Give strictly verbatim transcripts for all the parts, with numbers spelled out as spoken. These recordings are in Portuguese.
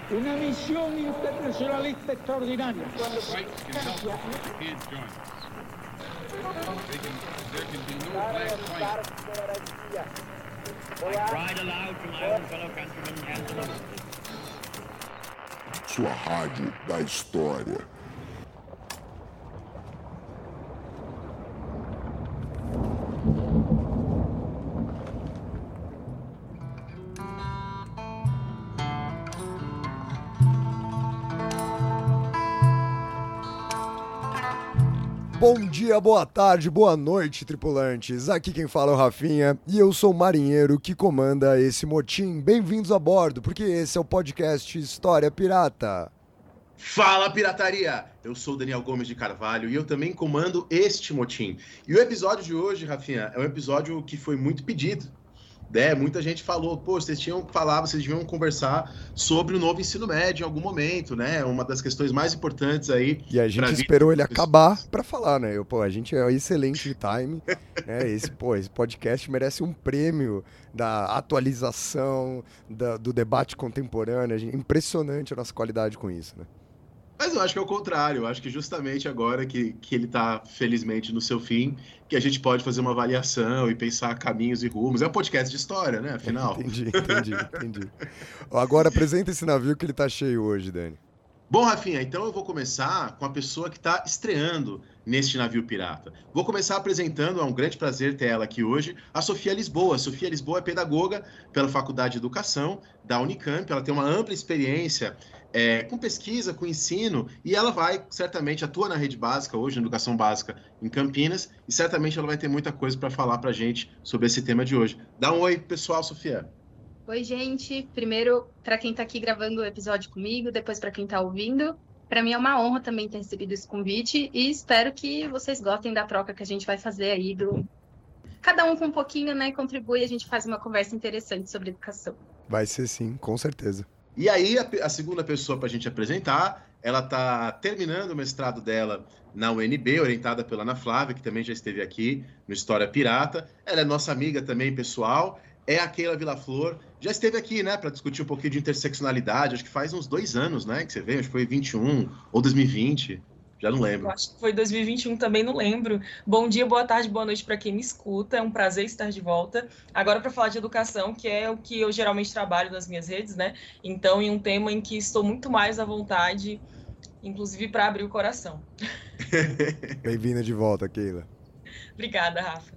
Una misión internacionalista extraordinaria. Sua rádio da história. Bom dia, boa tarde, boa noite, tripulantes. Aqui quem fala é o Rafinha e eu sou o marinheiro que comanda esse motim. Bem-vindos a bordo, porque esse é o podcast História Pirata. Fala, pirataria! Eu sou o Daniel Gomes de Carvalho e eu também comando este motim. E o episódio de hoje, Rafinha, é um episódio que foi muito pedido. É, muita gente falou, pô, vocês tinham que falar, vocês deviam conversar sobre o novo ensino médio em algum momento, né? Uma das questões mais importantes aí. E a gente esperou ele acabar pra falar, né? Eu, pô, a gente é excelente de time, né? Esse, pô, esse podcast merece um prêmio da atualização, da, do debate contemporâneo. Impressionante a nossa qualidade com isso, né? Mas eu acho que é o contrário, eu acho que justamente agora que, que ele está, felizmente, no seu fim, que a gente pode fazer uma avaliação e pensar caminhos e rumos. É um podcast de história, né, afinal? Entendi, entendi, entendi. Agora apresenta esse navio que ele tá cheio hoje, Dani. Bom, Rafinha, então eu vou começar com a pessoa que está estreando neste navio pirata. Vou começar apresentando, é um grande prazer ter ela aqui hoje, a Sofia Lisboa. A Sofia Lisboa é pedagoga pela Faculdade de Educação da Unicamp, ela tem uma ampla experiência É, com pesquisa, com ensino, e ela vai, certamente, atua na rede básica hoje, na educação básica em Campinas, e certamente ela vai ter muita coisa para falar para a gente sobre esse tema de hoje. Dá um oi, pessoal, Sofia. Oi, gente. Primeiro, para quem está aqui gravando o episódio comigo, depois para quem está ouvindo. Para mim é uma honra também ter recebido esse convite e espero que vocês gostem da troca que a gente vai fazer aí do... Cada um com um pouquinho, né, contribui e a gente faz uma conversa interessante sobre educação. Vai ser sim, com certeza. E aí, a, a segunda pessoa para a gente apresentar, ela está terminando o mestrado dela na U N B, orientada pela Ana Flávia, que também já esteve aqui no História Pirata. Ela é nossa amiga também, pessoal. É a Keila Villaflor. Já esteve aqui, né, para discutir um pouquinho de interseccionalidade. Acho que faz uns dois anos, né, que você veio. Acho que foi vinte e um ou dois mil e vinte. Já não lembro. Eu acho que foi dois mil e vinte e um, também não lembro. Bom dia, boa tarde, boa noite para quem me escuta. É um prazer estar de volta. Agora para falar de educação, que é o que eu geralmente trabalho nas minhas redes, né? Então, em um tema em que estou muito mais à vontade, inclusive para abrir o coração. Bem-vinda de volta, Keila. Obrigada, Rafa.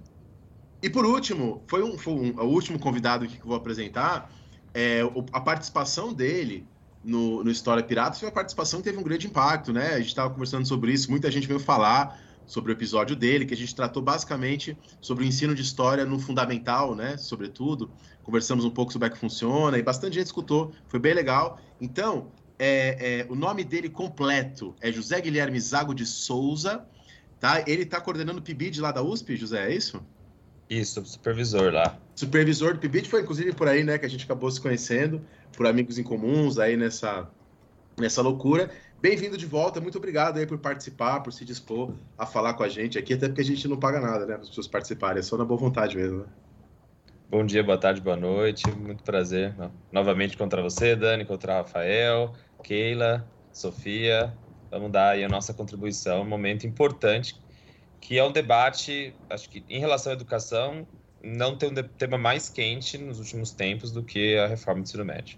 E por último, foi, um, foi um, o último convidado aqui que eu vou apresentar, é, a participação dele No, no História Pirata, foi uma participação que teve um grande impacto, né? A gente estava conversando sobre isso, muita gente veio falar sobre o episódio dele, que a gente tratou basicamente sobre o ensino de história no fundamental, né? Sobretudo, conversamos um pouco sobre como é que funciona e bastante gente escutou, foi bem legal. Então, é, é, o nome dele completo é José Guilherme Zago de Souza, tá? Ele está coordenando o P I B I D lá da U S P, José, é isso? Isso, supervisor lá. Supervisor do P I B I D, foi inclusive por aí, né, que a gente acabou se conhecendo, por amigos em comuns aí nessa, nessa loucura. Bem-vindo de volta, muito obrigado aí por participar, por se dispor a falar com a gente aqui, até porque a gente não paga nada, né, para as pessoas participarem, é só na boa vontade mesmo, né? Bom dia, boa tarde, boa noite, muito prazer novamente contra você, Dani, contra Rafael, Keila, Sofia. Vamos dar aí a nossa contribuição, um momento importante, que é um debate, acho que em relação à educação, não tem um tema mais quente nos últimos tempos do que a reforma do ensino médio.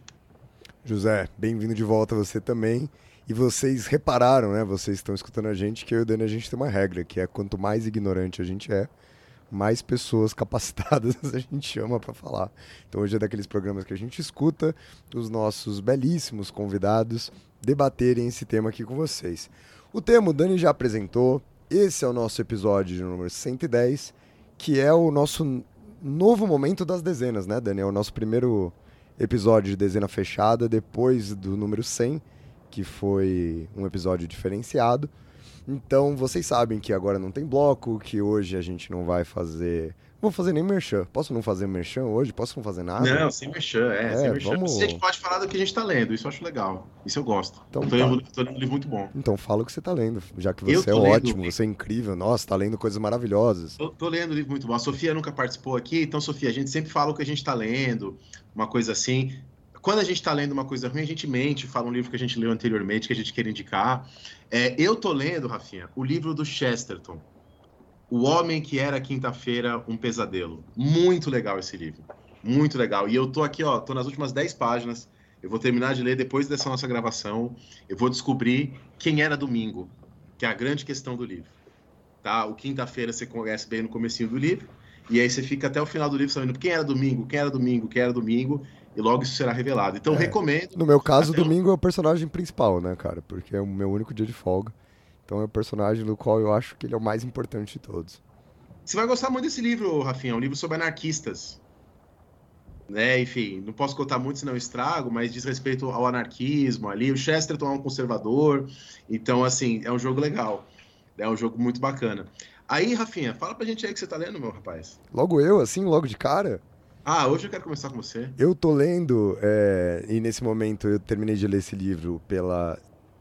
José, bem-vindo de volta você também. E vocês repararam, né, vocês estão escutando a gente, que eu e o Dani, a gente tem uma regra, que é quanto mais ignorante a gente é, mais pessoas capacitadas a gente chama para falar. Então hoje é daqueles programas que a gente escuta os nossos belíssimos convidados debaterem esse tema aqui com vocês. O tema o Dani já apresentou. Esse é o nosso episódio de número cento e dez, que é o nosso novo momento das dezenas, né, Dani? É o nosso primeiro episódio de dezena fechada, depois do número cem, que foi um episódio diferenciado. Então, vocês sabem que agora não tem bloco, que hoje a gente não vai fazer... Não vou fazer nem merchan. Posso não fazer merchan hoje? Posso não fazer nada? Não, sem merchan, é, é sem merchan. Vamos... A gente pode falar do que a gente tá lendo, isso eu acho legal. Isso eu gosto. Então, eu tô, tá. lendo, tô lendo um livro muito bom. Então fala o que você tá lendo, já que você é ótimo, lendo... você é incrível. Nossa, tá lendo coisas maravilhosas. Tô, tô lendo um livro muito bom. A Sofia nunca participou aqui, então, Sofia, a gente sempre fala o que a gente tá lendo, uma coisa assim. quando a gente está lendo uma coisa ruim, a gente mente, fala um livro que a gente leu anteriormente, que a gente quer indicar. É, eu tô lendo, Rafinha, o livro do Chesterton, O Homem que Era Quinta-feira, um Pesadelo. Muito legal esse livro, muito legal. E eu tô aqui, ó, tô nas últimas dez páginas, eu vou terminar de ler depois dessa nossa gravação, eu vou descobrir quem era Domingo, que é a grande questão do livro. Tá? O Quinta-feira você conhece bem no comecinho do livro, e aí você fica até o final do livro sabendo quem era Domingo, quem era Domingo, quem era Domingo, e logo isso será revelado. Então, É. recomendo. No meu caso, Até Domingo é o personagem principal, né, cara? Porque é o meu único dia de folga. Então é o personagem do qual eu acho que ele é o mais importante de todos. Você vai gostar muito desse livro, Rafinha, é um livro sobre anarquistas. Né? Enfim, não posso contar muito, senão eu estrago, mas diz respeito ao anarquismo ali. O Chesterton é um conservador, então, assim, é um jogo legal. É um jogo muito bacana. Aí, Rafinha, fala pra gente aí o que você tá lendo, meu rapaz. Logo eu, assim, logo de cara? Ah, hoje eu quero começar com você. Eu tô lendo, é, e nesse momento eu terminei de ler esse livro pela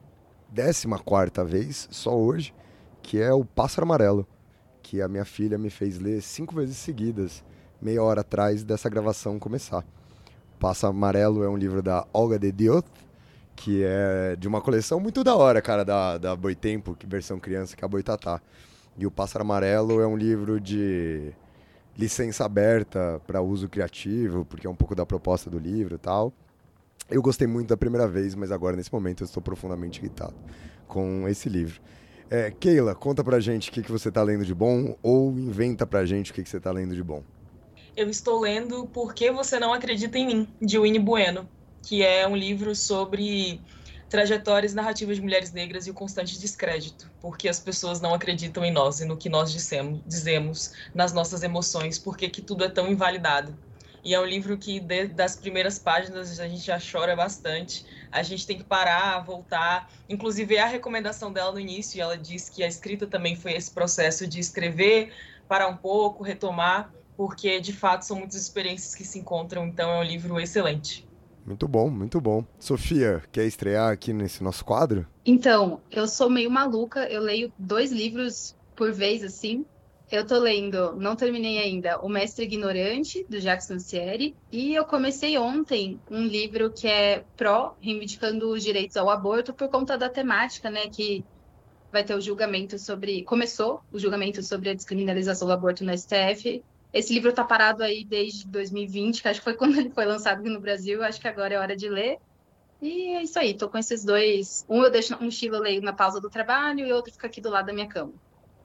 décima quarta vez, só hoje, que é O Pássaro Amarelo, que a minha filha me fez ler cinco vezes seguidas, meia hora atrás dessa gravação começar. O Pássaro Amarelo é um livro da Olga de Dioth, que é de uma coleção muito da hora, cara, da, da Boitempo, que versão criança, que é a Boitatá. E O Pássaro Amarelo é um livro de licença aberta para uso criativo, porque é um pouco da proposta do livro e tal. Eu gostei muito da primeira vez, mas agora, nesse momento, eu estou profundamente irritado com esse livro. É, Keila, conta pra gente o que, que você tá lendo de bom, ou inventa pra gente o que, que você tá lendo de bom. Eu estou lendo Por que Você Não Acredita em Mim, de Winnie Bueno, que é um livro sobre trajetórias narrativas de mulheres negras e o constante descrédito, porque as pessoas não acreditam em nós e no que nós dissemos, dizemos, nas nossas emoções, porque que tudo é tão invalidado. E é um livro que, de, das primeiras páginas, a gente já chora bastante, a gente tem que parar, voltar, inclusive é a recomendação dela no início, e ela diz que a escrita também foi esse processo de escrever, parar um pouco, retomar, porque, de fato, são muitas experiências que se encontram, então é um livro excelente. Muito bom, muito bom. Sofia, quer estrear aqui nesse nosso quadro? Então, eu sou meio maluca, eu leio dois livros por vez, assim. Eu tô lendo, não terminei ainda, O Mestre Ignorante, do Jacques Rancière, e eu comecei ontem um livro que é pró, reivindicando os direitos ao aborto, por conta da temática, né, que vai ter o julgamento sobre... Começou o julgamento sobre a descriminalização do aborto no S T F. Esse livro tá parado aí desde dois mil e vinte, que acho que foi quando ele foi lançado aqui no Brasil, acho que agora é hora de ler. E é isso aí, tô com esses dois. Um eu deixo um estilo, eu leio na pausa do trabalho, e outro fica aqui do lado da minha cama.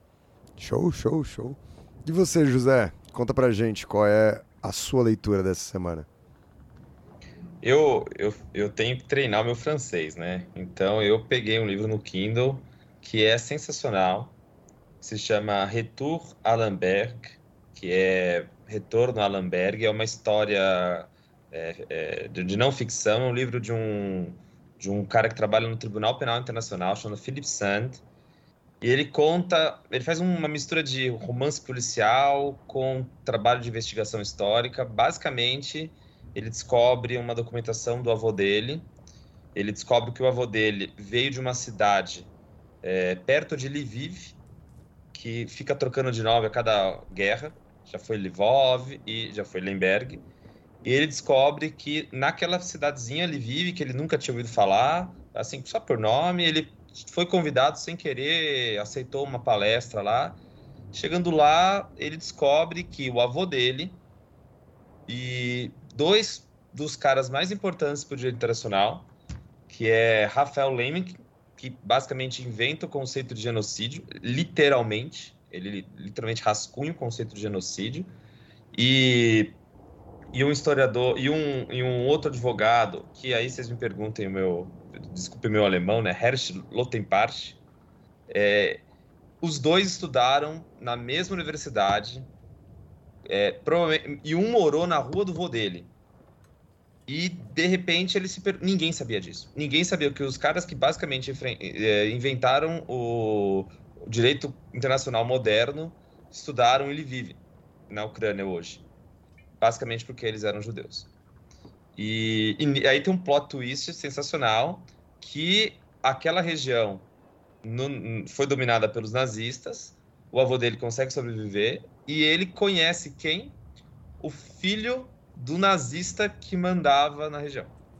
Show, show, show. E você, José? Conta pra gente qual é a sua leitura dessa semana. Eu, eu, eu tenho que treinar o meu francês, né? Então eu peguei um livro no Kindle que é sensacional, se chama Retour à Lemberg, que é Retorno a Lemberg, é uma história é, é, de, de não ficção, é um livro de um, de um cara que trabalha no Tribunal Penal Internacional, chamado Philip Sand, e ele conta, ele faz uma mistura de romance policial com trabalho de investigação histórica. Basicamente, ele descobre uma documentação do avô dele, ele descobre que o avô dele veio de uma cidade é, perto de Lviv, que fica trocando de nome a cada guerra, já foi Lvov e já foi Lemberg, e ele descobre que naquela cidadezinha Lviv, que ele nunca tinha ouvido falar, assim, só por nome, ele foi convidado sem querer, aceitou uma palestra lá. Chegando lá, ele descobre que o avô dele e dois dos caras mais importantes para o direito internacional, que é Raphael Lemkin, que basicamente inventa o conceito de genocídio, literalmente, ele literalmente rascunha o conceito de genocídio, e, e um historiador, e um, e um outro advogado, que aí vocês me perguntem o meu, desculpe meu alemão, né, Hersch Lottenparch, é, os dois estudaram na mesma universidade, é, provavelmente, e um morou na rua do vô dele. E, de repente, ele se per... ninguém sabia disso. Ninguém sabia que os caras que basicamente inventaram o direito internacional moderno estudaram em Lviv, na Ucrânia hoje. Basicamente porque eles eram judeus. E, e aí tem um plot twist sensacional, que aquela região no, foi dominada pelos nazistas, o avô dele consegue sobreviver, e ele conhece quem? O filho do nazista que mandava na região.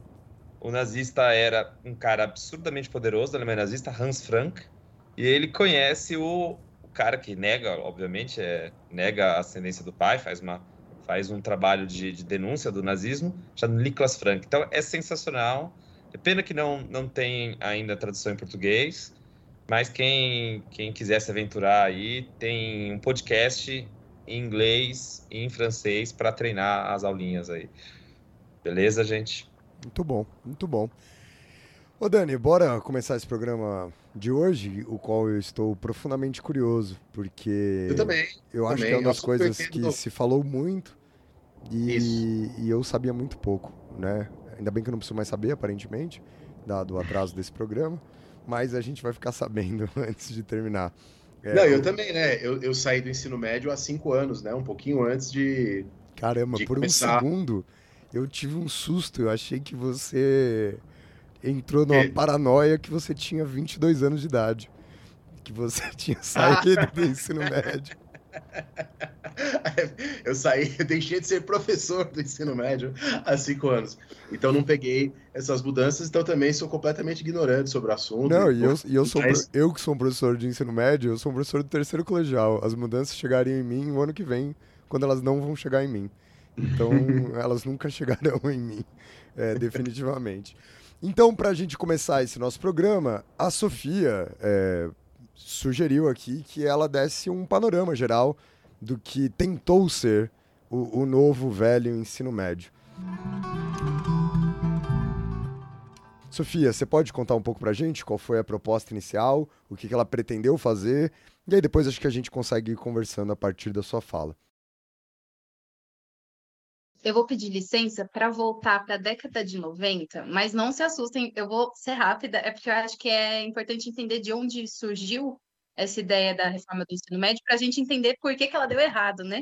o nazista era um cara absurdamente poderoso da Alemanha nazista, Hans Frank, e ele conhece o, o cara que nega, obviamente, é, nega a ascendência do pai, faz, uma, faz um trabalho de, de denúncia do nazismo, chamado Niklas Frank. Então, é sensacional. É pena que não, não tem ainda tradução em português, mas quem, quem quiser se aventurar aí, tem um podcast em inglês e em francês para treinar as aulinhas aí. Beleza, gente? Muito bom, muito bom. Ô Dani, bora começar esse programa de hoje, o qual eu estou profundamente curioso, porque Eu também. eu acho também. que é uma das Eu coisas super que entendo. se falou muito e, Isso. e eu sabia muito pouco, né? Ainda bem que eu não preciso mais saber, aparentemente, dado o atraso desse programa, mas a gente vai ficar sabendo antes de terminar. É, Não, eu o- também, né? Eu, eu saí do ensino médio há cinco anos, né? Um pouquinho antes de, Caramba, de por um começar. segundo eu tive um susto, eu achei que você entrou numa Porque- paranoia que você tinha vinte e dois anos de idade, que você tinha Ah! saído do ensino médio. Eu saí, eu deixei de ser professor do ensino médio há cinco anos. Então não peguei essas mudanças, então também sou completamente ignorante sobre o assunto. Não, e e tô- eu, e eu, sou, mas- pro- eu que sou um professor de ensino médio, eu sou um professor do terceiro colegial. As mudanças chegariam em mim o ano que vem, quando elas não vão chegar em mim. Então, elas nunca chegarão em mim, é, definitivamente. Então, para a gente começar esse nosso programa, a Sofia é, sugeriu aqui que ela desse um panorama geral do que tentou ser o, o novo velho ensino médio. Sofia, você pode contar um pouco pra gente qual foi a proposta inicial, o que que ela pretendeu fazer, e aí depois acho que a gente consegue ir conversando a partir da sua fala. Eu vou pedir licença para voltar para a década de noventa, mas não se assustem, eu vou ser rápida, é porque eu acho que é importante entender de onde surgiu essa ideia da reforma do ensino médio, para a gente entender por que que ela deu errado, né?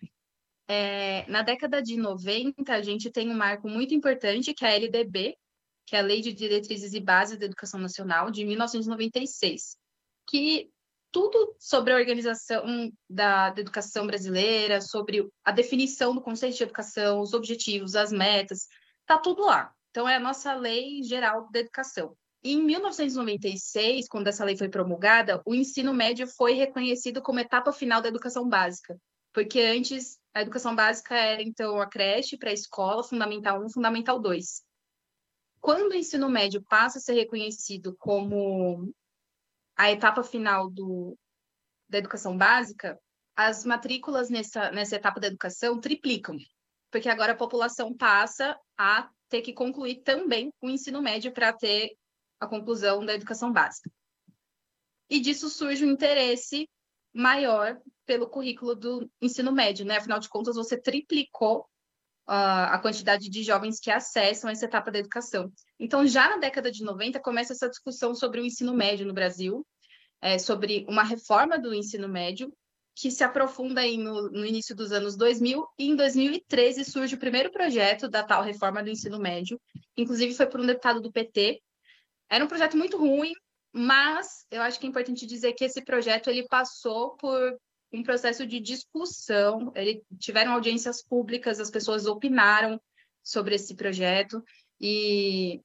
É, na década de noventa, a gente tem um marco muito importante, que é a L D B, que é a Lei de Diretrizes e Bases da Educação Nacional, de mil novecentos e noventa e seis, que tudo sobre a organização da, da educação brasileira, sobre a definição do conceito de educação, os objetivos, as metas, está tudo lá. Então, é a nossa lei geral da educação. E em mil novecentos e noventa e seis, quando essa lei foi promulgada, o ensino médio foi reconhecido como etapa final da educação básica, porque antes a educação básica era, então, a creche, pré-escola, fundamental um, fundamental dois. Quando o ensino médio passa a ser reconhecido como a etapa final do, da educação básica, as matrículas nessa, nessa etapa da educação triplicam, porque agora a população passa a ter que concluir também o ensino médio para ter a conclusão da educação básica. E disso surge um interesse maior pelo currículo do ensino médio, né? Afinal de contas, você triplicou uh, a quantidade de jovens que acessam essa etapa da educação. Então, já na década de noventa, começa essa discussão sobre o ensino médio no Brasil, É, sobre uma reforma do ensino médio, que se aprofunda aí no, no início dos anos dois mil, e em dois mil e treze surge o primeiro projeto da tal reforma do ensino médio, inclusive foi por um deputado do P T. Era um projeto muito ruim, mas eu acho que é importante dizer que esse projeto ele passou por um processo de discussão, ele, tiveram audiências públicas, as pessoas opinaram sobre esse projeto, e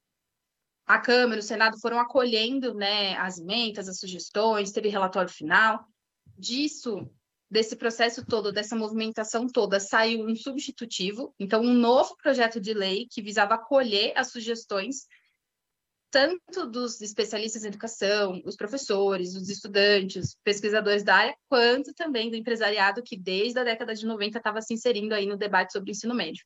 a Câmara, o Senado foram acolhendo, né, as emendas, as sugestões, teve relatório final. Disso, desse processo todo, dessa movimentação toda, saiu um substitutivo, então um novo projeto de lei que visava acolher as sugestões tanto dos especialistas em educação, os professores, os estudantes, pesquisadores da área, quanto também do empresariado que desde a década de noventa estava se inserindo aí no debate sobre o ensino médio.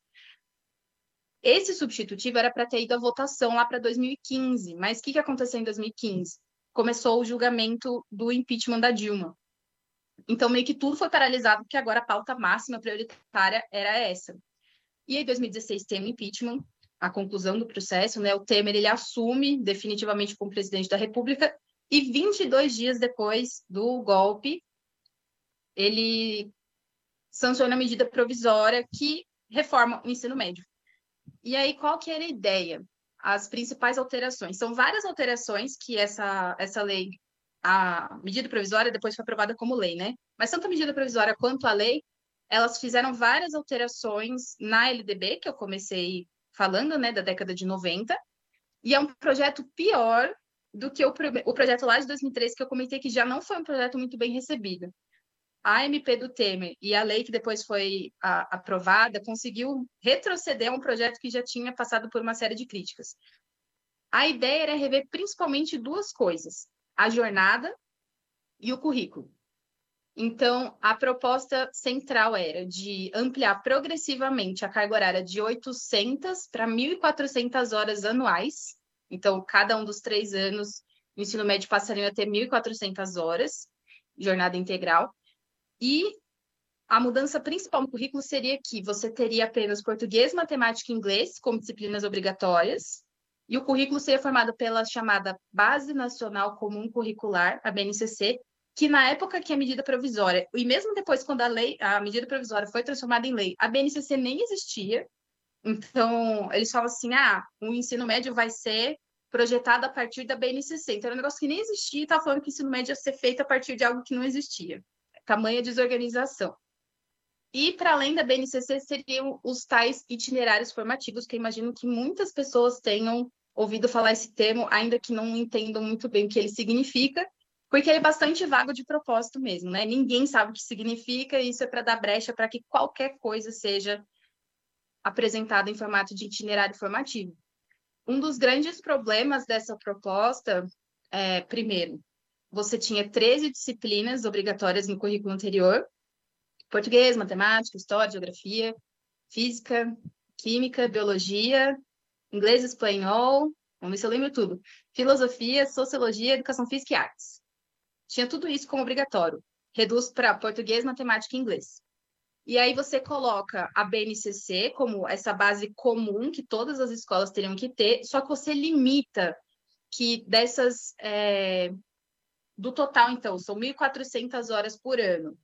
Esse substitutivo era para ter ido à votação lá para dois mil e quinze, mas o que, que aconteceu em dois mil e quinze? Começou o julgamento do impeachment da Dilma. Então, meio que tudo foi paralisado, porque agora a pauta máxima prioritária era essa. E em dois mil e dezesseis tem o impeachment, a conclusão do processo, né? O Temer ele assume definitivamente como presidente da República, e vinte e dois dias depois do golpe, ele sanciona a medida provisória que reforma o ensino médio. E aí, qual que era a ideia? As principais alterações. São várias alterações que essa, essa lei, a medida provisória depois foi aprovada como lei, né? Mas tanto a medida provisória quanto a lei, elas fizeram várias alterações na L D B, que eu comecei falando, né, da década de noventa, e é um projeto pior do que o, o projeto lá de dois mil e treze, que eu comentei que já não foi um projeto muito bem recebido. A M P do Temer e a lei que depois foi a, aprovada conseguiu retroceder a um projeto que já tinha passado por uma série de críticas. A ideia era rever principalmente duas coisas, a jornada e o currículo. Então, a proposta central era de ampliar progressivamente a carga horária de oitocentas para mil e quatrocentas horas anuais. Então, cada um dos três anos, o ensino médio passaria a ter mil e quatrocentas horas, jornada integral. E a mudança principal no currículo seria que você teria apenas português, matemática e inglês como disciplinas obrigatórias, e o currículo seria formado pela chamada Base Nacional Comum Curricular, a B N C C, que na época que a medida provisória, e mesmo depois quando a lei, a medida provisória foi transformada em lei, a B N C C nem existia. Então, eles falam assim, ah, o ensino médio vai ser projetado a partir da B N C C. Então, era um negócio que nem existia e estava falando que o ensino médio ia ser feito a partir de algo que não existia. Tamanha desorganização. E, para além da B N C C, seriam os tais itinerários formativos, que eu imagino que muitas pessoas tenham ouvido falar esse termo, ainda que não entendam muito bem o que ele significa, porque ele é bastante vago de propósito mesmo, né? Ninguém sabe o que significa, e isso é para dar brecha para que qualquer coisa seja apresentada em formato de itinerário formativo. Um dos grandes problemas dessa proposta é, primeiro, você tinha treze disciplinas obrigatórias no currículo anterior, português, matemática, história, geografia, física, química, biologia, inglês e espanhol, vamos ver se eu lembro tudo, filosofia, sociologia, educação física e artes. Tinha tudo isso como obrigatório, reduz para português, matemática e inglês. E aí você coloca a B N C C como essa base comum que todas as escolas teriam que ter, só que você limita que dessas... É, do total, então, são mil e quatrocentas horas por ano.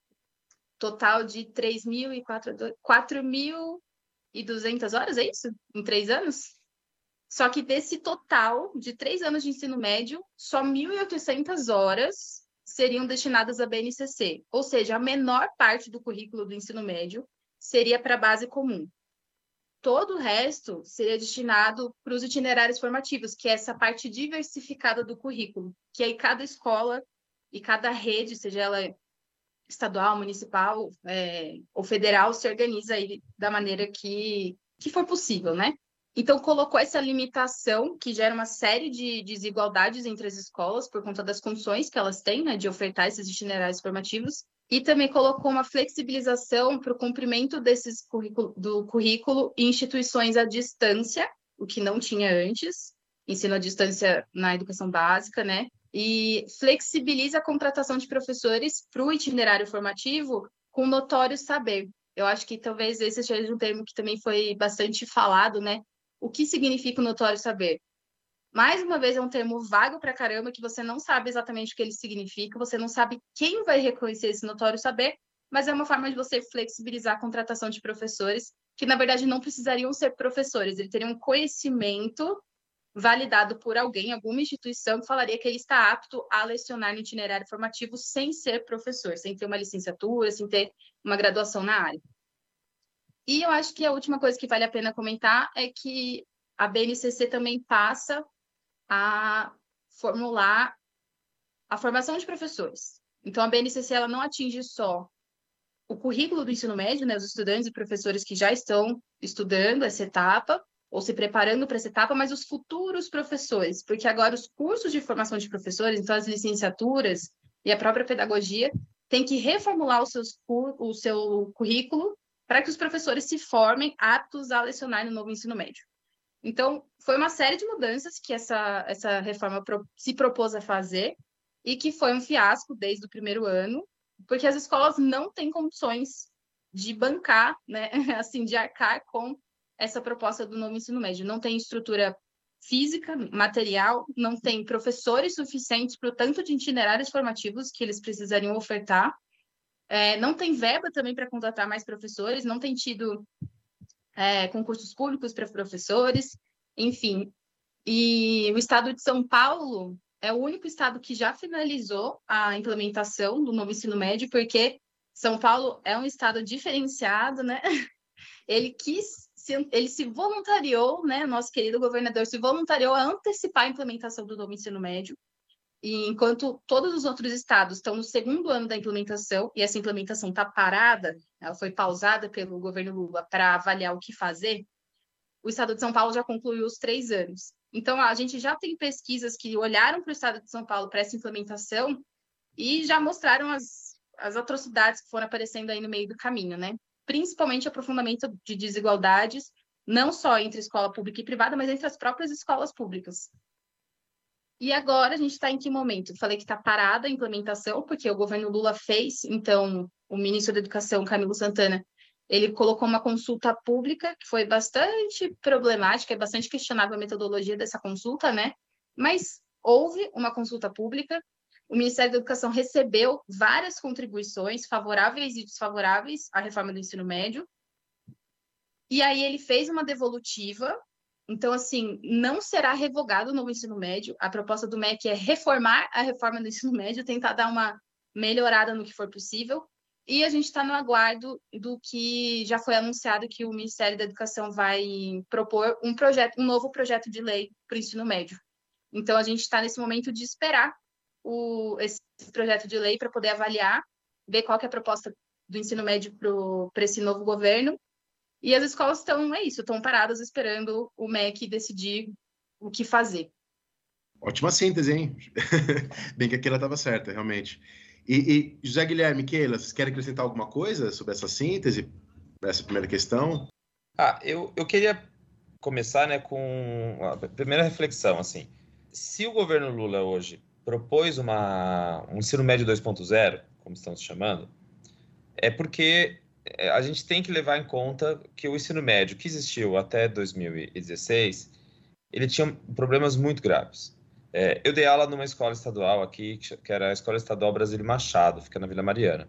Total de três mil e quatro mil e duzentas horas, é isso? Em três anos? Só que desse total de três anos de ensino médio, só mil e oitocentas horas seriam destinadas à B N C C. Ou seja, a menor parte do currículo do ensino médio seria para a base comum. Todo o resto seria destinado para os itinerários formativos, que é essa parte diversificada do currículo, que aí cada escola e cada rede, seja ela estadual, municipal é, ou federal, se organiza aí da maneira que, que for possível, né? Então, colocou essa limitação, que gera uma série de desigualdades entre as escolas, por conta das condições que elas têm, né, de ofertar esses itinerários formativos, e também colocou uma flexibilização para o cumprimento desses currículo, do currículo em instituições à distância, o que não tinha antes, ensino à distância na educação básica, né? E flexibiliza a contratação de professores para o itinerário formativo com notório saber. Eu acho que talvez esse seja um termo que também foi bastante falado, né? O que significa o notório saber? Mais uma vez, é um termo vago pra caramba, que você não sabe exatamente o que ele significa, você não sabe quem vai reconhecer esse notório saber, mas é uma forma de você flexibilizar a contratação de professores, que, na verdade, não precisariam ser professores, eles teriam um conhecimento validado por alguém, alguma instituição, que falaria que ele está apto a lecionar no itinerário formativo sem ser professor, sem ter uma licenciatura, sem ter uma graduação na área. E eu acho que a última coisa que vale a pena comentar é que a B N C C também passa a formular a formação de professores. Então, a B N C C ela não atinge só o currículo do ensino médio, né, os estudantes e professores que já estão estudando essa etapa, ou se preparando para essa etapa, mas os futuros professores, porque agora os cursos de formação de professores, então as licenciaturas e a própria pedagogia, têm que reformular os seus, o seu currículo para que os professores se formem aptos a lecionar no novo ensino médio. Então, foi uma série de mudanças que essa, essa reforma pro, se propôs a fazer e que foi um fiasco desde o primeiro ano, porque as escolas não têm condições de bancar, né, assim, de arcar com essa proposta do novo ensino médio. Não tem estrutura física, material, não tem professores suficientes para o tanto de itinerários formativos que eles precisariam ofertar, é, não tem verba também para contratar mais professores, não tem tido é, concursos públicos para professores, enfim. E o estado de São Paulo é o único estado que já finalizou a implementação do novo ensino médio, porque São Paulo é um estado diferenciado, né? Ele quis se, ele se voluntariou, né, nosso querido governador se voluntariou a antecipar a implementação do novo ensino médio, e enquanto todos os outros estados estão no segundo ano da implementação, e essa implementação está parada, ela foi pausada pelo governo Lula para avaliar o que fazer, o estado de São Paulo já concluiu os três anos. Então, a gente já tem pesquisas que olharam para o estado de São Paulo para essa implementação e já mostraram as, as atrocidades que foram aparecendo aí no meio do caminho, né? Principalmente aprofundamento de desigualdades, não só entre escola pública e privada, mas entre as próprias escolas públicas. E agora a gente está em que momento? Eu falei que está parada a implementação, porque o governo Lula fez, então o ministro da Educação, Camilo Santana, ele colocou uma consulta pública, que foi bastante problemática, é bastante questionável a metodologia dessa consulta, né? Mas houve uma consulta pública, o Ministério da Educação recebeu várias contribuições favoráveis e desfavoráveis à reforma do ensino médio, e aí ele fez uma devolutiva. Então, assim, não será revogado o novo ensino médio. A proposta do M E C é reformar a reforma do ensino médio, tentar dar uma melhorada no que for possível. E a gente está no aguardo do que já foi anunciado, que o Ministério da Educação vai propor um projeto, um novo projeto de lei para o ensino médio. Então, a gente está nesse momento de esperar o, esse projeto de lei para poder avaliar, ver qual que é a proposta do ensino médio para esse novo governo. E as escolas estão, é isso, estão paradas esperando o M E C decidir o que fazer. Ótima síntese, hein? Bem que aquela estava certa, realmente. E, e José Guilherme, Keila, vocês querem acrescentar alguma coisa sobre essa síntese, essa primeira questão? Ah, eu, eu queria começar, né, com a primeira reflexão, assim. Se o governo Lula hoje propôs uma, um ensino médio dois ponto zero, como estamos chamando, é porque a gente tem que levar em conta que o ensino médio que existiu até dois mil e dezesseis, ele tinha problemas muito graves. É, eu dei aula numa escola estadual aqui, que era a Escola Estadual Brasílio Machado, fica na Vila Mariana.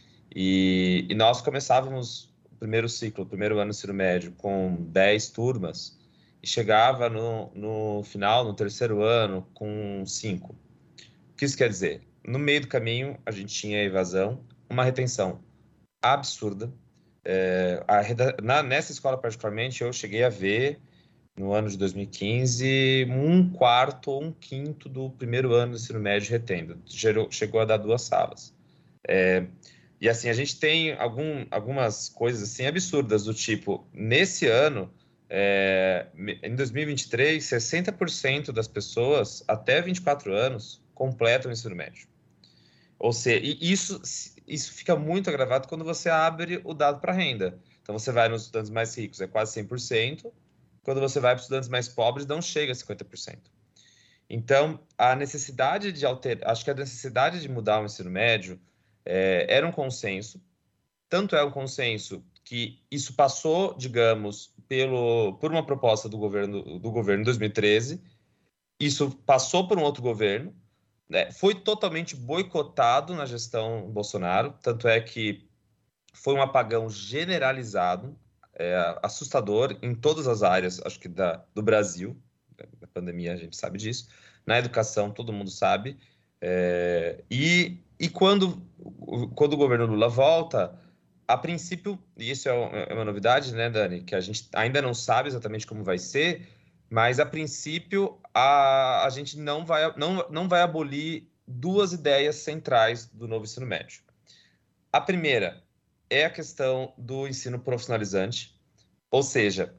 E, e nós começávamos o primeiro ciclo, o primeiro ano do ensino médio, com dez turmas, e chegava no, no final, no terceiro ano, com cinco. O que isso quer dizer? No meio do caminho, a gente tinha evasão, uma retenção absurda. É, a, na, nessa escola, particularmente, eu cheguei a ver, no ano de dois mil e quinze, um quarto ou um quinto do primeiro ano do ensino médio retendo. Gerou, chegou a dar duas salas. É, e assim, a gente tem algum, algumas coisas assim absurdas, do tipo, nesse ano, é, em dois mil e vinte e três, sessenta por cento das pessoas até vinte e quatro anos completam o ensino médio. Ou seja, e isso, isso fica muito agravado quando você abre o dado para renda. Então, você vai nos estudantes mais ricos, é quase cem por cento. Quando você vai para os estudantes mais pobres, não chega a cinquenta por cento. Então, a necessidade de alterar, acho que a necessidade de mudar o ensino médio é, era um consenso. Tanto é um consenso que isso passou, digamos, pelo, por uma proposta do governo, do governo em dois mil e treze. Isso passou por um outro governo. Né? Foi totalmente boicotado na gestão Bolsonaro. Tanto é que foi um apagão generalizado, é, assustador em todas as áreas, acho que da, do Brasil. Na pandemia a gente sabe disso. Na educação todo mundo sabe. É, e e quando, quando o governo Lula volta, a princípio, e isso é uma, é uma novidade, né, Dani, que a gente ainda não sabe exatamente como vai ser, mas a princípio a, a gente não vai, não, não vai abolir duas ideias centrais do novo ensino médio. A primeira é a questão do ensino profissionalizante, ou seja,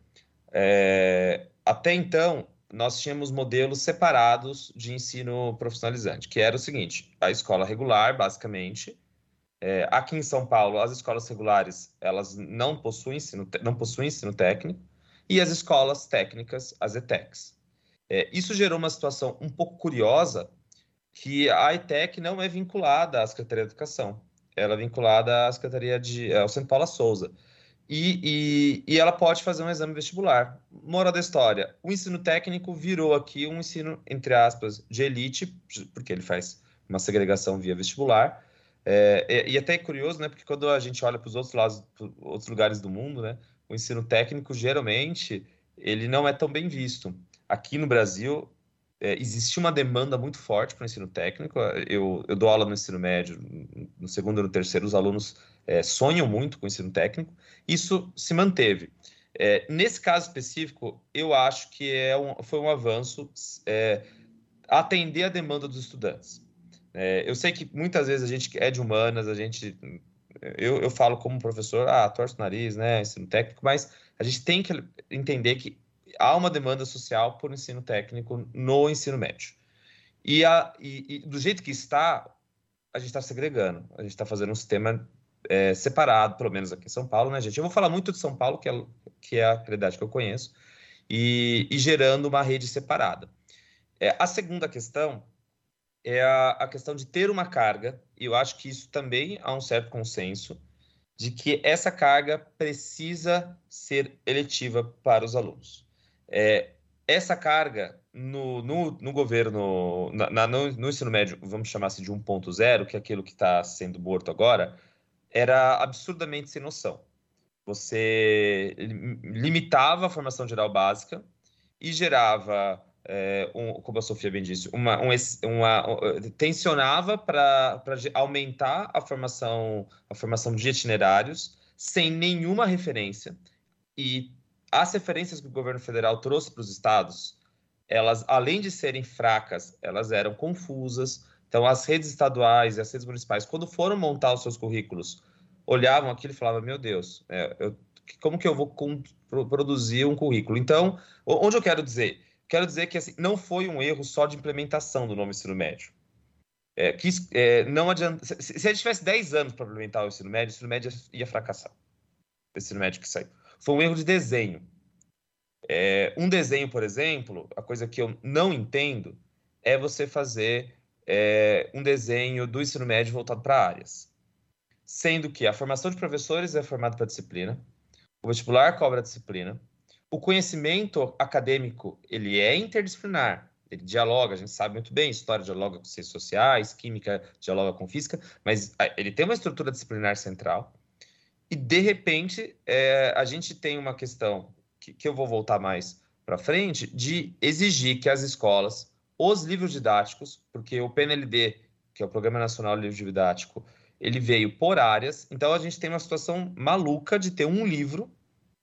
é, até então nós tínhamos modelos separados de ensino profissionalizante, que era o seguinte: a escola regular, basicamente, é, aqui em São Paulo, as escolas regulares, elas não possuem ensino, não possuem ensino técnico, e as escolas técnicas, as E T E Cs. É, isso gerou uma situação um pouco curiosa, que a E T E C não é vinculada à Secretaria de Educação, ela é vinculada à Secretaria de, ao Centro Paula Souza. E, e, e ela pode fazer um exame vestibular. Moral da história: o ensino técnico virou aqui um ensino, entre aspas, de elite, porque ele faz uma segregação via vestibular. É, e, e até é curioso, né, porque quando a gente olha para os outros lados, outros lugares do mundo, né, o ensino técnico, geralmente, ele não é tão bem visto. Aqui no Brasil, é, existe uma demanda muito forte para o ensino técnico. Eu, eu dou aula no ensino médio, no segundo e no terceiro, os alunos é, sonham muito com o ensino técnico. Isso se manteve. É, nesse caso específico, eu acho que é um, foi um avanço é, atender a demanda dos estudantes. É, eu sei que muitas vezes a gente é de humanas, a gente... Eu, eu falo como professor, ah, torce o nariz, né, ensino técnico, mas a gente tem que entender que há uma demanda social por ensino técnico no ensino médio. E, a, e, e do jeito que está, a gente está segregando, a gente está fazendo um sistema é, separado, pelo menos aqui em São Paulo, né, gente? Eu vou falar muito de São Paulo, que é, que é a realidade que eu conheço, e, e gerando uma rede separada. É, a segunda questão é a, a questão de ter uma carga, e eu acho que isso também há um certo consenso, de que essa carga precisa ser eletiva para os alunos. É, essa carga, no, no, no governo, na, na, no, no ensino médio, vamos chamar assim de um ponto zero, que é aquilo que está sendo morto agora, era absurdamente sem noção. Você limitava a formação geral básica e gerava, é, um, como a Sofia bem disse, uma, um, uma, tensionava para aumentar a formação, a formação de itinerários sem nenhuma referência. E as referências que o governo federal trouxe para os estados, elas, além de serem fracas, elas eram confusas. Então, as redes estaduais e as redes municipais, quando foram montar os seus currículos, olhavam aquilo e falavam, meu Deus, é, eu, como que eu vou com, produzir um currículo? Então, onde eu quero dizer? Quero dizer que assim, não foi um erro só de implementação do novo ensino médio. É, que, é, não adianta, se, se a gente tivesse dez anos para implementar o ensino médio, o ensino médio ia fracassar. O ensino médio que saiu. Foi um erro de desenho. É, um desenho, por exemplo, a coisa que eu não entendo é você fazer é, um desenho do ensino médio voltado para áreas. Sendo que a formação de professores é formada para disciplina, o vestibular cobra disciplina, o conhecimento acadêmico ele é interdisciplinar, ele dialoga, a gente sabe muito bem, história dialoga com ciências sociais, química dialoga com física, mas ele tem uma estrutura disciplinar central e, de repente, é, a gente tem uma questão que, que eu vou voltar mais para frente, de exigir que as escolas, os livros didáticos, porque o P N L D, que é o Programa Nacional de Livro Didático, ele veio por áreas, então a gente tem uma situação maluca de ter um livro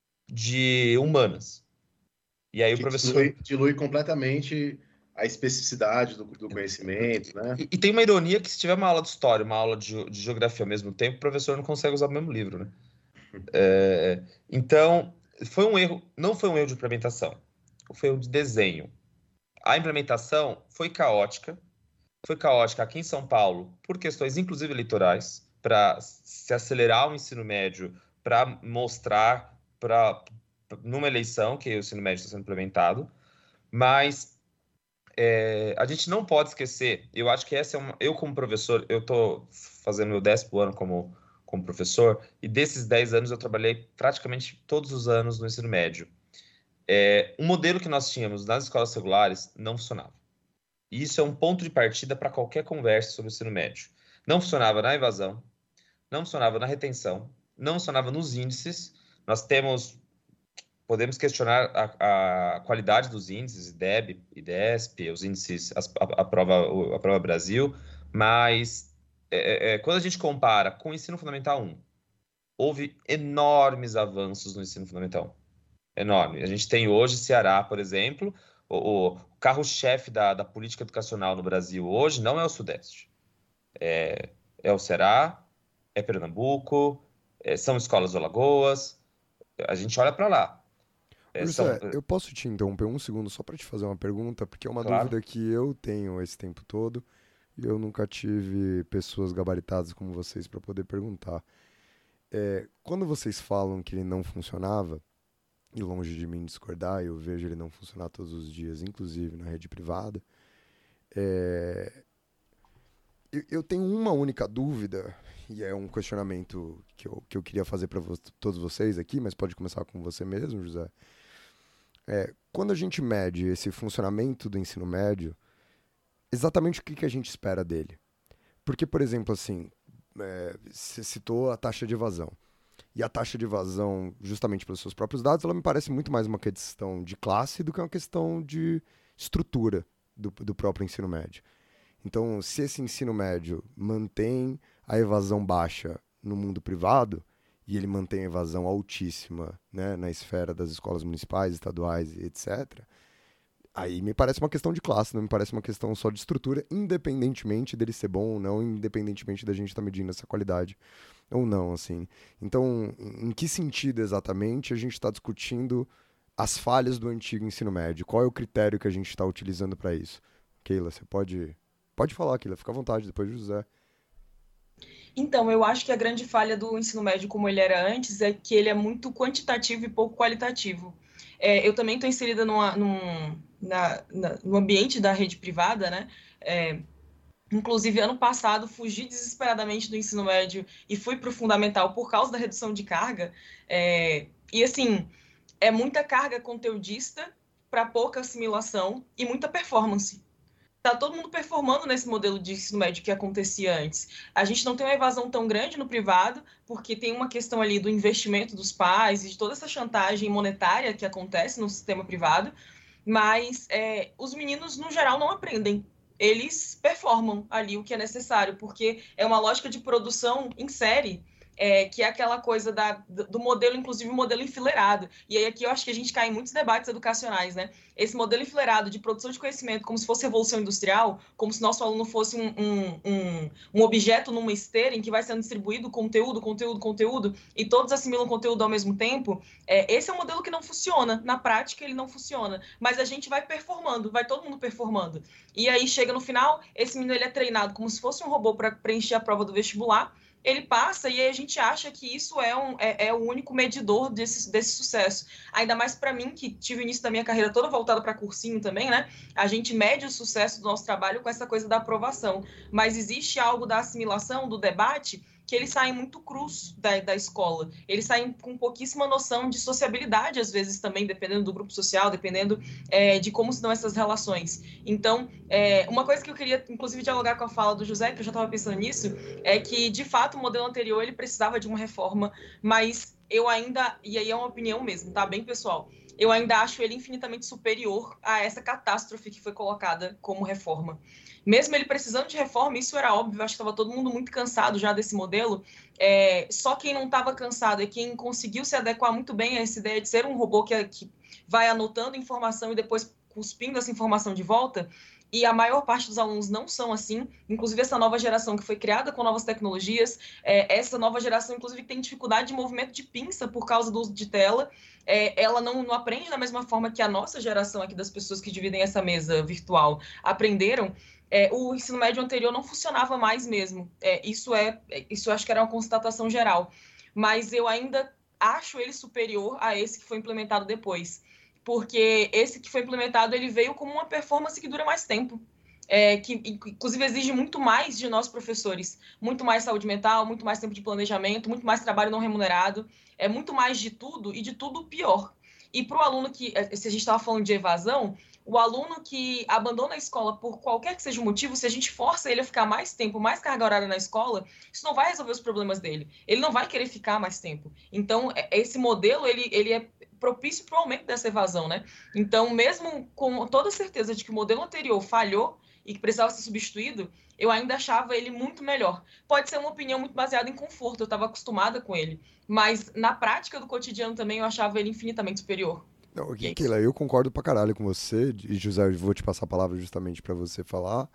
de humanas. E aí que o professor... Dilui, dilui completamente a especificidade do, do conhecimento, né? E, e tem uma ironia que se tiver uma aula de história, uma aula de, de geografia ao mesmo tempo, o professor não consegue usar o mesmo livro, né? É, então, foi um erro, não foi um erro de implementação, foi um erro de desenho. A implementação foi caótica, foi caótica aqui em São Paulo, por questões, inclusive, eleitorais, para se acelerar o ensino médio, para mostrar, para numa eleição que o ensino médio está sendo implementado, mas é, a gente não pode esquecer, eu acho que essa é uma... Eu, como professor, eu estou fazendo meu décimo ano como, como professor, e desses dez anos eu trabalhei praticamente todos os anos no ensino médio. É, um modelo que nós tínhamos nas escolas regulares não funcionava. E isso é um ponto de partida para qualquer conversa sobre o ensino médio. Não funcionava na evasão, não funcionava na retenção, não funcionava nos índices. Nós temos, podemos questionar a, a qualidade dos índices, I D E B, I D E S P, os índices, a, a, prova, a prova Brasil, mas é, é, quando a gente compara com o ensino fundamental um, houve enormes avanços no ensino fundamental um. Enorme. A gente tem hoje Ceará, por exemplo, o, o carro-chefe da, da política educacional no Brasil hoje não é o Sudeste. É, é o Ceará, é Pernambuco, é, são escolas do Alagoas. A gente olha para lá. É, José, são... eu posso te interromper um segundo só para te fazer uma pergunta, porque é uma claro. dúvida que eu tenho esse tempo todo e eu nunca tive pessoas gabaritadas como vocês para poder perguntar. É, quando vocês falam que ele não funcionava, e longe de mim discordar, eu vejo ele não funcionar todos os dias, inclusive na rede privada, é... eu, eu tenho uma única dúvida, e é um questionamento que eu, que eu queria fazer para vo- todos vocês aqui, mas pode começar com você mesmo, José. É, quando a gente mede esse funcionamento do ensino médio, exatamente o que, que a gente espera dele? Porque, por exemplo, assim, é, você citou a taxa de evasão. E a taxa de evasão, justamente pelos seus próprios dados, ela me parece muito mais uma questão de classe do que uma questão de estrutura do, do próprio ensino médio. Então, se esse ensino médio mantém a evasão baixa no mundo privado, e ele mantém a evasão altíssima, né, na esfera das escolas municipais, estaduais, etcétera, aí me parece uma questão de classe, não me parece uma questão só de estrutura, independentemente dele ser bom ou não, independentemente da gente estar tá medindo essa qualidade ou não, assim. Então, em que sentido exatamente a gente está discutindo as falhas do antigo ensino médio? Qual é o critério que a gente está utilizando para isso? Keila, você pode, pode falar, Keila, fica à vontade, depois do José. Então, eu acho que a grande falha do ensino médio como ele era antes é que ele é muito quantitativo e pouco qualitativo. É, eu também estou inserida numa, num, na, na, no ambiente da rede privada, né? É, inclusive, ano passado, fugi desesperadamente do ensino médio e fui para o fundamental por causa da redução de carga. É, e, assim, é muita carga conteudista para pouca assimilação e muita performance. Tá todo mundo performando nesse modelo de ensino médio que acontecia antes. A gente não tem uma evasão tão grande no privado, porque tem uma questão ali do investimento dos pais e de toda essa chantagem monetária que acontece no sistema privado, mas é, os meninos, no geral, não aprendem. Eles performam ali o que é necessário, porque é uma lógica de produção em série, é, que é aquela coisa da, do modelo, inclusive o modelo enfileirado. E aí aqui eu acho que a gente cai em muitos debates educacionais, né? Esse modelo enfileirado de produção de conhecimento como se fosse revolução industrial, como se nosso aluno fosse um, um, um, um objeto numa esteira em que vai sendo distribuído conteúdo, conteúdo, conteúdo, e todos assimilam conteúdo ao mesmo tempo. É, esse é um modelo que não funciona. Na prática, ele não funciona. Mas a gente vai performando, vai todo mundo performando. E aí chega no final, esse menino ele é treinado como se fosse um robô para preencher a prova do vestibular, ele passa e aí a gente acha que isso é, um, é, é o único medidor desse, desse sucesso. Ainda mais para mim, que tive o início da minha carreira toda voltada para cursinho também, né? A gente mede o sucesso do nosso trabalho com essa coisa da aprovação. Mas existe algo da assimilação, do debate, que eles saem muito crus da, da escola. Eles saem com pouquíssima noção de sociabilidade, às vezes também, dependendo do grupo social, dependendo é, de como se dão essas relações. Então, é, uma coisa que eu queria, inclusive, dialogar com a fala do José, que eu já estava pensando nisso, é que, de fato, o modelo anterior ele precisava de uma reforma, mas eu ainda, e aí é uma opinião mesmo, tá? Bem pessoal, eu ainda acho ele infinitamente superior a essa catástrofe que foi colocada como reforma. Mesmo ele precisando de reforma, isso era óbvio, acho que estava todo mundo muito cansado já desse modelo, é, só quem não estava cansado é quem conseguiu se adequar muito bem a essa ideia de ser um robô que, que vai anotando informação e depois cuspindo essa informação de volta, e a maior parte dos alunos não são assim, inclusive essa nova geração que foi criada com novas tecnologias, é, essa nova geração, inclusive, que tem dificuldade de movimento de pinça por causa do uso de tela, é, ela não, não aprende da mesma forma que a nossa geração aqui das pessoas que dividem essa mesa virtual aprenderam. É, o ensino médio anterior não funcionava mais mesmo. É, isso, é, isso eu acho que era uma constatação geral. Mas eu ainda acho ele superior a esse que foi implementado depois. Porque esse que foi implementado, ele veio como uma performance que dura mais tempo. É, que, inclusive, exige muito mais de nós, professores. Muito mais saúde mental, muito mais tempo de planejamento, muito mais trabalho não remunerado. É muito mais de tudo e de tudo pior. E para o aluno que, se a gente estava falando de evasão, o aluno que abandona a escola por qualquer que seja o motivo, se a gente força ele a ficar mais tempo, mais carga horária na escola, isso não vai resolver os problemas dele. Ele não vai querer ficar mais tempo. Então, esse modelo, ele, ele é propício para o aumento dessa evasão, né? Então, mesmo com toda certeza de que o modelo anterior falhou e que precisava ser substituído, eu ainda achava ele muito melhor. Pode ser uma opinião muito baseada em conforto, eu estava acostumada com ele, mas na prática do cotidiano também eu achava ele infinitamente superior. Não, Keila, eu concordo pra caralho com você, e José, eu vou te passar a palavra justamente para você falar,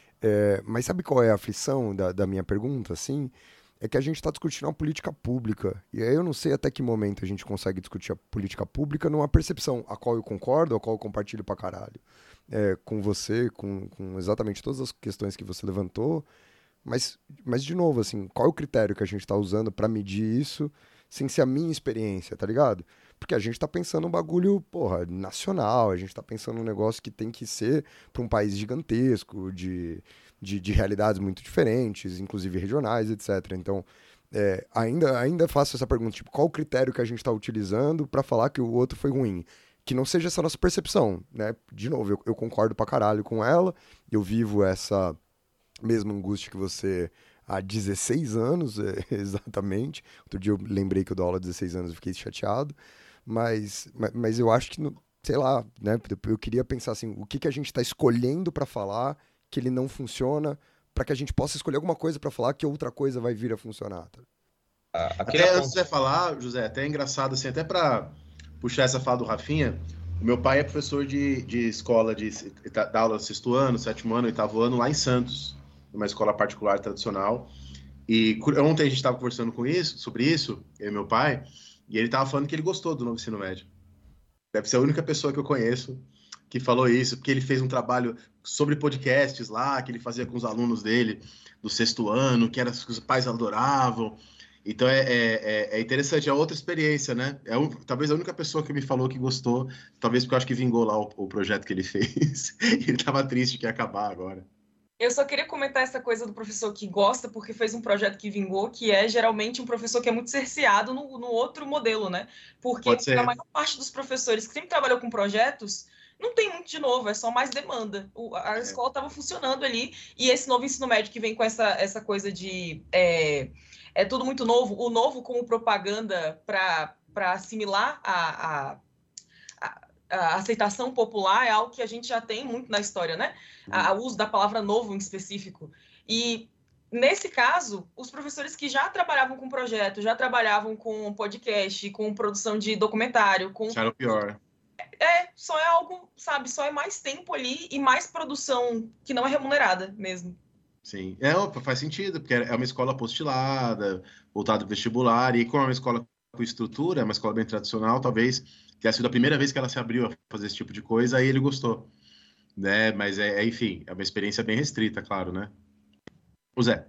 é, mas sabe qual é a aflição da, da minha pergunta, assim? É que a gente está discutindo uma política pública, e aí eu não sei até que momento a gente consegue discutir a política pública numa percepção a qual eu concordo, a qual eu compartilho pra caralho, é, com você, com, com exatamente todas as questões que você levantou, mas, mas de novo, assim, qual é o critério que a gente está usando para medir isso sem ser a minha experiência, tá ligado? Porque a gente tá pensando um bagulho, porra, nacional, a gente tá pensando um negócio que tem que ser para um país gigantesco, de, de, de realidades muito diferentes, inclusive regionais, etcétera. Então, é, ainda, ainda faço essa pergunta, tipo, qual o critério que a gente tá utilizando para falar que o outro foi ruim? Que não seja essa nossa percepção, né? De novo, eu, eu concordo pra caralho com ela, eu vivo essa mesma angústia que você há dezesseis anos, é, exatamente. Outro dia eu lembrei que eu dou aula há dezesseis anos e fiquei chateado. Mas, mas eu acho que, sei lá, né? Eu queria pensar assim, o que, que a gente está escolhendo para falar que ele não funciona, para que a gente possa escolher alguma coisa para falar que outra coisa vai vir a funcionar. Tá? Aquele até ponto... antes de você falar, José, até é engraçado, assim, até para puxar essa fala do Rafinha, o meu pai é professor de, de escola, de, da aula sexto ano, sétimo ano, oitavo ano, lá em Santos, numa escola particular tradicional. E ontem a gente estava conversando com isso, sobre isso, eu e meu pai, e ele estava falando que ele gostou do novo ensino médio. Deve ser a única pessoa que eu conheço que falou isso, porque ele fez um trabalho sobre podcasts lá, que ele fazia com os alunos dele do sexto ano, que era que os pais adoravam. Então é, é, é interessante, é outra experiência, né? É um, talvez a única pessoa que me falou que gostou, talvez porque eu acho que vingou lá o, o projeto que ele fez. Ele estava triste que ia acabar agora. Eu só queria comentar essa coisa do professor que gosta porque fez um projeto que vingou, que é geralmente um professor que é muito cerceado no, no outro modelo, né? Porque a maior parte dos professores que sempre trabalhou com projetos não tem muito de novo, é só mais demanda. O, a é. escola estava funcionando ali e esse novo ensino médio que vem com essa, essa coisa de... É, é tudo muito novo, o novo como propaganda para assimilar a... a a aceitação popular é algo que a gente já tem muito na história, né? O uso da palavra novo em específico. E, nesse caso, os professores que já trabalhavam com projeto, já trabalhavam com podcast, com produção de documentário, com... Isso era o pior. É, só é algo, sabe, só é mais tempo ali e mais produção que não é remunerada mesmo. Sim, é, faz sentido, porque é uma escola apostilada, voltada para vestibular, e como é uma escola com estrutura, é uma escola bem tradicional, talvez tenha sido a primeira vez que ela se abriu a fazer esse tipo de coisa, aí ele gostou, né? Mas, é, é enfim, é uma experiência bem restrita, claro, né? O Zé.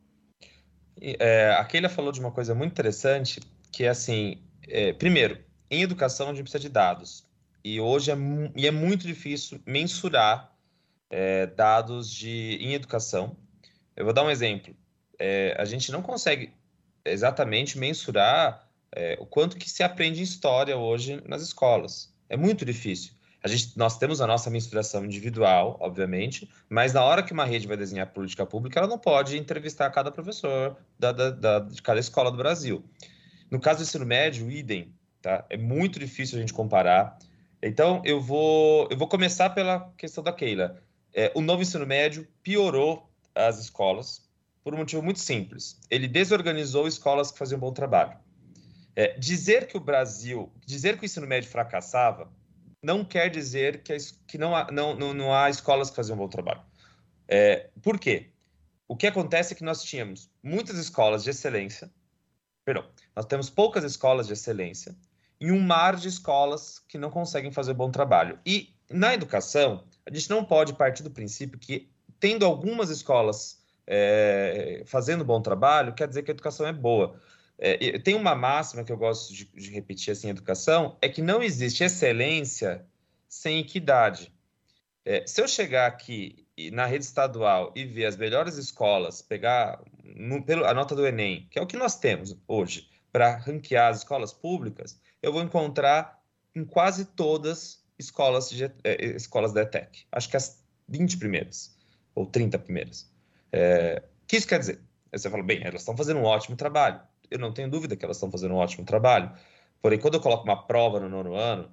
É, a Keila falou de uma coisa muito interessante, que é assim, é, primeiro, em educação a gente precisa de dados, e hoje é, e é muito difícil mensurar é, dados de, em educação. Eu vou dar um exemplo. É, a gente não consegue exatamente mensurar é, o quanto que se aprende em história hoje nas escolas. É muito difícil. A gente, nós temos a nossa mensuração individual, obviamente, mas na hora que uma rede vai desenhar política pública, ela não pode entrevistar cada professor da, da, da, de cada escola do Brasil. No caso do ensino médio, idem, tá? É muito difícil a gente comparar. Então, eu vou, eu vou começar pela questão da Keila. É, o novo ensino médio piorou as escolas por um motivo muito simples. Ele desorganizou escolas que faziam um bom trabalho. É, dizer que o Brasil, dizer que o ensino médio fracassava, não quer dizer que, a, que não, há, não, não, não há escolas que faziam um bom trabalho. É, por quê? O que acontece é que nós tínhamos muitas escolas de excelência, perdão, nós temos poucas escolas de excelência e um mar de escolas que não conseguem fazer bom trabalho. E na educação, a gente não pode partir do princípio que, tendo algumas escolas é, fazendo bom trabalho, quer dizer que a educação é boa. É, tem uma máxima que eu gosto de, de repetir assim, em educação, é que não existe excelência sem equidade. É, se eu chegar aqui na rede estadual e ver as melhores escolas, pegar no, pelo, a nota do Enem, que é o que nós temos hoje, para ranquear as escolas públicas, eu vou encontrar em quase todas escolas, de, é, escolas da ETEC. Acho que as vinte primeiras, ou trinta primeiras. É, o que isso quer dizer? Aí você fala, bem, elas estão fazendo um ótimo trabalho. Eu não tenho dúvida que elas estão fazendo um ótimo trabalho. Porém, quando eu coloco uma prova no nono ano,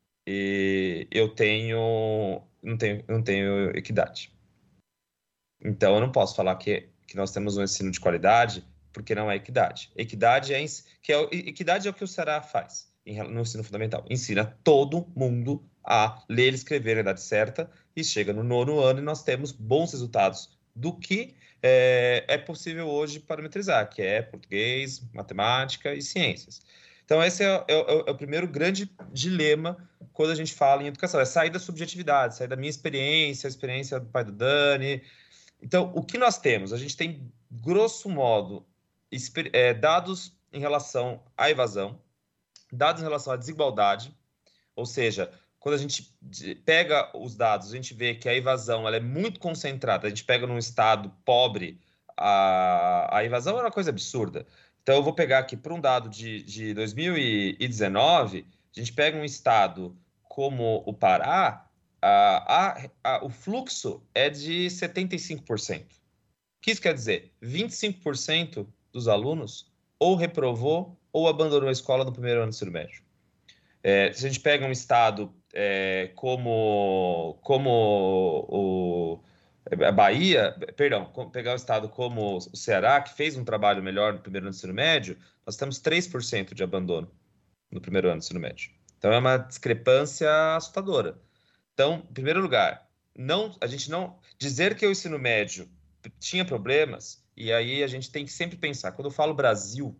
e eu tenho não, tenho, não tenho equidade. Então, eu não posso falar que, que nós temos um ensino de qualidade, porque não é equidade. Equidade é, que é, equidade é o que o Ceará faz no ensino fundamental. Ensina todo mundo a ler e escrever na idade certa, e chega no nono ano e nós temos bons resultados do que é, é possível hoje parametrizar, que é português, matemática e ciências. Então, esse é, é, é o primeiro grande dilema quando a gente fala em educação, é sair da subjetividade, sair da minha experiência, a experiência do pai do Dani. Então, o que nós temos? A gente tem, grosso modo, é, dados em relação à evasão, dados em relação à desigualdade, ou seja, quando a gente pega os dados, a gente vê que a evasão ela é muito concentrada. A gente pega num estado pobre, a, a evasão é uma coisa absurda. Então, eu vou pegar aqui para um dado de, de dois mil e dezenove, a gente pega um estado como o Pará, a, a, a, o fluxo é de setenta e cinco por cento. O que isso quer dizer? vinte e cinco por cento dos alunos ou reprovou ou abandonou a escola no primeiro ano do ensino médio. É, se a gente pega um estado é, como, como o, A Bahia, perdão, pegar um estado como o Ceará, que fez um trabalho melhor no primeiro ano do ensino médio, nós temos três por cento de abandono no primeiro ano do ensino médio. Então, é uma discrepância assustadora. Então, em primeiro lugar, não, a gente não... Dizer que o ensino médio tinha problemas, e aí a gente tem que sempre pensar, quando eu falo Brasil,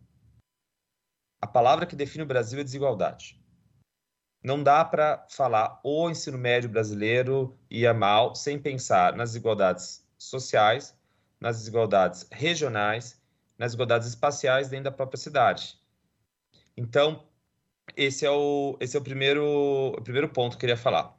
a palavra que define o Brasil é desigualdade. Não dá para falar o ensino médio brasileiro ia mal sem pensar nas desigualdades sociais, nas desigualdades regionais, nas desigualdades espaciais dentro da própria cidade. Então, esse é o, esse é o, primeiro, o primeiro ponto que eu queria falar.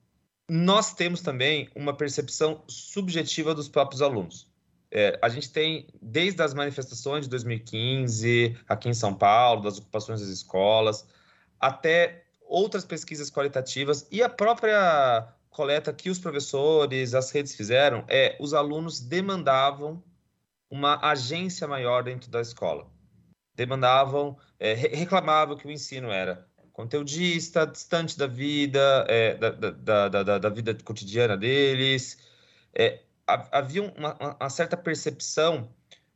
Nós temos também uma percepção subjetiva dos próprios alunos. É, a gente tem, desde as manifestações de dois mil e quinze, aqui em São Paulo, das ocupações das escolas, até outras pesquisas qualitativas e a própria coleta que os professores, as redes fizeram, é os alunos demandavam uma agência maior dentro da escola. Demandavam, é, reclamavam que o ensino era conteudista, distante da vida, é, da, da, da, da, da vida cotidiana deles. É, havia uma, uma certa percepção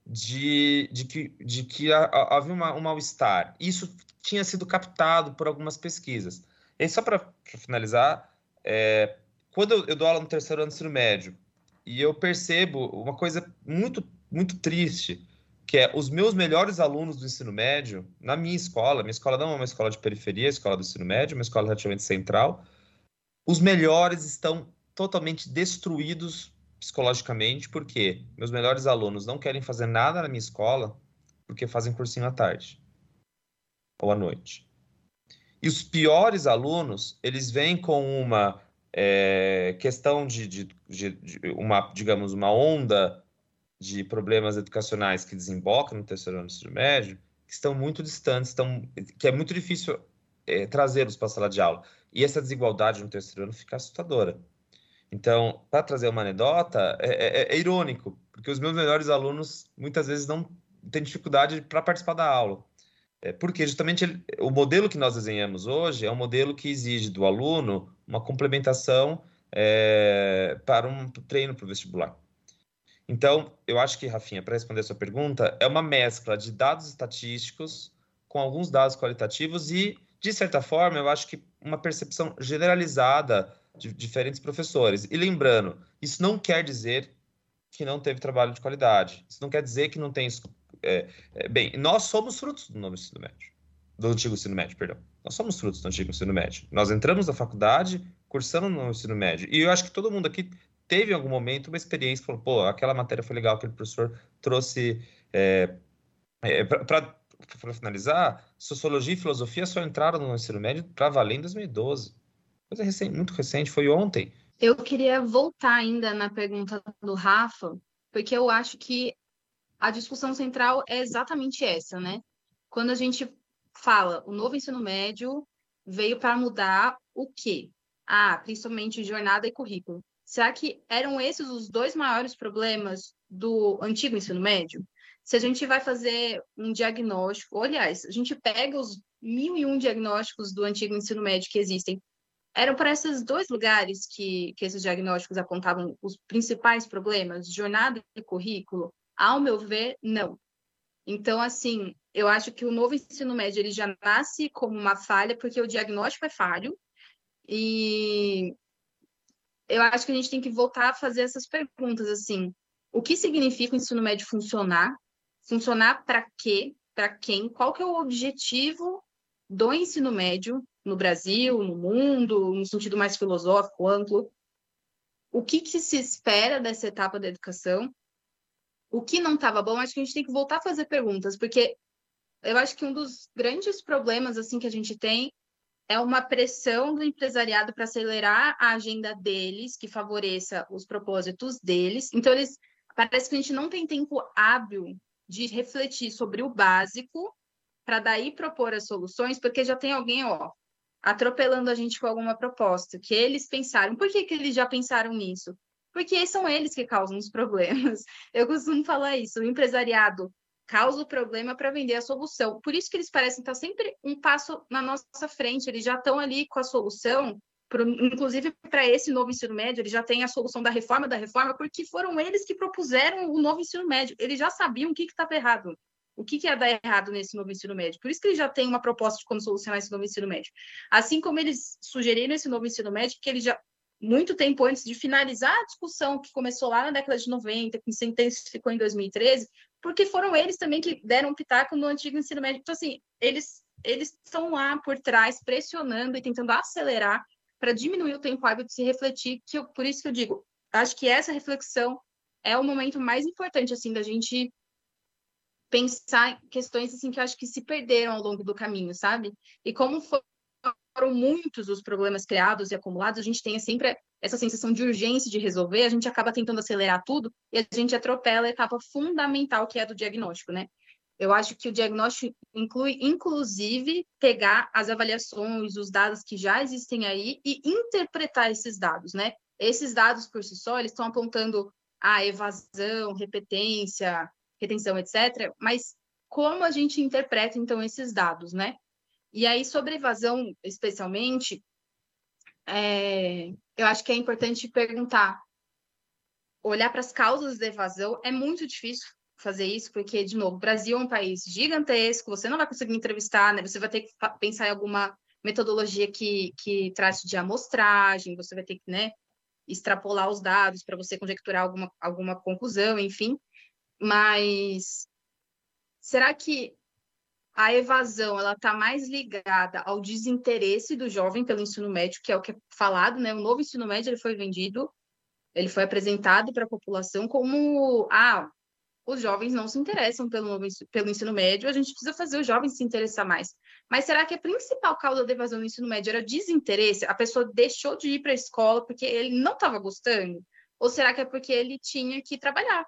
de, de que, de que havia uma, um mal-estar. Isso tinha sido captado por algumas pesquisas. E só para finalizar, é, quando eu, eu dou aula no terceiro ano do ensino médio, e eu percebo uma coisa muito, muito triste, que é os meus melhores alunos do ensino médio, na minha escola, minha escola não é uma escola de periferia, a escola do ensino médio, é uma escola relativamente central, os melhores estão totalmente destruídos psicologicamente, porque meus melhores alunos não querem fazer nada na minha escola porque fazem cursinho à tarde ou à noite. E os piores alunos, eles vêm com uma é, questão de, de, de, de uma, digamos, uma onda de problemas educacionais que desembocam no terceiro ano do ensino médio, que estão muito distantes, estão, que é muito difícil é, trazê-los para a sala de aula. E essa desigualdade no terceiro ano fica assustadora. Então, para trazer uma anedota, é, é, é irônico, porque os meus melhores alunos muitas vezes não têm dificuldade para participar da aula. É, porque justamente ele, o modelo que nós desenhamos hoje é um modelo que exige do aluno uma complementação é, para um treino para o vestibular. Então, eu acho que, Rafinha, para responder a sua pergunta, é uma mescla de dados estatísticos com alguns dados qualitativos e, de certa forma, eu acho que uma percepção generalizada de diferentes professores. E lembrando, isso não quer dizer que não teve trabalho de qualidade. Isso não quer dizer que não tem... É, é, bem, nós somos frutos do novo ensino médio. Do antigo ensino médio, perdão. Nós somos frutos do antigo ensino médio. Nós entramos na faculdade cursando no ensino médio. E eu acho que todo mundo aqui teve em algum momento uma experiência que falou, pô, aquela matéria foi legal, aquele professor trouxe... É, é, para finalizar, sociologia e filosofia só entraram no ensino médio para valer em dois mil e doze. Coisa recente, muito recente, foi ontem. Eu queria voltar ainda na pergunta do Rafa, porque eu acho que a discussão central é exatamente essa, né? Quando a gente fala o novo ensino médio veio para mudar o quê? Ah, principalmente jornada e currículo. Será que eram esses os dois maiores problemas do antigo ensino médio? Se a gente vai fazer um diagnóstico, aliás, a gente pega os mil e um diagnósticos do antigo ensino médio que existem, eram para esses dois lugares que, que esses diagnósticos apontavam os principais problemas, jornada e currículo? Ao meu ver, não. Então, assim, eu acho que o novo ensino médio ele já nasce como uma falha, porque o diagnóstico é falho, e eu acho que a gente tem que voltar a fazer essas perguntas, assim, o que significa o ensino médio funcionar? Funcionar para quê? Para quem? Qual que é o objetivo do ensino médio no Brasil, no mundo, no sentido mais filosófico, amplo? O que, que se espera dessa etapa da educação? O que não estava bom? Acho que a gente tem que voltar a fazer perguntas, porque eu acho que um dos grandes problemas assim que a gente tem é uma pressão do empresariado para acelerar a agenda deles, que favoreça os propósitos deles. Então, eles parece que a gente não tem tempo hábil de refletir sobre o básico para daí propor as soluções, porque já tem alguém, ó, atropelando a gente com alguma proposta, que eles pensaram. Por que, que eles já pensaram nisso? Porque são eles que causam os problemas. Eu costumo falar isso, o empresariado causa o problema para vender a solução. Por isso que eles parecem estar sempre um passo na nossa frente, eles já estão ali com a solução pro, inclusive para esse novo ensino médio, ele já tem a solução da reforma da reforma, porque foram eles que propuseram o novo ensino médio. Eles já sabiam o que estava errado, o que, que ia dar errado nesse novo ensino médio. Por isso que eles já têm uma proposta de como solucionar esse novo ensino médio. Assim como eles sugeriram esse novo ensino médio, que ele já, muito tempo antes de finalizar a discussão que começou lá na década de noventa, que se intensificou em dois mil e treze, porque foram eles também que deram um pitaco no antigo ensino médio. Então, assim, eles, eles estão lá por trás, pressionando e tentando acelerar para diminuir o tempo hábil de se refletir, que eu, por isso que eu digo, acho que essa reflexão é o momento mais importante, assim, da gente pensar questões, assim, que eu acho que se perderam ao longo do caminho, sabe? E como foram muitos os problemas criados e acumulados, a gente tem sempre essa sensação de urgência de resolver, a gente acaba tentando acelerar tudo e a gente atropela a etapa fundamental, que é a do diagnóstico, né? Eu acho que o diagnóstico inclui, inclusive, pegar as avaliações, os dados que já existem aí e interpretar esses dados, né? Esses dados, por si só, eles estão apontando a evasão, repetência, retenção, etcétera. Mas como a gente interpreta, então, esses dados, né? E aí, sobre evasão, especialmente, é, eu acho que é importante perguntar, olhar para as causas da evasão. É muito difícil fazer isso, porque, de novo, o Brasil é um país gigantesco, você não vai conseguir entrevistar, né? Você vai ter que pensar em alguma metodologia que, que trate de amostragem, você vai ter que, né, extrapolar os dados para você conjecturar alguma, alguma conclusão, enfim. Mas será que a evasão ela está mais ligada ao desinteresse do jovem pelo ensino médio, que é o que é falado, né? O novo ensino médio ele foi vendido, ele foi apresentado para a população como ah, os jovens não se interessam pelo, novo, pelo ensino médio, a gente precisa fazer os jovens se interessar mais. Mas será que a principal causa da evasão no ensino médio era desinteresse? A pessoa deixou de ir para a escola porque ele não estava gostando? Ou será que é porque ele tinha que trabalhar?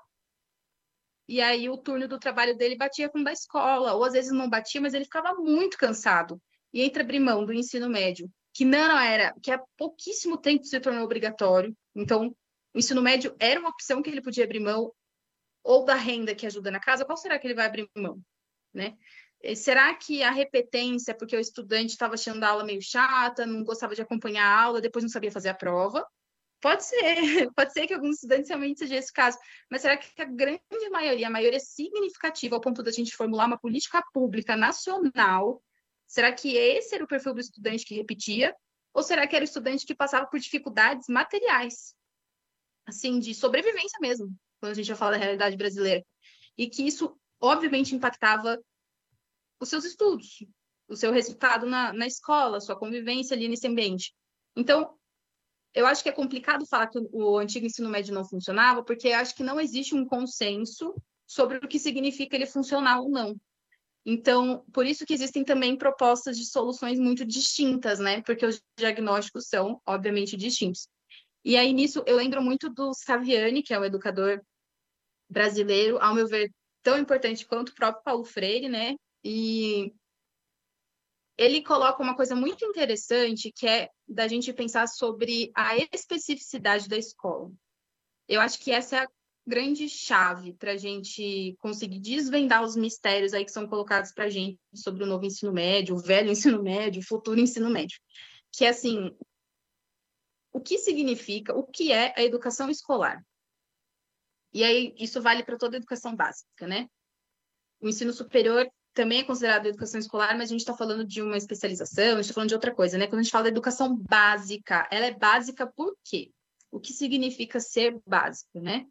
E aí o turno do trabalho dele batia com o da escola, ou às vezes não batia, mas ele ficava muito cansado. E entre abrir mão do ensino médio, que não era, que há pouquíssimo tempo se tornou obrigatório, então o ensino médio era uma opção que ele podia abrir mão, ou da renda que ajuda na casa, qual será que ele vai abrir mão? Né? E será que a repetência, porque o estudante estava achando a aula meio chata, não gostava de acompanhar a aula, depois não sabia fazer a prova? Pode ser, pode ser que alguns estudantes realmente seja esse caso, mas será que a grande maioria, a maioria significativa ao ponto da gente formular uma política pública nacional, será que esse era o perfil do estudante que repetia? Ou será que era o estudante que passava por dificuldades materiais, assim, de sobrevivência mesmo, quando a gente vai falar da realidade brasileira? E que isso, obviamente, impactava os seus estudos, o seu resultado na, na escola, sua convivência ali nesse ambiente. Então, eu acho que é complicado falar que o antigo ensino médio não funcionava, porque eu acho que não existe um consenso sobre o que significa ele funcionar ou não. Então, por isso que existem também propostas de soluções muito distintas, né? Porque os diagnósticos são, obviamente, distintos. E aí, nisso, eu lembro muito do Saviani, que é um educador brasileiro, ao meu ver, tão importante quanto o próprio Paulo Freire, né? E ele coloca uma coisa muito interessante, que é da gente pensar sobre a especificidade da escola. Eu acho que essa é a grande chave para a gente conseguir desvendar os mistérios aí que são colocados para a gente sobre o novo ensino médio, o velho ensino médio, o futuro ensino médio. Que é assim, o que significa, o que é a educação escolar? E aí, isso vale para toda a educação básica, né? O ensino superior também é considerado educação escolar, mas a gente está falando de uma especialização, a gente está falando de outra coisa, né? Quando a gente fala da educação básica, ela é básica por quê? O que significa ser básico, né?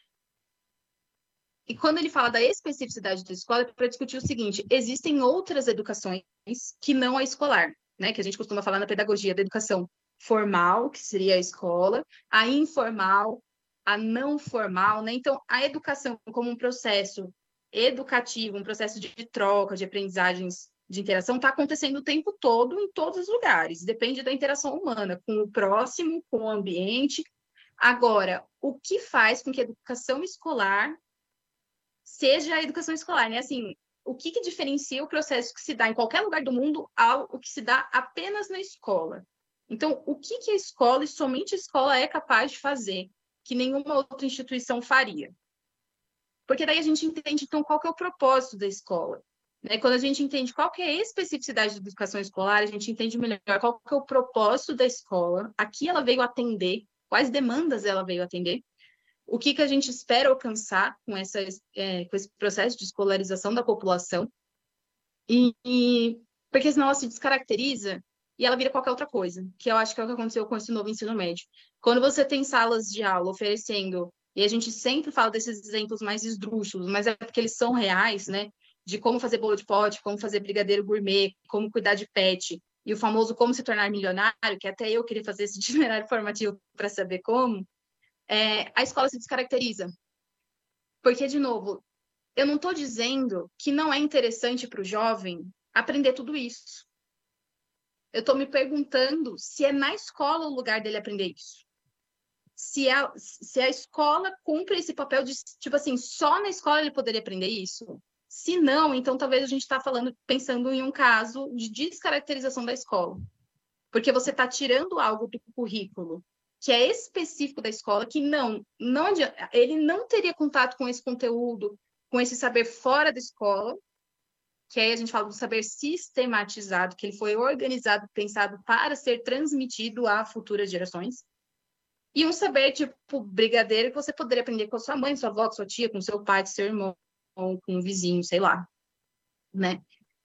E quando ele fala da especificidade da escola, é para discutir o seguinte: existem outras educações que não a escolar, né? Que a gente costuma falar na pedagogia da educação formal, que seria a escola, a informal, a não formal, né? Então, a educação como um processo educativo, um processo de troca, de aprendizagens, de interação, está acontecendo o tempo todo, em todos os lugares. Depende da interação humana, com o próximo, com o ambiente. Agora, o que faz com que a educação escolar seja a educação escolar, né? Assim, o que, que diferencia o processo que se dá em qualquer lugar do mundo ao o que se dá apenas na escola? Então, o que, que a escola, e somente a escola, é capaz de fazer que nenhuma outra instituição faria? Porque daí a gente entende, então, qual que é o propósito da escola, Né? Quando a gente entende qual que é a especificidade da educação escolar, a gente entende melhor qual que é o propósito da escola, a que ela veio atender, quais demandas ela veio atender, o que, que a gente espera alcançar com, essa, é, com esse processo de escolarização da população, e, e porque senão ela se descaracteriza e ela vira qualquer outra coisa, que eu acho que é o que aconteceu com esse novo ensino médio. Quando você tem salas de aula oferecendo, e a gente sempre fala desses exemplos mais esdrúxulos, mas é porque eles são reais, né? De como fazer bolo de pote, como fazer brigadeiro gourmet, como cuidar de pet, e o famoso como se tornar milionário, que até eu queria fazer esse itinerário formativo para saber como, é, a escola se descaracteriza. Porque, de novo, eu não estou dizendo que não é interessante para o jovem aprender tudo isso. Eu estou me perguntando se é na escola o lugar dele aprender isso. Se a, se a escola cumpre esse papel de, tipo assim, só na escola ele poderia aprender isso. Se não, então talvez a gente está falando, pensando em um caso de descaracterização da escola. Porque você está tirando algo do currículo que é específico da escola, que não, não ele não teria contato com esse conteúdo, com esse saber fora da escola, que aí a gente fala do saber sistematizado, que ele foi organizado, pensado para ser transmitido a futuras gerações. E um saber, tipo, brigadeiro, que você poderia aprender com a sua mãe, sua avó, com sua tia, com seu pai, com seu irmão, ou com um vizinho, sei lá, né?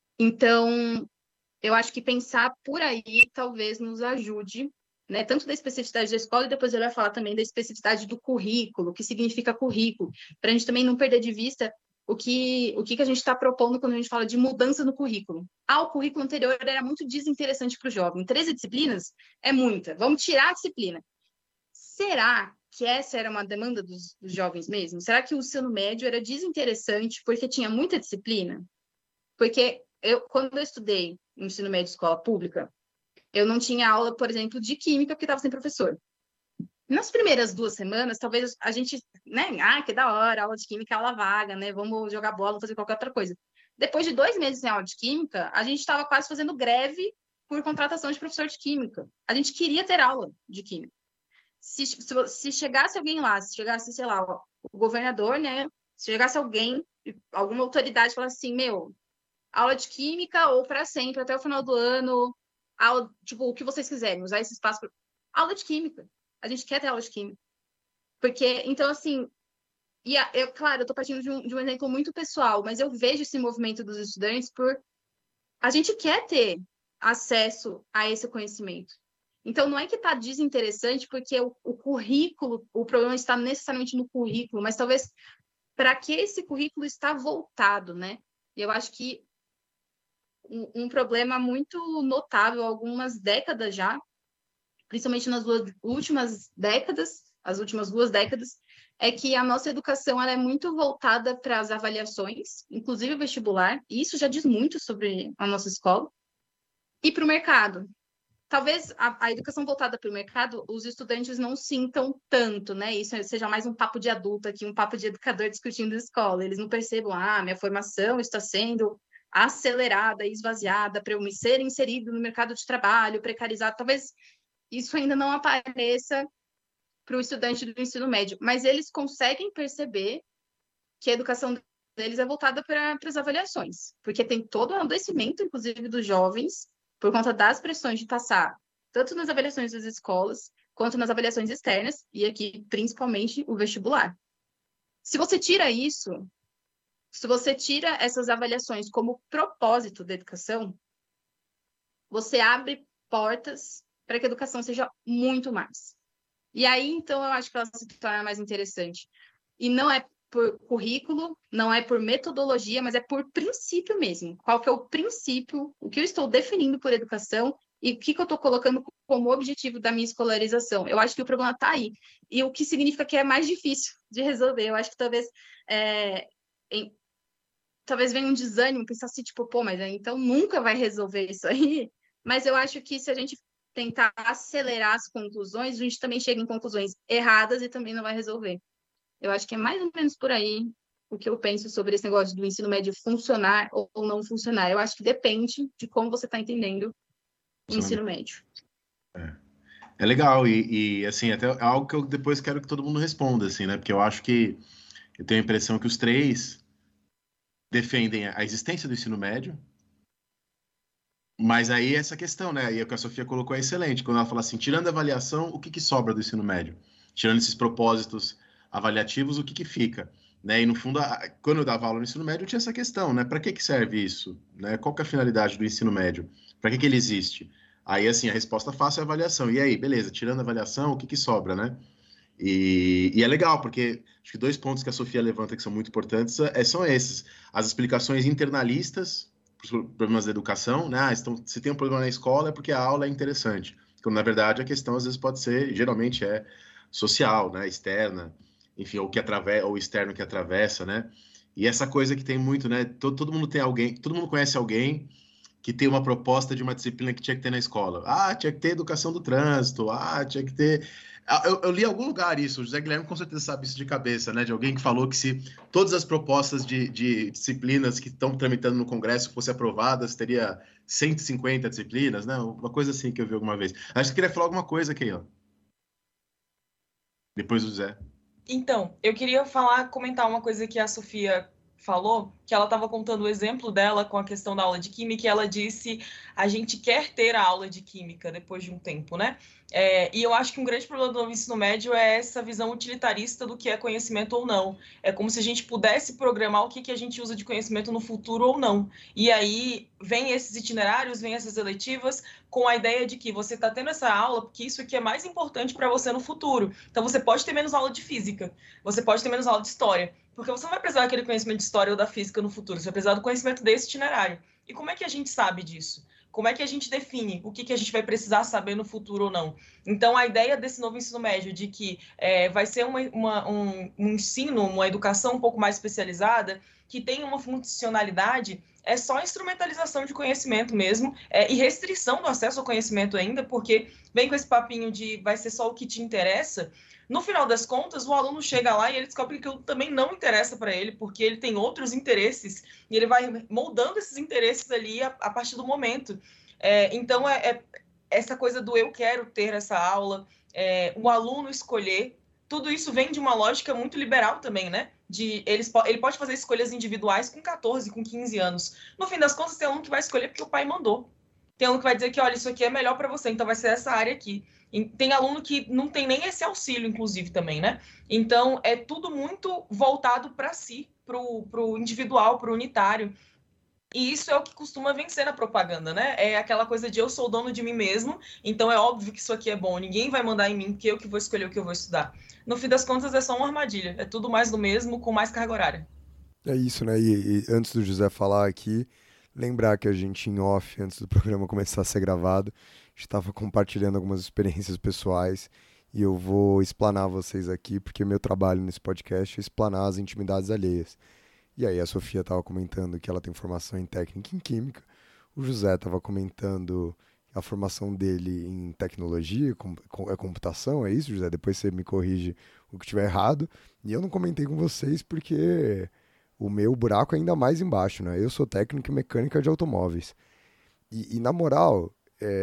Então, eu acho que pensar por aí talvez nos ajude, né? Tanto da especificidade da escola, e depois ele vai falar também da especificidade do currículo, o que significa currículo, para a gente também não perder de vista o que, o que a gente está propondo quando a gente fala de mudança no currículo. Ah, o currículo anterior era muito desinteressante para o jovem. treze disciplinas é muita. Vamos tirar a disciplina. Será que essa era uma demanda dos, dos jovens mesmo? Será que o ensino médio era desinteressante porque tinha muita disciplina? Porque eu, quando eu estudei no ensino médio escola pública, eu não tinha aula, por exemplo, de química porque estava sem professor. Nas primeiras duas semanas, talvez a gente, né? Ah, que da hora, aula de química, aula vaga, né? Vamos jogar bola, vamos fazer qualquer outra coisa. Depois de dois meses sem aula de química, a gente estava quase fazendo greve por contratação de professor de química. A gente queria ter aula de química. Se, se, se chegasse alguém lá, se chegasse, sei lá, o governador, né? Se chegasse alguém, alguma autoridade, falasse assim, meu, aula de química ou para sempre, até o final do ano, aula, tipo, o que vocês quiserem, usar esse espaço. Pra... Aula de química. A gente quer ter aula de química. Porque, então, assim, e a, eu, claro, eu estou partindo de um, de um exemplo muito pessoal, mas eu vejo esse movimento dos estudantes por... A gente quer ter acesso a esse conhecimento. Então, não é que está desinteressante porque o, o currículo, o problema está necessariamente no currículo, mas talvez para que esse currículo está voltado, né? E eu acho que um, um problema muito notável há algumas décadas já, principalmente nas duas últimas décadas, as últimas duas décadas, é que a nossa educação ela é muito voltada para as avaliações, inclusive o vestibular, e isso já diz muito sobre a nossa escola, e para o mercado. Talvez a, a educação voltada para o mercado, os estudantes não sintam tanto, né? Isso seja mais um papo de adulto aqui, um papo de educador discutindo a escola. Eles não percebam, ah, minha formação está sendo acelerada e esvaziada para eu me ser inserido no mercado de trabalho, precarizado. Talvez isso ainda não apareça para o estudante do ensino médio, mas eles conseguem perceber que a educação deles é voltada para, para as avaliações, porque tem todo o adoecimento, inclusive, dos jovens, por conta das pressões de passar, tanto nas avaliações das escolas, quanto nas avaliações externas, e aqui, principalmente, o vestibular. Se você tira isso, se você tira essas avaliações como propósito da educação, você abre portas para que a educação seja muito mais. E aí, então, eu acho que ela se torna mais interessante. E não é por currículo, não é por metodologia, mas é por princípio mesmo. Qual que é o princípio, o que eu estou definindo por educação e o que, que eu estou colocando como objetivo da minha escolarização. Eu acho que o problema está aí. E o que significa que é mais difícil de resolver. Eu acho que talvez, é, em, talvez venha um desânimo, pensar assim, tipo, pô, mas então nunca vai resolver isso aí. Mas eu acho que se a gente tentar acelerar as conclusões, a gente também chega em conclusões erradas e também não vai resolver. Eu acho que é mais ou menos por aí o que eu penso sobre esse negócio do ensino médio funcionar ou não funcionar. Eu acho que depende de como você está entendendo o ensino médio. É, é legal e, e, assim, até é algo que eu depois quero que todo mundo responda, assim, né? Porque eu acho que eu tenho a impressão que os três defendem a existência do ensino médio, mas aí essa questão, né? E o que a Sofia colocou é excelente, quando ela fala assim, tirando a avaliação, o que, que sobra do ensino médio? Tirando esses propósitos avaliativos, o que, que fica? Né? E no fundo, a, quando eu dava aula no ensino médio, tinha essa questão, né? Para que, que serve isso? Né? Qual que é a finalidade do ensino médio? Para que, que ele existe? Aí, assim, a resposta fácil é a avaliação. E aí, beleza, tirando a avaliação, o que, que sobra, né? E, e é legal, porque acho que dois pontos que a Sofia levanta que são muito importantes é, são esses. As explicações internalistas para os problemas da educação, né? Ah, então, se tem um problema na escola é porque a aula é interessante. Quando, na verdade, a questão às vezes pode ser, geralmente é social, né? Externa, enfim, ou que atravessa, ou externo que atravessa, né? E essa coisa que tem muito, né? Todo, todo mundo tem alguém, todo mundo conhece alguém que tem uma proposta de uma disciplina que tinha que ter na escola. Ah, tinha que ter educação do trânsito, ah, tinha que ter... Eu, eu li em algum lugar isso, o José Guilherme com certeza sabe isso de cabeça, né? De alguém que falou que se todas as propostas de, de disciplinas que estão tramitando no Congresso fossem aprovadas, teria cento e cinquenta disciplinas, né? Uma coisa assim que eu vi alguma vez. Acho que queria falar alguma coisa aqui, ó. Depois do José. Então, eu queria falar, comentar uma coisa que a Sofia falou, que ela estava contando o exemplo dela com a questão da aula de química, e ela disse, a gente quer ter a aula de química depois de um tempo, né? É, e eu acho que um grande problema do ensino médio é essa visão utilitarista do que é conhecimento ou não. É como se a gente pudesse programar o que, que a gente usa de conhecimento no futuro ou não. E aí vem esses itinerários, vem essas eletivas, com a ideia de que você está tendo essa aula porque isso aqui é mais importante para você no futuro. Então você pode ter menos aula de física, você pode ter menos aula de história, porque você não vai precisar daquele conhecimento de história ou da física no futuro, você vai precisar do conhecimento desse itinerário. E como é que a gente sabe disso? Como é que a gente define o que, que a gente vai precisar saber no futuro ou não? Então, a ideia desse novo ensino médio de que é, vai ser uma, uma, um, um ensino, uma educação um pouco mais especializada, que tem uma funcionalidade, é só instrumentalização de conhecimento mesmo, é, e restrição do acesso ao conhecimento ainda, porque vem com esse papinho de vai ser só o que te interessa. No final das contas, o aluno chega lá e ele descobre que aquilo também não interessa para ele, porque ele tem outros interesses, e ele vai moldando esses interesses ali a, a partir do momento. É, então, é, é essa coisa do eu quero ter essa aula, é, o aluno escolher, tudo isso vem de uma lógica muito liberal também, né? De eles, ele pode fazer escolhas individuais com catorze, com quinze anos. No fim das contas, tem aluno que vai escolher porque o pai mandou. Tem aluno que vai dizer que, olha, isso aqui é melhor para você, então vai ser essa área aqui. Tem aluno que não tem nem esse auxílio, inclusive, também, né? Então, é tudo muito voltado para si, para o individual, para o unitário. E isso é o que costuma vencer na propaganda, né? É aquela coisa de eu sou dono de mim mesmo, então é óbvio que isso aqui é bom, ninguém vai mandar em mim, porque eu que vou escolher o que eu vou estudar. No fim das contas, é só uma armadilha. É tudo mais do mesmo, com mais carga horária. É isso, né? E, e antes do José falar aqui, lembrar que a gente, em off, antes do programa começar a ser gravado, estava compartilhando algumas experiências pessoais e eu vou explanar vocês aqui, porque meu trabalho nesse podcast é explanar as intimidades alheias. E aí a Sofia estava comentando que ela tem formação em técnica em química, o José estava comentando a formação dele em tecnologia, com, com, é computação, é isso, José? Depois você me corrige o que estiver errado. E eu não comentei com vocês porque o meu buraco é ainda mais embaixo, né? Eu sou técnico em mecânica de automóveis. E, e na moral,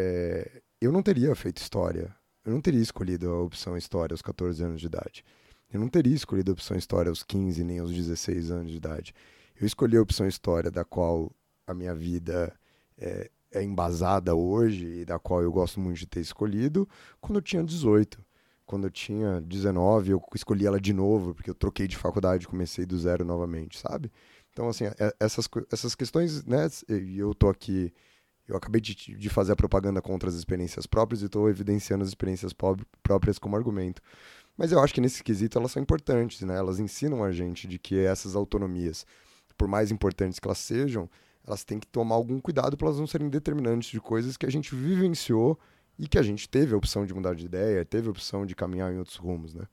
é, eu não teria feito história. Eu não teria escolhido a opção história aos catorze anos de idade. Eu não teria escolhido a opção história aos quinze, nem aos dezesseis anos de idade. Eu escolhi a opção história da qual a minha vida é, é embasada hoje e da qual eu gosto muito de ter escolhido quando eu tinha dezoito. Quando eu tinha dezenove, eu escolhi ela de novo, porque eu troquei de faculdade e comecei do zero novamente, sabe? Então, assim, essas, essas questões, né, eu tô aqui, eu acabei de, de fazer a propaganda contra as experiências próprias e estou evidenciando as experiências próprias como argumento. Mas eu acho que nesse quesito elas são importantes, né? Elas ensinam a gente de que essas autonomias, por mais importantes que elas sejam, elas têm que tomar algum cuidado para elas não serem determinantes de coisas que a gente vivenciou e que a gente teve a opção de mudar de ideia, teve a opção de caminhar em outros rumos, né?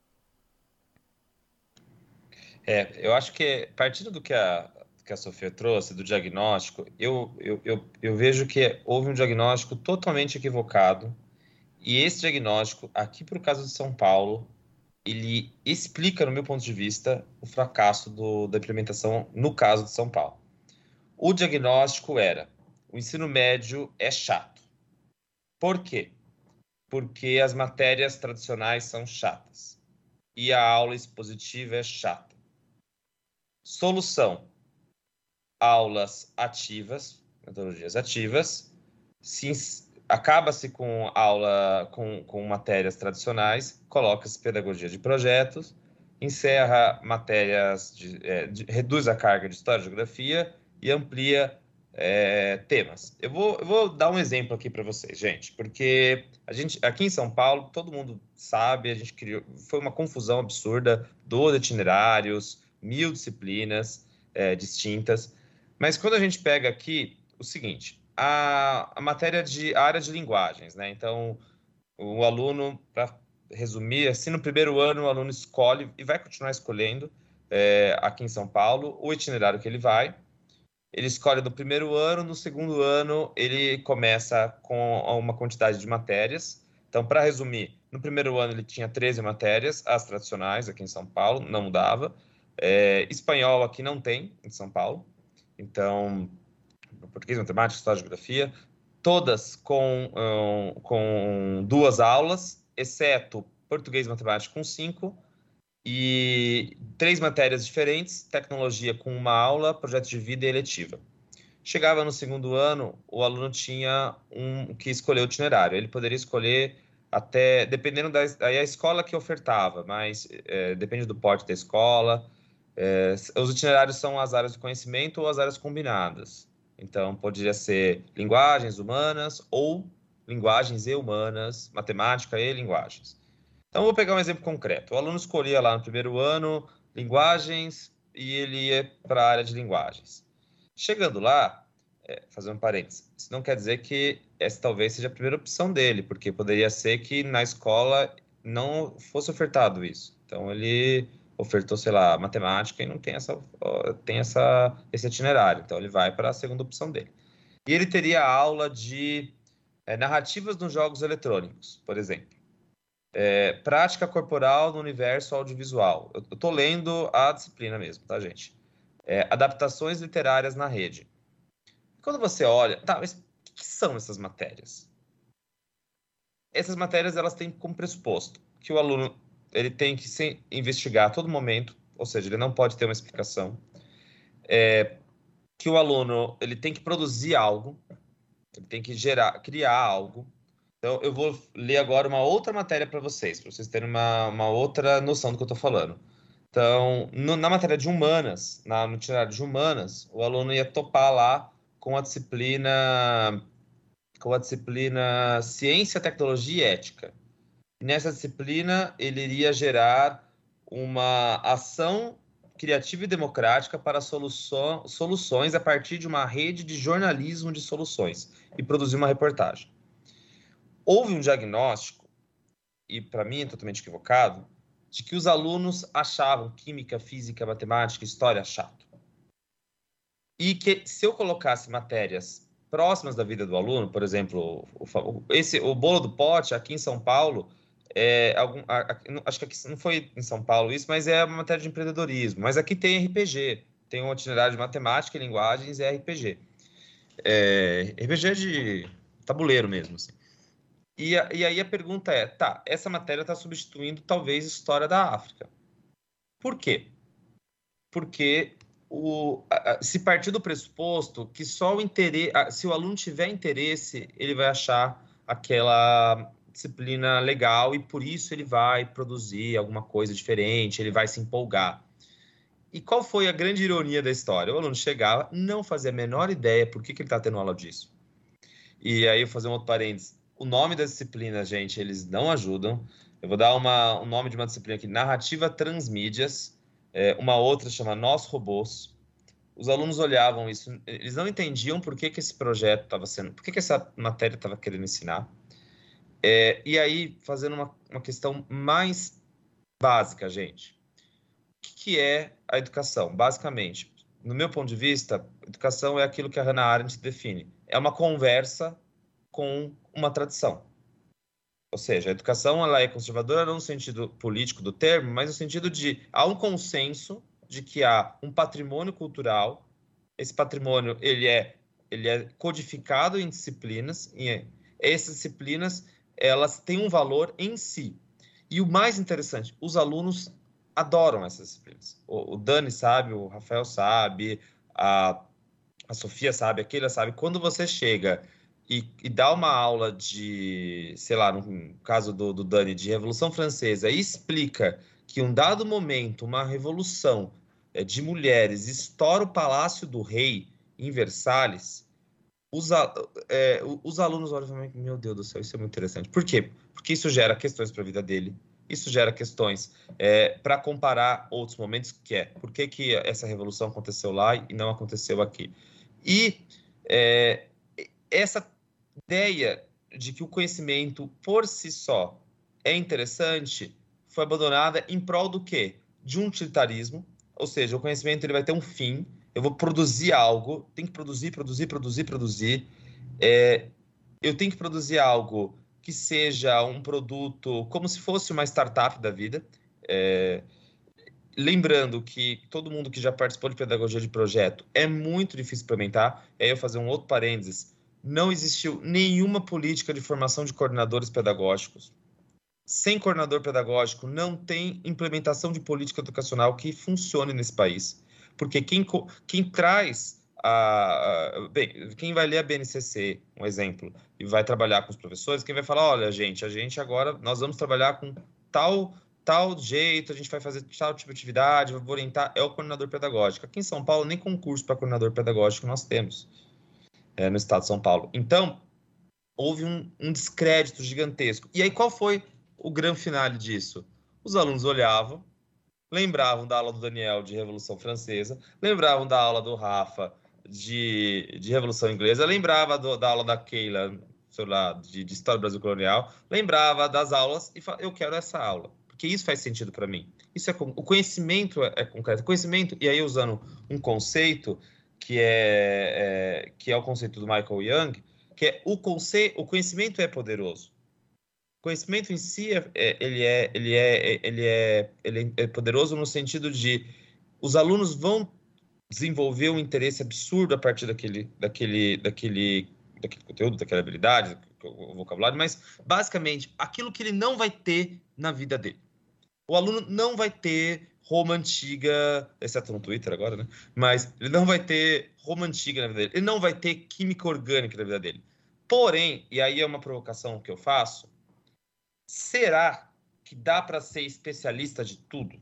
É, eu acho que, partindo do que a, que a Sofia trouxe, do diagnóstico, eu, eu, eu, eu vejo que houve um diagnóstico totalmente equivocado, e esse diagnóstico, aqui para o caso de São Paulo, ele explica, no meu ponto de vista, o fracasso do, da implementação no caso de São Paulo. O diagnóstico era: o ensino médio é chato. Por quê? Porque as matérias tradicionais são chatas e a aula expositiva é chata. Solução: aulas ativas, metodologias ativas, se, acaba-se com aula com, com matérias tradicionais, coloca-se pedagogia de projetos, encerra matérias, de, é, de, reduz a carga de história e geografia e amplia é, temas. Eu vou, eu vou dar um exemplo aqui para vocês, gente, porque a gente, aqui em São Paulo, todo mundo sabe, a gente criou, foi uma confusão absurda, doze itinerários, mil disciplinas é, distintas, mas quando a gente pega aqui o seguinte, a, a matéria de a área de linguagens, né? Então, o aluno, para resumir, assim, no primeiro ano o aluno escolhe e vai continuar escolhendo é, aqui em São Paulo o itinerário que ele vai. Ele escolhe no primeiro ano, no segundo ano ele começa com uma quantidade de matérias. Então, para resumir, no primeiro ano ele tinha treze matérias, as tradicionais aqui em São Paulo, não mudava. É, espanhol aqui não tem em São Paulo. Então, português, matemática, história, geografia, todas com, um, com duas aulas, exceto português e matemática com cinco, e três matérias diferentes, tecnologia com uma aula, projeto de vida e eletiva. Chegava no segundo ano, o aluno tinha um, que escolher o itinerário. Ele poderia escolher até, dependendo da aí a escola que ofertava, mas é, depende do porte da escola. É, os itinerários são as áreas de conhecimento ou as áreas combinadas. Então, poderia ser linguagens humanas ou linguagens e humanas, matemática e linguagens. Então, vou pegar um exemplo concreto. O aluno escolhia lá no primeiro ano linguagens e ele ia para a área de linguagens. Chegando lá, é, fazer um parênteses, isso não quer dizer que essa talvez seja a primeira opção dele, porque poderia ser que na escola não fosse ofertado isso. Então, ele ofertou, sei lá, matemática e não tem, essa, tem essa, esse itinerário. Então, ele vai para a segunda opção dele. E ele teria aula de é, narrativas nos jogos eletrônicos, por exemplo. É, prática corporal no universo audiovisual. Eu estou lendo a disciplina mesmo, tá, gente? É, adaptações literárias na rede. Quando você olha... Tá, mas o que são essas matérias? Essas matérias, elas têm como pressuposto que o aluno ele tem que se investigar a todo momento, ou seja, ele não pode ter uma explicação. É, que o aluno ele tem que produzir algo, ele tem que gerar, criar algo. Então, eu vou ler agora uma outra matéria para vocês, para vocês terem uma, uma outra noção do que eu estou falando. Então, no, na matéria de humanas, na, no itinerário de humanas, o aluno ia topar lá com a disciplina, com a disciplina Ciência, Tecnologia e Ética. E nessa disciplina, ele iria gerar uma ação criativa e democrática para solução, soluções a partir de uma rede de jornalismo de soluções e produzir uma reportagem. Houve um diagnóstico, e para mim é totalmente equivocado, de que os alunos achavam química, física, matemática, história chato. E que se eu colocasse matérias próximas da vida do aluno, por exemplo, o, esse, o bolo do pote aqui em São Paulo, é, algum, a, a, acho que aqui não foi em São Paulo isso, mas é uma matéria de empreendedorismo. Mas aqui tem R P G, tem um itinerário de matemática, linguagens e R P G. É, R P G de tabuleiro mesmo, assim. E, a, e aí a pergunta é, tá, essa matéria está substituindo talvez História da África. Por quê? Porque o, a, se partir do pressuposto que só o interesse, a, se o aluno tiver interesse, ele vai achar aquela disciplina legal e por isso ele vai produzir alguma coisa diferente, ele vai se empolgar. E qual foi a grande ironia da história? O aluno chegava, não fazia a menor ideia por que, que ele está tendo aula disso. E aí eu vou fazer um outro parênteses. O nome das disciplinas, gente, eles não ajudam. Eu vou dar uma, um nome de uma disciplina aqui, Narrativa Transmídias. É, uma outra chama Nós Robôs. Os alunos olhavam isso, eles não entendiam por que, que esse projeto estava sendo... Por que, que essa matéria estava querendo ensinar. É, e aí, fazendo uma, uma questão mais básica, gente. O que, que é a educação? Basicamente, no meu ponto de vista, educação é aquilo que a Hannah Arendt define. É uma conversa com uma tradição. Ou seja, a educação ela é conservadora não no sentido político do termo, mas no sentido de há um consenso de que há um patrimônio cultural, esse patrimônio ele é, ele é codificado em disciplinas, e essas disciplinas elas têm um valor em si. E o mais interessante, os alunos adoram essas disciplinas. O, o Dani sabe, o Rafael sabe, a a Sofia sabe, a Keila sabe, quando você chega e, e dá uma aula de, sei lá, no caso do, do Dani, de Revolução Francesa, e explica que um dado momento, uma revolução é, de mulheres estoura o Palácio do Rei em Versalhes, os, é, os alunos olham e falam, meu Deus do céu, isso é muito interessante. Por quê? Porque isso gera questões para a vida dele, isso gera questões é, para comparar outros momentos, que é, por que, que essa revolução aconteceu lá e não aconteceu aqui? E é, essa ideia de que o conhecimento por si só é interessante foi abandonada em prol do quê? De um utilitarismo, ou seja, o conhecimento ele vai ter um fim, eu vou produzir algo, tem que produzir, produzir, produzir, produzir, é, eu tenho que produzir algo que seja um produto como se fosse uma startup da vida, é, lembrando que todo mundo que já participou de pedagogia de projeto é muito difícil implementar, aí eu fazer um outro parênteses, não existiu nenhuma política de formação de coordenadores pedagógicos. Sem coordenador pedagógico, não tem implementação de política educacional que funcione nesse país. Porque quem, quem traz, a, a, bem, quem vai ler a B N C C, um exemplo, e vai trabalhar com os professores, quem vai falar, olha, gente, a gente agora, nós vamos trabalhar com tal, tal jeito, a gente vai fazer tal tipo de atividade, vou orientar, é o coordenador pedagógico. Aqui em São Paulo, nem concurso para coordenador pedagógico nós temos. É, no estado de São Paulo. Então, houve um, um descrédito gigantesco. E aí, qual foi o grande finale disso? Os alunos olhavam, lembravam da aula do Daniel de Revolução Francesa, lembravam da aula do Rafa de, de Revolução Inglesa, lembrava do, da aula da Keila, sei lá, de, de História do Brasil Colonial, lembrava das aulas e falava, eu quero essa aula, porque isso faz sentido para mim. Isso é, o conhecimento é, é concreto. Conhecimento, e aí usando um conceito que é, é, que é o conceito do Michael Young, que é o, conce... o conhecimento é poderoso. O conhecimento em si, é, é, ele, é, ele, é, ele, é, ele é poderoso no sentido de os alunos vão desenvolver um interesse absurdo a partir daquele, daquele, daquele, daquele conteúdo, daquela habilidade, o vocabulário, mas, basicamente, aquilo que ele não vai ter na vida dele. O aluno não vai ter Roma antiga, exceto no Twitter agora, né? Mas ele não vai ter Roma antiga na vida dele. Ele não vai ter química orgânica na vida dele. Porém, e aí é uma provocação que eu faço, será que dá para ser especialista de tudo?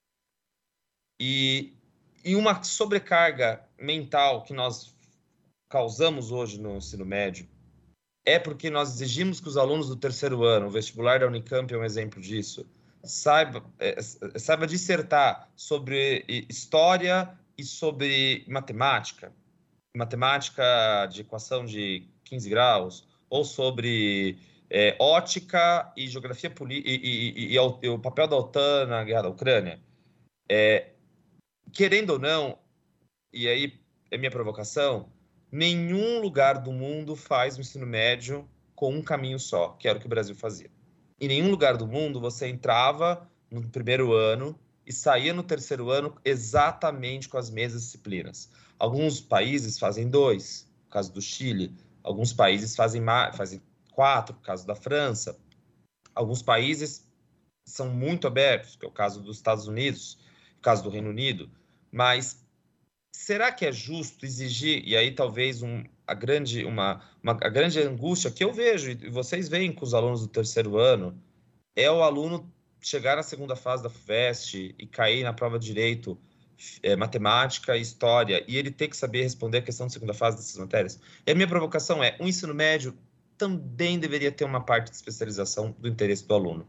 E, e uma sobrecarga mental que nós causamos hoje no ensino médio é porque nós exigimos que os alunos do terceiro ano, o vestibular da Unicamp é um exemplo disso, Saiba, é, saiba dissertar sobre história e sobre matemática, matemática de equação de quinze graus, ou sobre é, ótica e geografia política, e, e, e, e, e o papel da OTAN na guerra da Ucrânia. É, querendo ou não, e aí é minha provocação, nenhum lugar do mundo faz o ensino médio com um caminho só, que era o que o Brasil fazia. Em nenhum lugar do mundo você entrava no primeiro ano e saía no terceiro ano exatamente com as mesmas disciplinas. Alguns países fazem dois, no caso do Chile. Alguns países fazem, mais, fazem quatro, no caso da França. Alguns países são muito abertos, que é o caso dos Estados Unidos, o caso do Reino Unido. Mas será que é justo exigir, e aí talvez um, a, grande, uma, uma, a grande angústia que eu vejo, e vocês veem com os alunos do terceiro ano, é o aluno chegar na segunda fase da FUVEST e cair na prova de direito, é, matemática e história, e ele ter que saber responder a questão da segunda fase dessas matérias. E a minha provocação é, o ensino médio também deveria ter uma parte de especialização do interesse do aluno.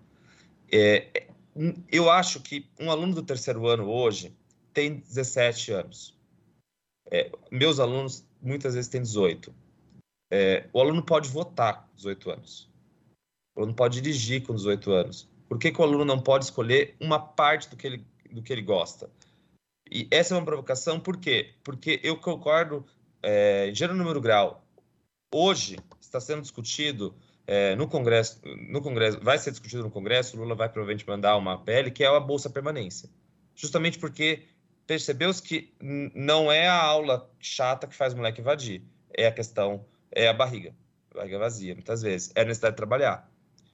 É, eu acho que um aluno do terceiro ano hoje tem dezessete anos. É, meus alunos muitas vezes têm dezoito. É, o aluno pode votar com dezoito anos. O aluno pode dirigir com dezoito anos. Por que, que o aluno não pode escolher uma parte do que ele, do que ele gosta? E essa é uma provocação, por quê? Porque eu concordo, é, em gênero, número, grau. Hoje está sendo discutido é, no Congresso, no Congresso, vai ser discutido no Congresso, o Lula vai provavelmente mandar uma P L, que é a Bolsa Permanência. Justamente porque percebeu-se que não é a aula chata que faz o moleque evadir, é a questão, é a barriga, a barriga vazia, muitas vezes, é a necessidade de trabalhar.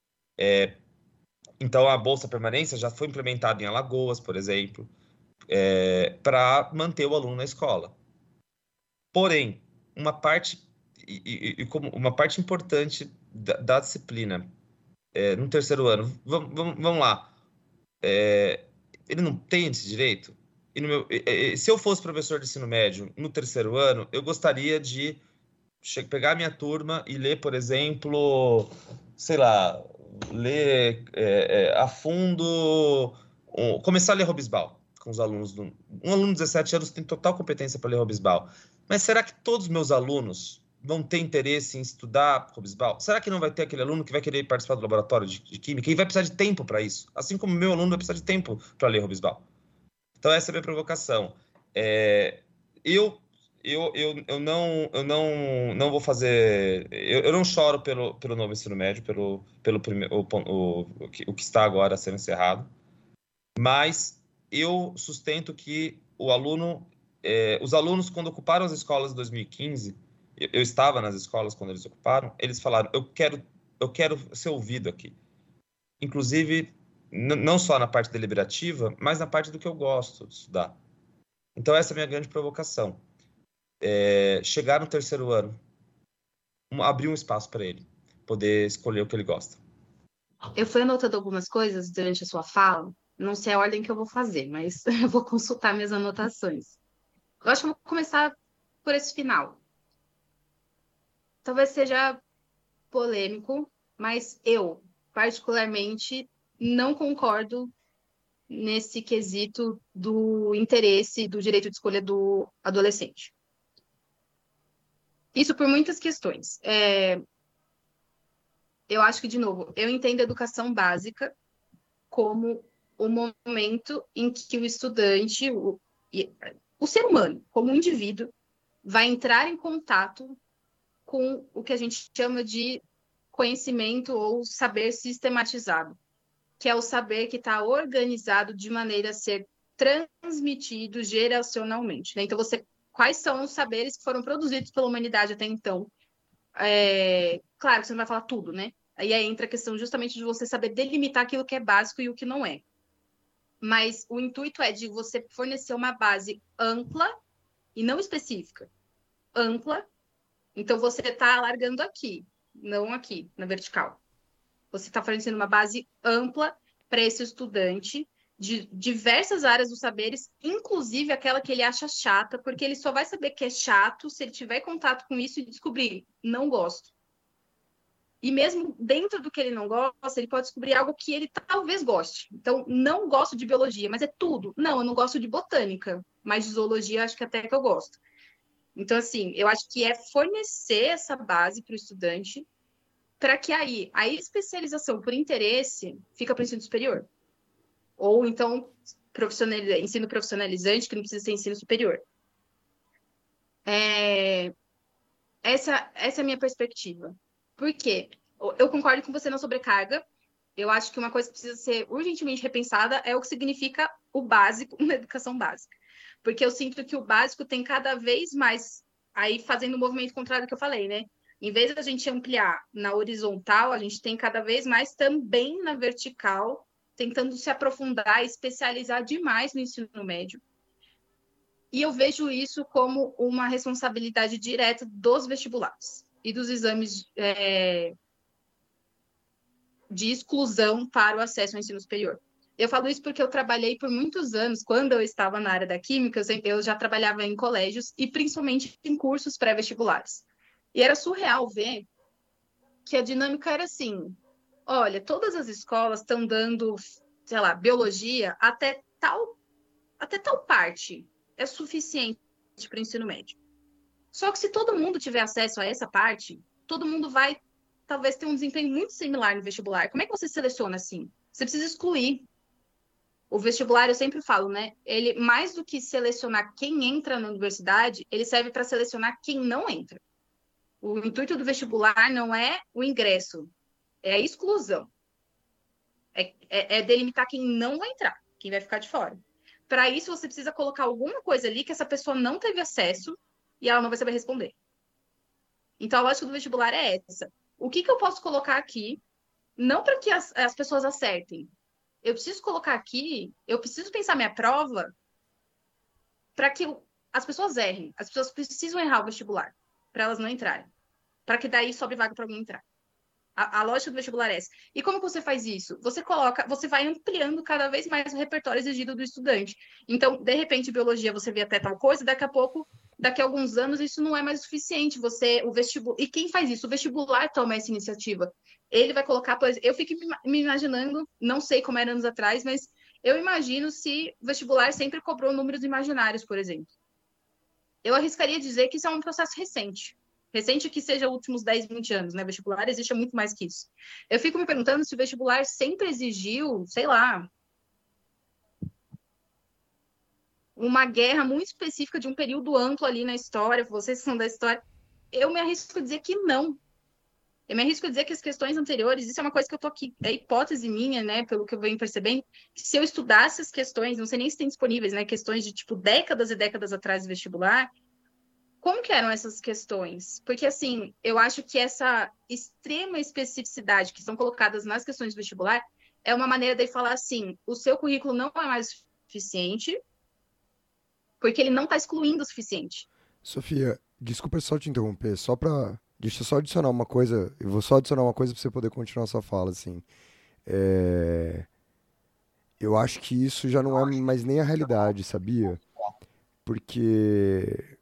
É, então, a Bolsa Permanência já foi implementada em Alagoas, por exemplo, é, para manter o aluno na escola. Porém, uma parte, e, e, e como uma parte importante da, da disciplina, é, no terceiro ano, vamos, vamos, vamos lá, é, ele não tem esse direito? E no meu, e, e, se eu fosse professor de ensino médio no terceiro ano, eu gostaria de pegar a minha turma e ler, por exemplo, sei lá, ler é, é, a fundo, um, começar a ler Hobsbawm com os alunos. Do, um aluno de dezessete anos tem total competência para ler Hobsbawm. Mas será que todos os meus alunos vão ter interesse em estudar Hobsbawm? Será que não vai ter aquele aluno que vai querer participar do laboratório de, de química e vai precisar de tempo para isso? Assim como o meu aluno vai precisar de tempo para ler Hobsbawm. Então, essa é a minha provocação. É, eu, eu, eu, eu, não, eu não, não vou fazer... Eu, eu não choro pelo, pelo novo ensino médio, pelo, pelo primeiro, o, o, o, que, o que está agora sendo encerrado, mas eu sustento que o aluno, é, os alunos, quando ocuparam as escolas em dois mil e quinze, eu, eu estava nas escolas quando eles ocuparam, eles falaram, eu quero, eu quero ser ouvido aqui. Inclusive, não só na parte deliberativa, mas na parte do que eu gosto de estudar. Então, essa é a minha grande provocação. É chegar no terceiro ano, um, abrir um espaço para ele, poder escolher o que ele gosta. Eu fui anotando algumas coisas durante a sua fala, não sei a ordem que eu vou fazer, mas eu vou consultar minhas anotações. Eu acho que eu vou começar por esse final. Talvez seja polêmico, mas eu, particularmente, não concordo nesse quesito do interesse do direito de escolha do adolescente. Isso por muitas questões. É... Eu acho que, de novo, eu entendo a educação básica como o momento em que o estudante, o, o ser humano, como um indivíduo, vai entrar em contato com o que a gente chama de conhecimento ou saber sistematizado, que é o saber que está organizado de maneira a ser transmitido geracionalmente. Né? Então, você, quais são os saberes que foram produzidos pela humanidade até então? É, claro que você não vai falar tudo, né? Aí entra a questão justamente de você saber delimitar aquilo que é básico e o que não é. Mas o intuito é de você fornecer uma base ampla e não específica. Ampla. Então, você está alargando aqui, não aqui, na vertical. Você está fornecendo uma base ampla para esse estudante de diversas áreas dos saberes, inclusive aquela que ele acha chata, porque ele só vai saber que é chato se ele tiver contato com isso e descobrir, não gosto. E mesmo dentro do que ele não gosta, ele pode descobrir algo que ele talvez goste. Então, não gosto de biologia, mas é tudo. Não, eu não gosto de botânica, mas de zoologia acho que até que eu gosto. Então, assim, eu acho que é fornecer essa base para o estudante para que aí a especialização por interesse fica para o ensino superior. Ou, então, profissional, ensino profissionalizante, que não precisa ser ensino superior. É... Essa, essa é a minha perspectiva. Por quê? Eu concordo com você na sobrecarga. Eu acho que uma coisa que precisa ser urgentemente repensada é o que significa o básico na educação básica. Porque eu sinto que o básico tem cada vez mais, aí fazendo o movimento contrário do que eu falei, né? Em vez de a gente ampliar na horizontal, a gente tem cada vez mais também na vertical, tentando se aprofundar e especializar demais no ensino médio. E eu vejo isso como uma responsabilidade direta dos vestibulares e dos exames é, de exclusão para o acesso ao ensino superior. Eu falo isso porque eu trabalhei por muitos anos, quando eu estava na área da química, eu já trabalhava em colégios e principalmente em cursos pré-vestibulares. E era surreal ver que a dinâmica era assim, olha, todas as escolas estão dando, sei lá, biologia até tal, até tal parte é suficiente para o ensino médio. Só que se todo mundo tiver acesso a essa parte, todo mundo vai, talvez, ter um desempenho muito similar no vestibular. Como é que você seleciona assim? Você precisa excluir. O vestibular, eu sempre falo, né? Ele, mais do que selecionar quem entra na universidade, ele serve para selecionar quem não entra. O intuito do vestibular não é o ingresso, é a exclusão. É, é, é delimitar quem não vai entrar, quem vai ficar de fora. Para isso, você precisa colocar alguma coisa ali que essa pessoa não teve acesso e ela não vai saber responder. Então, a lógica do vestibular é essa. O que, que eu posso colocar aqui, não para que as, as pessoas acertem. Eu preciso colocar aqui, eu preciso pensar minha prova para que eu, as pessoas errem. As pessoas precisam errar o vestibular para elas não entrarem. Para que daí sobre vaga para alguém entrar. A, a lógica do vestibular é essa. E como que você faz isso? Você coloca, você vai ampliando cada vez mais o repertório exigido do estudante. Então, de repente, biologia você vê até tal coisa, daqui a pouco, daqui a alguns anos, isso não é mais o suficiente. Você, o vestibular. E quem faz isso? O vestibular toma essa iniciativa. Ele vai colocar, por exemplo, eu fico me imaginando, não sei como era anos atrás, mas eu imagino se o vestibular sempre cobrou números imaginários, por exemplo. Eu arriscaria dizer que isso é um processo recente. Recente que seja últimos dez, vinte anos, né? Vestibular existe muito mais que isso. Eu fico me perguntando se o vestibular sempre exigiu, sei lá, uma guerra muito específica de um período amplo ali na história, vocês são da história. Eu me arrisco a dizer que não. Eu me arrisco a dizer que as questões anteriores, isso é uma coisa que eu tô aqui, é hipótese minha, né, pelo que eu venho percebendo, que se eu estudasse as questões, não sei nem se tem disponíveis, né, questões de, tipo, décadas e décadas atrás do vestibular, como que eram essas questões? Porque, assim, eu acho que essa extrema especificidade que são colocadas nas questões do vestibular é uma maneira de falar assim, o seu currículo não é mais suficiente, porque ele não está excluindo o suficiente. Sofia, desculpa só te interromper, só para... Deixa eu só adicionar uma coisa, eu vou só adicionar uma coisa para você poder continuar a sua fala, assim. É... Eu acho que isso já não é mais nem a realidade, sabia? Porque...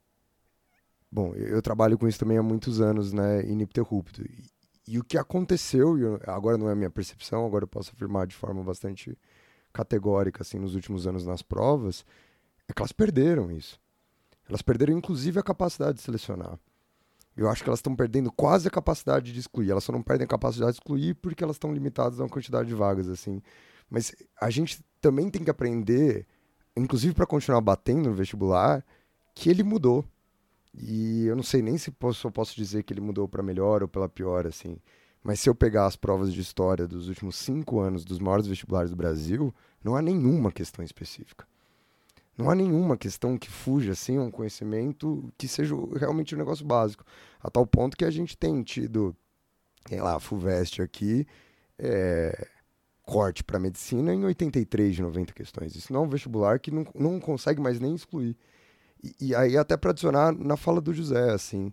Bom, eu trabalho com isso também há muitos anos, né, ininterrupto. E, e o que aconteceu, e eu, agora não é a minha percepção, agora eu posso afirmar de forma bastante categórica, assim, nos últimos anos nas provas, é que elas perderam isso. Elas perderam, inclusive, a capacidade de selecionar. Eu acho que elas estão perdendo quase a capacidade de excluir. Elas só não perdem a capacidade de excluir porque elas estão limitadas a uma quantidade de vagas, assim. Mas a gente também tem que aprender, inclusive para continuar batendo no vestibular, que ele mudou. E eu não sei nem se posso, eu posso dizer que ele mudou para melhor ou pela pior, assim. Mas se eu pegar as provas de história dos últimos cinco anos dos maiores vestibulares do Brasil, não há nenhuma questão específica. Não há nenhuma questão que fuja, assim, a um conhecimento que seja realmente um negócio básico. A tal ponto que a gente tem tido, sei lá, a FUVEST aqui, é, corte para medicina em oitenta e três de noventa questões. Isso não é um vestibular que não, não consegue mais nem excluir. E, e aí, até para adicionar na fala do José, assim,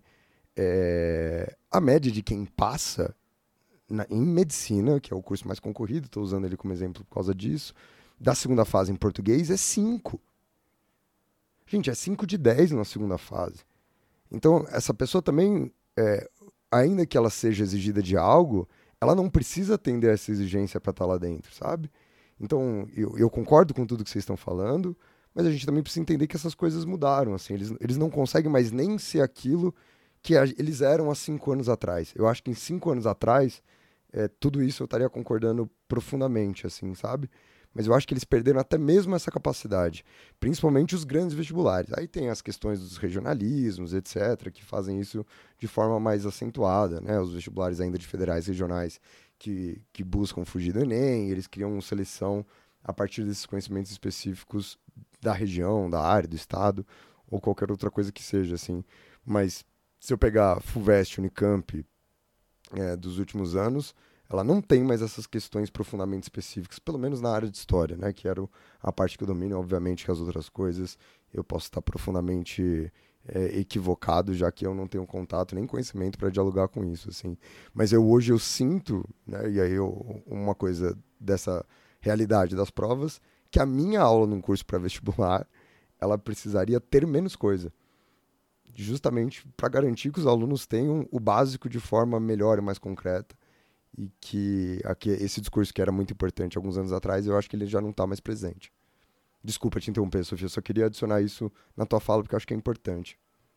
é, a média de quem passa na, em medicina, que é o curso mais concorrido, estou usando ele como exemplo por causa disso, da segunda fase em português é cinco. Gente, é cinco de dez na segunda fase. Então, essa pessoa também, é, ainda que ela seja exigida de algo, ela não precisa atender essa exigência para estar lá dentro, sabe? Então, eu, eu concordo com tudo que vocês estão falando, mas a gente também precisa entender que essas coisas mudaram, assim. Eles, eles não conseguem mais nem ser aquilo que a, eles eram há cinco anos atrás. Eu acho que em cinco anos atrás, é, tudo isso eu estaria concordando profundamente, assim, sabe? Mas eu acho que eles perderam até mesmo essa capacidade, principalmente os grandes vestibulares. Aí tem as questões dos regionalismos, etcétera, que fazem isso de forma mais acentuada, né? Os vestibulares ainda de federais regionais que, que buscam fugir do Enem, eles criam seleção a partir desses conhecimentos específicos da região, da área, do estado, ou qualquer outra coisa que seja, assim. Mas se eu pegar a FUVEST, Unicamp, é, dos últimos anos, ela não tem mais essas questões profundamente específicas, pelo menos na área de história, né? Que era a parte que eu domino, obviamente que as outras coisas eu posso estar profundamente é, equivocado, já que eu não tenho contato nem conhecimento para dialogar com isso, assim. Mas eu hoje eu sinto, né? E aí eu, uma coisa dessa realidade das provas, que a minha aula num curso pré-vestibular, ela precisaria ter menos coisa. Justamente para garantir que os alunos tenham o básico de forma melhor e mais concreta. E que aqui, esse discurso que era muito importante alguns anos atrás, eu acho que ele já não está mais presente. Desculpa te interromper, Sofia, eu só queria adicionar isso na tua fala, porque eu acho que é importante.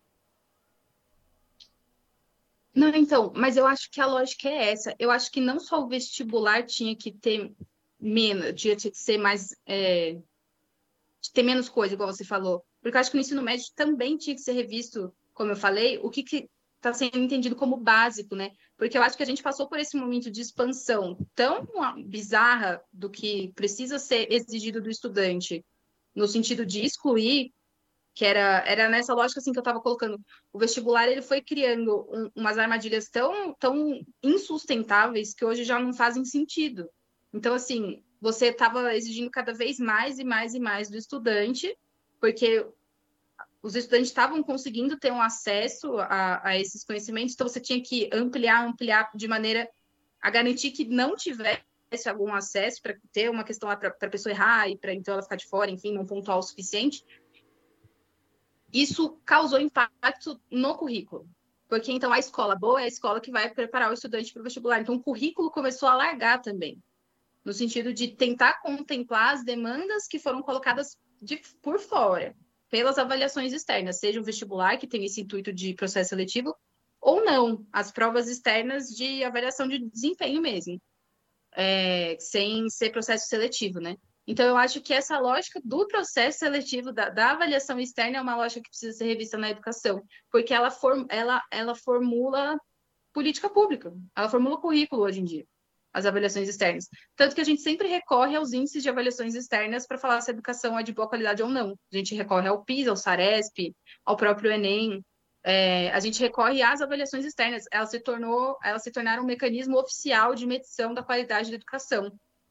Não, então, mas eu acho que a lógica é essa. Eu acho que não só o vestibular tinha que ter menos, tinha que ser mais... É, ter menos coisa, igual você falou. Porque eu acho que no ensino médio também tinha que ser revisto, como eu falei, o que que está sendo entendido como básico, né? Porque eu acho que a gente passou por esse momento de expansão tão bizarra do que precisa ser exigido do estudante, no sentido de excluir, que era, era nessa lógica assim que eu estava colocando. O vestibular ele foi criando um, umas armadilhas tão, tão insustentáveis que hoje já não fazem sentido. Então, assim, você estava exigindo cada vez mais e mais e mais do estudante, porque os estudantes estavam conseguindo ter um acesso a, a esses conhecimentos, então você tinha que ampliar, ampliar de maneira a garantir que não tivesse algum acesso, para ter uma questão lá para a pessoa errar e para então ela ficar de fora, enfim, não pontuar o suficiente. Isso causou impacto no currículo, porque então a escola boa é a escola que vai preparar o estudante para o vestibular. Então o currículo começou a largar também, no sentido de tentar contemplar as demandas que foram colocadas de, por fora, pelas avaliações externas, seja o vestibular, que tem esse intuito de processo seletivo, ou não, as provas externas de avaliação de desempenho mesmo, é, sem ser processo seletivo, né? Então, eu acho que essa lógica do processo seletivo, da, da avaliação externa, é uma lógica que precisa ser revista na educação, porque ela, form, ela, ela formula política pública, ela formula currículo hoje em dia, as avaliações externas. Tanto que a gente sempre recorre aos índices de avaliações externas para falar se a educação é de boa qualidade ou não. A gente recorre ao PISA, ao SARESP, ao próprio Enem. É, a gente recorre às avaliações externas. Elas se, tornou, elas se tornaram um mecanismo oficial de medição da qualidade da educação.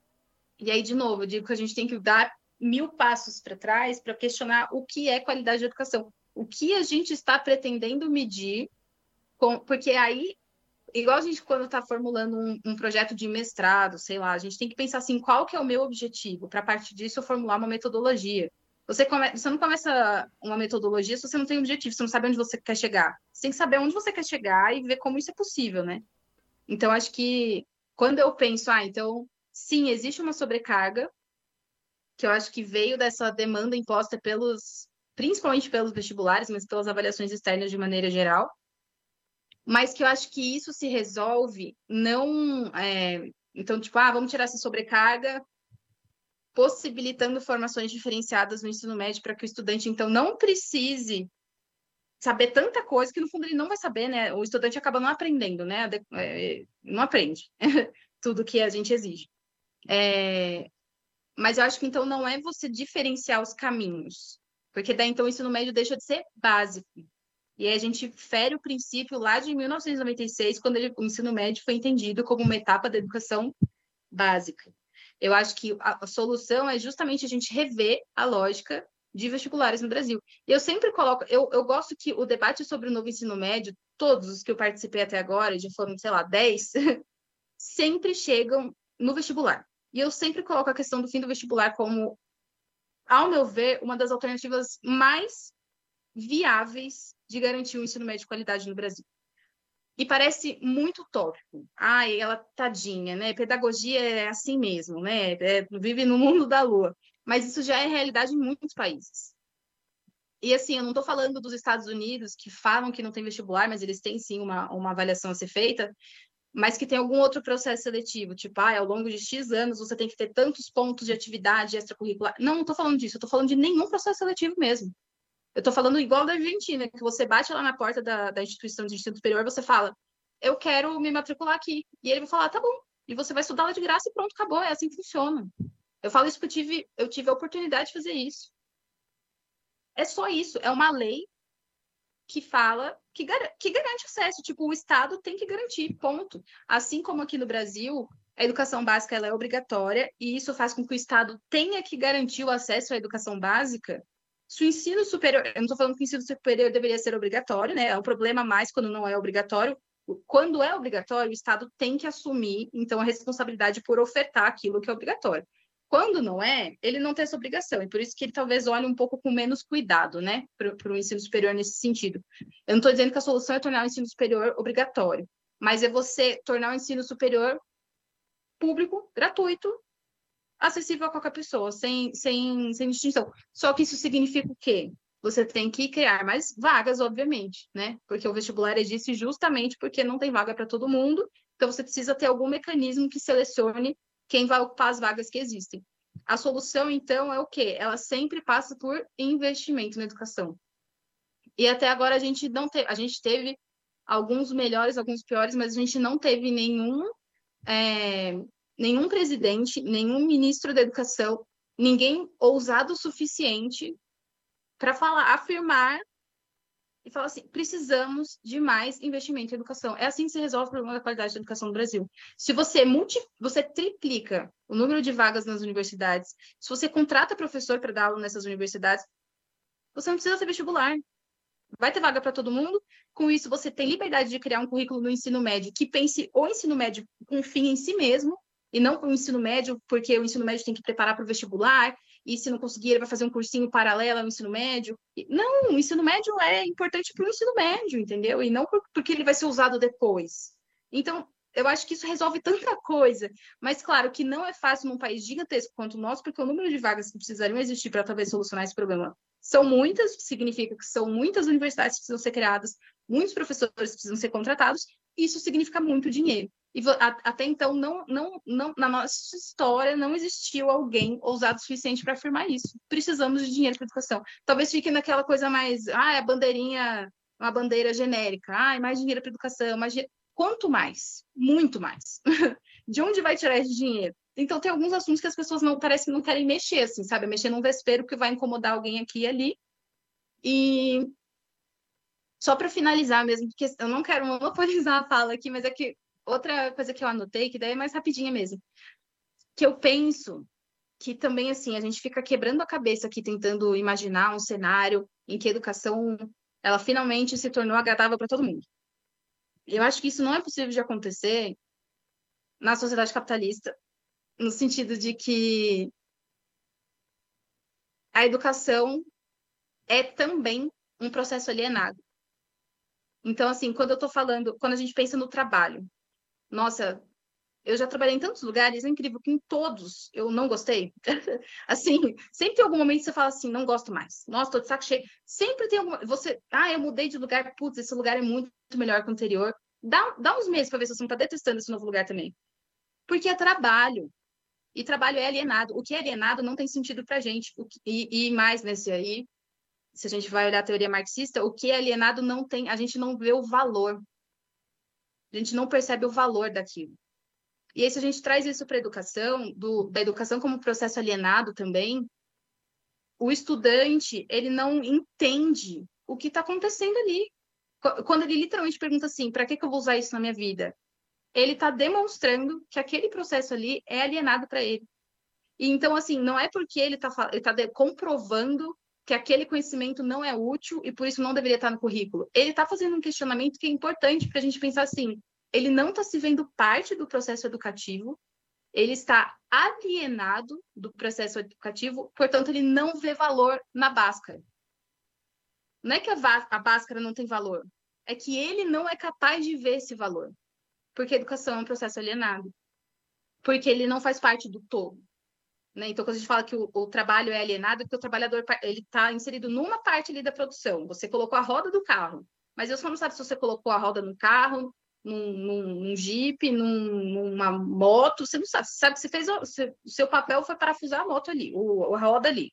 E aí, de novo, eu digo que a gente tem que dar mil passos para trás para questionar o que é qualidade de educação. O que a gente está pretendendo medir, com, porque aí, igual a gente quando está formulando um, um projeto de mestrado, sei lá, a gente tem que pensar assim, qual que é o meu objetivo? Para, a partir disso, eu formular uma metodologia. Você, come... você não começa uma metodologia se você não tem objetivo, você não sabe onde você quer chegar. Você tem que saber onde você quer chegar e ver como isso é possível, né? Então, acho que quando eu penso, ah, então, sim, existe uma sobrecarga, que eu acho que veio dessa demanda imposta pelos, principalmente pelos vestibulares, mas pelas avaliações externas de maneira geral, mas que eu acho que isso se resolve não... É... Então, tipo, ah, vamos tirar essa sobrecarga, possibilitando formações diferenciadas no ensino médio para que o estudante, então, não precise saber tanta coisa que, no fundo, ele não vai saber, né? O estudante acaba não aprendendo, né? Não aprende tudo que a gente exige. É... Mas eu acho que, então, não é você diferenciar os caminhos, porque daí, então, o ensino médio deixa de ser básico. E aí a gente fere o princípio lá de mil novecentos e noventa e seis, quando ele, o ensino médio foi entendido como uma etapa da educação básica. Eu acho que a, a solução é justamente a gente rever a lógica de vestibulares no Brasil. E eu sempre coloco, eu, eu gosto que o debate sobre o novo ensino médio, todos os que eu participei até agora, já foram, sei lá, dez, sempre chegam no vestibular. E eu sempre coloco a questão do fim do vestibular como, ao meu ver, uma das alternativas mais viáveis de garantir um ensino médio de qualidade no Brasil. E parece muito utópico. Ai, ela tadinha, né? Pedagogia é assim mesmo, né? É, vive no mundo da lua. Mas isso já é realidade em muitos países. E assim, eu não estou falando dos Estados Unidos, que falam que não tem vestibular, mas eles têm sim uma, uma avaliação a ser feita, mas que tem algum outro processo seletivo, tipo, ah, ao longo de X anos você tem que ter tantos pontos de atividade extracurricular. Não, não estou falando disso, eu estou falando de nenhum processo seletivo mesmo. Eu estou falando igual da Argentina, que você bate lá na porta da, da instituição de ensino superior, você fala, eu quero me matricular aqui. E ele vai falar, tá bom. E você vai estudar lá de graça e pronto, acabou. É assim que funciona. Eu falo isso porque eu tive, eu tive a oportunidade de fazer isso. É só isso. É uma lei que fala, que, gar que garante acesso. Tipo, o Estado tem que garantir, ponto. Assim como aqui no Brasil, a educação básica ela é obrigatória e isso faz com que o Estado tenha que garantir o acesso à educação básica. Se o ensino superior, eu não estou falando que o ensino superior deveria ser obrigatório, né? É um problema mais quando não é obrigatório. Quando é obrigatório, o Estado tem que assumir, então, a responsabilidade por ofertar aquilo que é obrigatório. Quando não é, ele não tem essa obrigação, e por isso que ele talvez olhe um pouco com menos cuidado, né, para o ensino superior nesse sentido. Eu não estou dizendo que a solução é tornar o ensino superior obrigatório, mas é você tornar o ensino superior público, gratuito, acessível a qualquer pessoa, sem, sem, sem distinção. Só que isso significa o quê? Você tem que criar mais vagas, obviamente, né? Porque o vestibular existe justamente porque não tem vaga para todo mundo, então você precisa ter algum mecanismo que selecione quem vai ocupar as vagas que existem. A solução, então, é o quê? Ela sempre passa por investimento na educação. E até agora a gente não teve, a gente teve alguns melhores, alguns piores, mas a gente não teve nenhum... É, nenhum presidente, nenhum ministro da educação, ninguém ousado o suficiente para falar, afirmar e falar assim, precisamos de mais investimento em educação. É assim que se resolve o problema da qualidade da educação no Brasil. Se você, multi, você triplica o número de vagas nas universidades, se você contrata professor para dar aula nessas universidades, você não precisa ser vestibular. Vai ter vaga para todo mundo. Com isso, você tem liberdade de criar um currículo no ensino médio que pense o ensino médio com fim em si mesmo, e não com o ensino médio, porque o ensino médio tem que preparar para o vestibular, e se não conseguir, ele vai fazer um cursinho paralelo ao ensino médio. Não, o ensino médio é importante para o ensino médio, entendeu? E não porque ele vai ser usado depois. Então, eu acho que isso resolve tanta coisa. Mas, claro, que não é fácil num país gigantesco quanto o nosso, porque o número de vagas que precisariam existir para talvez solucionar esse problema são muitas, significa que são muitas universidades que precisam ser criadas, muitos professores precisam ser contratados, isso significa muito dinheiro. E até então, não, não, não, na nossa história, não existiu alguém ousado o suficiente para afirmar isso. Precisamos de dinheiro para educação. Talvez fique naquela coisa mais, ah, é a bandeirinha, uma bandeira genérica, ah, mais dinheiro para educação, mais dinheiro. Quanto mais? Muito mais. De onde vai tirar esse dinheiro? Então, tem alguns assuntos que as pessoas não parece que não querem mexer, assim, sabe? Mexer num vespeiro que vai incomodar alguém aqui e ali. E só para finalizar mesmo, porque eu não quero monopolizar a fala aqui, mas é que outra coisa que eu anotei, que daí é mais rapidinha mesmo, que eu penso que também, assim, a gente fica quebrando a cabeça aqui, tentando imaginar um cenário em que a educação, ela finalmente se tornou agradável para todo mundo. Eu acho que isso não é possível de acontecer na sociedade capitalista, no sentido de que a educação é também um processo alienado. Então, assim, quando eu estou falando, quando a gente pensa no trabalho, nossa, eu já trabalhei em tantos lugares, é incrível que em todos eu não gostei. Assim, sempre tem algum momento que você fala assim, não gosto mais. Nossa, tô de saco cheio. Sempre tem alguma... Você, ah, eu mudei de lugar, putz, esse lugar é muito melhor que o anterior. Dá, dá uns meses para ver se você não está detestando esse novo lugar também. Porque é trabalho. E trabalho é alienado. O que é alienado não tem sentido para a gente. O que, e, e mais nesse aí, se a gente vai olhar a teoria marxista, o que é alienado não tem, a gente não vê o valor. A gente não percebe o valor daquilo. E aí, se a gente traz isso para a educação, do, da educação como processo alienado também, o estudante, ele não entende o que está acontecendo ali. Quando ele literalmente pergunta assim, para que, que eu vou usar isso na minha vida? Ele está demonstrando que aquele processo ali é alienado para ele. E então, assim, não é porque ele está ele tá comprovando que aquele conhecimento não é útil e por isso não deveria estar no currículo. Ele está fazendo um questionamento que é importante para a gente pensar assim, ele não está se vendo parte do processo educativo, ele está alienado do processo educativo, portanto, ele não vê valor na Bhaskara. Não é que a, a Bhaskara não tem valor, é que ele não é capaz de ver esse valor. Porque a educação é um processo alienado. Porque ele não faz parte do todo. Né? Então, quando a gente fala que o, o trabalho é alienado, é porque o trabalhador está inserido numa parte ali da produção. Você colocou a roda do carro. Mas você não sabe se você colocou a roda no carro, num, num, num Jeep, num, numa moto. Você não sabe. Você sabe que você fez o, você, o seu papel foi parafusar a moto ali, o, a roda ali.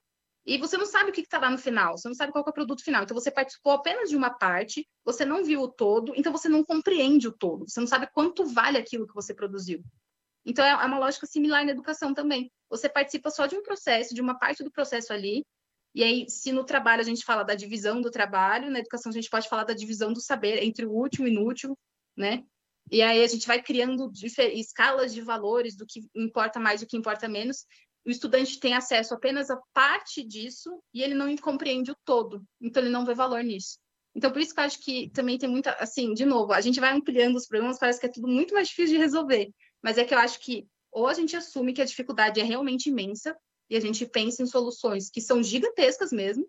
E você não sabe o que está lá no final, você não sabe qual é o produto final. Então, você participou apenas de uma parte, você não viu o todo, então você não compreende o todo. Você não sabe quanto vale aquilo que você produziu. Então, é uma lógica similar na educação também. Você participa só de um processo, de uma parte do processo ali, e aí, se no trabalho a gente fala da divisão do trabalho, na educação a gente pode falar da divisão do saber entre o útil e inútil, né? E aí a gente vai criando escalas de valores do que importa mais e o que importa menos. O estudante tem acesso apenas a parte disso e ele não compreende o todo, então ele não vê valor nisso. Então, por isso que eu acho que também tem muita, assim, de novo, a gente vai ampliando os problemas, parece que é tudo muito mais difícil de resolver, mas é que eu acho que ou a gente assume que a dificuldade é realmente imensa e a gente pensa em soluções que são gigantescas mesmo,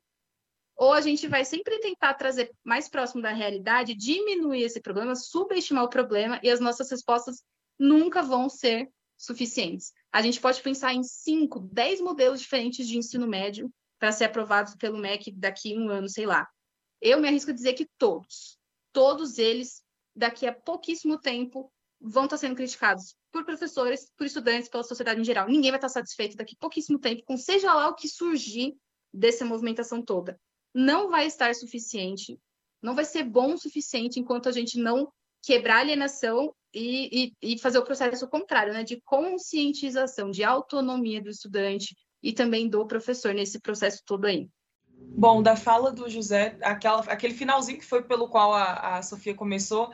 ou a gente vai sempre tentar trazer mais próximo da realidade, diminuir esse problema, subestimar o problema e as nossas respostas nunca vão ser suficientes. A gente pode pensar em cinco, dez modelos diferentes de ensino médio para ser aprovados pelo M E C daqui a um ano, sei lá. Eu me arrisco a dizer que todos, todos eles, daqui a pouquíssimo tempo, vão estar sendo criticados por professores, por estudantes, pela sociedade em geral. Ninguém vai estar satisfeito daqui a pouquíssimo tempo com seja lá o que surgir dessa movimentação toda. Não vai estar suficiente, não vai ser bom o suficiente enquanto a gente não quebrar a alienação e, e, e fazer o processo contrário, né? De conscientização, de autonomia do estudante e também do professor nesse processo todo aí. Bom, da fala do José, aquela, aquele finalzinho que foi pelo qual a, a Sofia começou,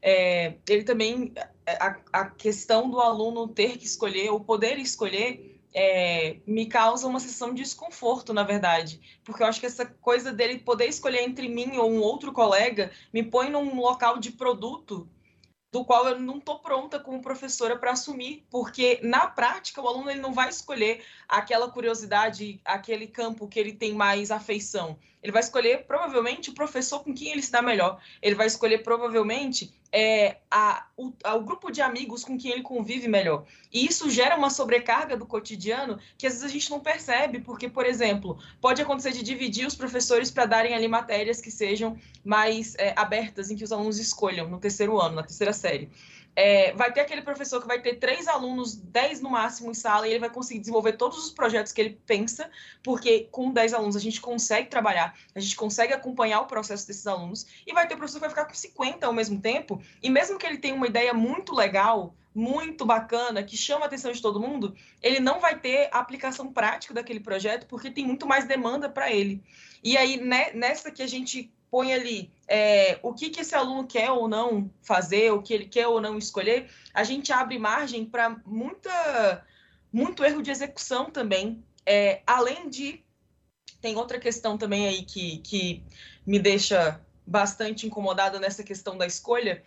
é, ele também, a, a questão do aluno ter que escolher, ou poder escolher, é, me causa uma sensação de desconforto, na verdade, porque eu acho que essa coisa dele poder escolher entre mim ou um outro colega me põe num local de produto do qual eu não estou pronta como professora para assumir, porque na prática o aluno ele não vai escolher aquela curiosidade, aquele campo que ele tem mais afeição. Ele vai escolher provavelmente o professor com quem ele se dá melhor. Ele vai escolher provavelmente é, a, o, a, o grupo de amigos com quem ele convive melhor. E isso gera uma sobrecarga do cotidiano que às vezes a gente não percebe, porque, por exemplo, pode acontecer de dividir os professores para darem ali matérias que sejam mais é, abertas, em que os alunos escolham no terceiro ano, na terceira série. É, vai ter aquele professor que vai ter três alunos, dez no máximo em sala, e ele vai conseguir desenvolver todos os projetos que ele pensa, porque com dez alunos a gente consegue trabalhar, a gente consegue acompanhar o processo desses alunos, e vai ter professor que vai ficar com cinquenta ao mesmo tempo, e mesmo que ele tenha uma ideia muito legal, muito bacana, que chama a atenção de todo mundo, ele não vai ter a aplicação prática daquele projeto, porque tem muito mais demanda para ele. E aí, né, nessa que a gente põe ali é, o que, que esse aluno quer ou não fazer, o que ele quer ou não escolher, a gente abre margem para muita, muito erro de execução também. É, além de... Tem outra questão também aí que, que me deixa bastante incomodada nessa questão da escolha,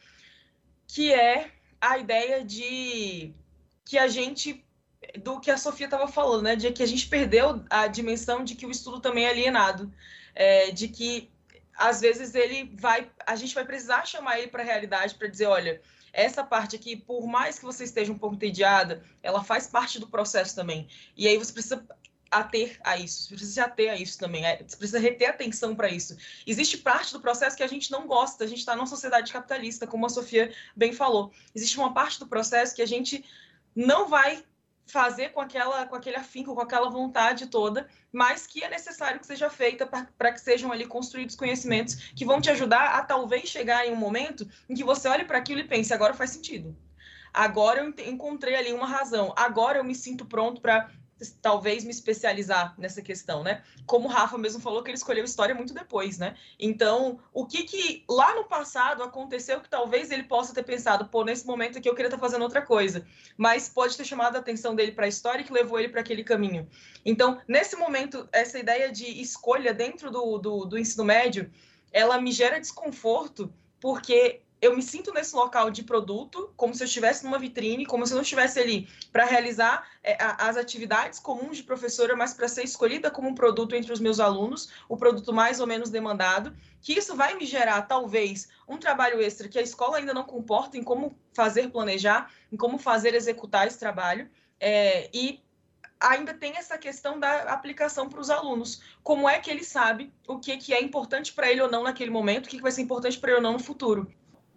que é a ideia de que a gente... do que a Sofia estava falando, né? De que a gente perdeu a dimensão de que o estudo também é alienado, é, de que às vezes ele vai, a gente vai precisar chamar ele para a realidade para dizer, olha, essa parte aqui, por mais que você esteja um pouco entediada, ela faz parte do processo também. E aí você precisa ater a isso, você precisa se ater a isso também, você precisa reter atenção para isso. Existe parte do processo que a gente não gosta, a gente está numa sociedade capitalista, como a Sofia bem falou. Existe uma parte do processo que a gente não vai fazer com, aquela, com aquele afinco, com aquela vontade toda, mas que é necessário que seja feita para que sejam ali construídos conhecimentos que vão te ajudar a talvez chegar em um momento em que você olhe para aquilo e pense, agora faz sentido. Agora eu encontrei ali uma razão, agora eu me sinto pronto para talvez me especializar nessa questão, né? Como o Rafa mesmo falou que ele escolheu história muito depois, né? Então, o que que lá no passado aconteceu que talvez ele possa ter pensado, pô, nesse momento aqui eu queria estar fazendo outra coisa, mas pode ter chamado a atenção dele para a história que levou ele para aquele caminho. Então, nesse momento, essa ideia de escolha dentro do, do, do ensino médio, ela me gera desconforto, porque eu me sinto nesse local de produto, como se eu estivesse numa vitrine, como se eu não estivesse ali para realizar é, a, as atividades comuns de professora, mas para ser escolhida como um produto entre os meus alunos, o produto mais ou menos demandado, que isso vai me gerar, talvez, um trabalho extra que a escola ainda não comporta em como fazer planejar, em como fazer executar esse trabalho, é, e ainda tem essa questão da aplicação para os alunos. Como é que ele sabe o que, que é importante para ele ou não naquele momento, o que, que vai ser importante para ele ou não no futuro?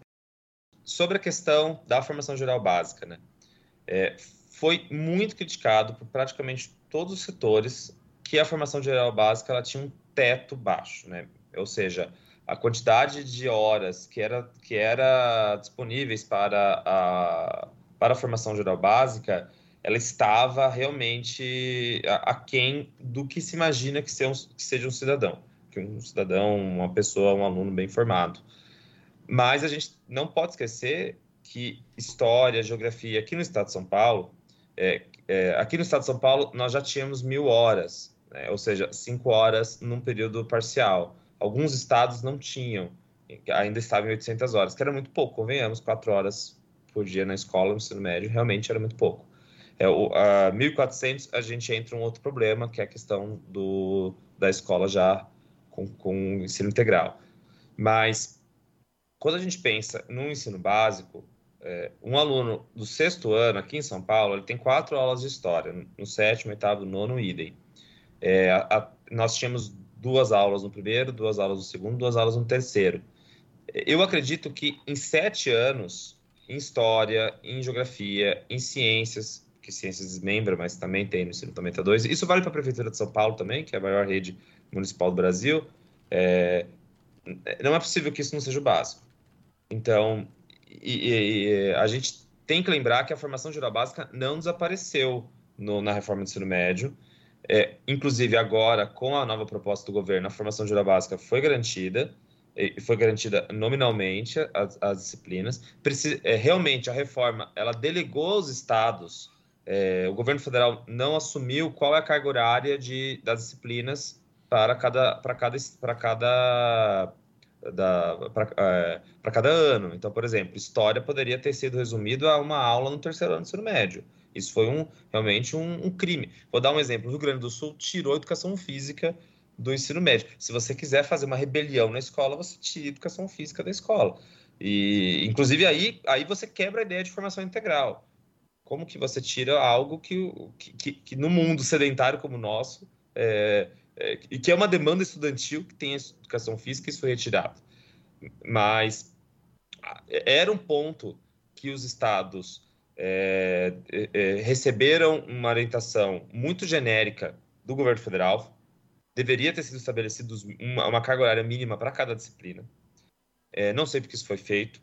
Sobre a questão da formação geral básica, né? É, foi muito criticado por praticamente todos os setores que a formação geral básica ela tinha um teto baixo, né? Ou seja, a quantidade de horas que era, que era disponíveis para a, para a formação geral básica, ela estava realmente aquém do que se imagina que, ser um, que seja um cidadão, que um cidadão, uma pessoa, um aluno bem formado. Mas a gente não pode esquecer que história, geografia, aqui no estado de São Paulo, é, é, aqui no estado de São Paulo nós já tínhamos mil horas, né? Ou seja, cinco horas num período parcial. Alguns estados não tinham, ainda estavam em oitocentas horas, que era muito pouco, convenhamos, quatro horas por dia na escola, no ensino médio, realmente era muito pouco. É, o, a mil e quatrocentos a gente entra em um outro problema, que é a questão do, da escola já com, com ensino integral. Mas quando a gente pensa no ensino básico, é, um aluno do sexto ano, aqui em São Paulo, ele tem quatro aulas de história, no sétimo, oitavo, nono, idem. É, a, a, nós tínhamos duas aulas no primeiro, duas aulas no segundo, duas aulas no terceiro. Eu acredito que em sete anos, em história, em geografia, em ciências, que ciências desmembra, mas também tem no ensino fundamental dois, isso vale para a Prefeitura de São Paulo também, que é a maior rede municipal do Brasil, é, não é possível que isso não seja o básico. Então, e, e, a gente tem que lembrar que a formação geral básica não desapareceu no, na reforma do ensino médio. É, inclusive, agora, com a nova proposta do governo, a formação geral básica foi garantida, e foi garantida nominalmente as, as disciplinas. Preci, é, realmente, a reforma, ela delegou aos estados é, o governo federal não assumiu qual é a carga horária de, das disciplinas para cada, para cada, para cada, para é, para cada ano. Então, por exemplo, história poderia ter sido resumido a uma aula no terceiro ano do ensino médio. Isso foi um, realmente um, um crime. Vou dar um exemplo. O Rio Grande do Sul tirou a educação física do ensino médio. Se você quiser fazer uma rebelião na escola, você tira a educação física da escola. E, inclusive, aí, aí você quebra a ideia de formação integral. Como que você tira algo que, que, que no mundo sedentário como o nosso, é, é, que é uma demanda estudantil que tem a educação física, isso foi retirado. Mas era um ponto que os estados é, é, receberam uma orientação muito genérica do governo federal. Deveria ter sido estabelecido uma, uma carga horária mínima para cada disciplina. É, não sei porque isso foi feito.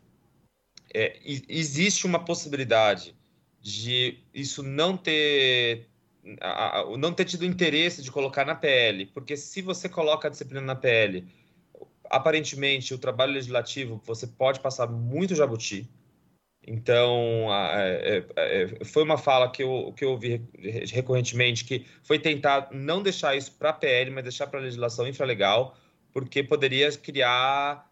É, existe uma possibilidade de isso não ter, a, a, não ter tido interesse de colocar na P L, porque se você coloca a disciplina na P L, aparentemente o trabalho legislativo você pode passar muito jabuti. Então, é, é, foi uma fala que eu, que eu ouvi recorrentemente, que foi tentar não deixar isso para a P L, mas deixar para a legislação infralegal, porque poderia criar,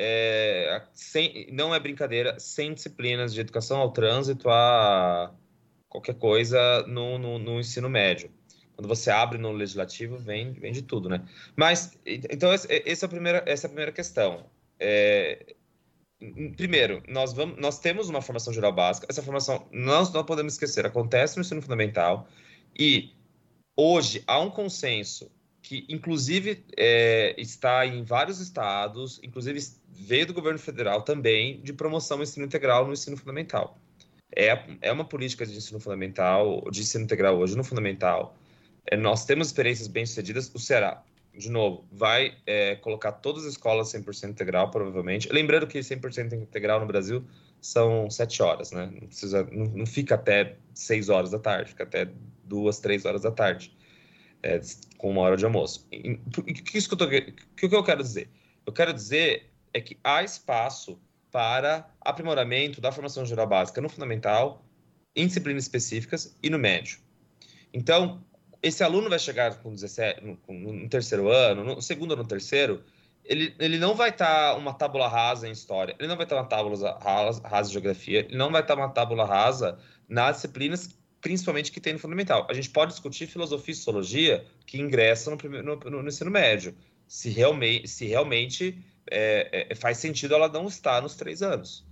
é, sem, não é brincadeira, cem disciplinas de educação ao trânsito a qualquer coisa no, no, no ensino médio. Quando você abre no legislativo, vem, vem de tudo, né? Mas, então, esse, esse é a primeira, essa é a primeira questão. É, Primeiro, nós, vamos, nós temos uma formação geral básica. Essa formação, nós não podemos esquecer, acontece no ensino fundamental. E hoje há um consenso que, inclusive, é, está em vários estados, inclusive veio do governo federal também, de promoção ao ensino integral no ensino fundamental. É, é uma política de ensino fundamental, de ensino integral hoje no fundamental. É, nós temos experiências bem-sucedidas. O Ceará, de novo, vai é, colocar todas as escolas cem por cento integral, provavelmente. Lembrando que cem por cento integral no Brasil são sete horas, né? Não, precisa, não, não fica até seis horas da tarde, fica até duas, três horas da tarde, é, com uma hora de almoço. E, que isso que eu tô, que, que eu quero dizer? Eu quero dizer é que há espaço para aprimoramento da formação geral básica no fundamental, em disciplinas específicas e no médio. Então, esse aluno vai chegar com dezessete, no, no terceiro ano, no segundo ou no terceiro, ele, ele não vai estar tá uma tábula rasa em história, ele não vai estar tá uma tábula rasa, rasa em geografia, ele não vai estar tá uma tábula rasa nas disciplinas, principalmente que tem no fundamental. A gente pode discutir filosofia e sociologia que ingressam no, primeiro, no, no, no ensino médio, se realmente, se realmente é, é, faz sentido ela não estar nos três anos.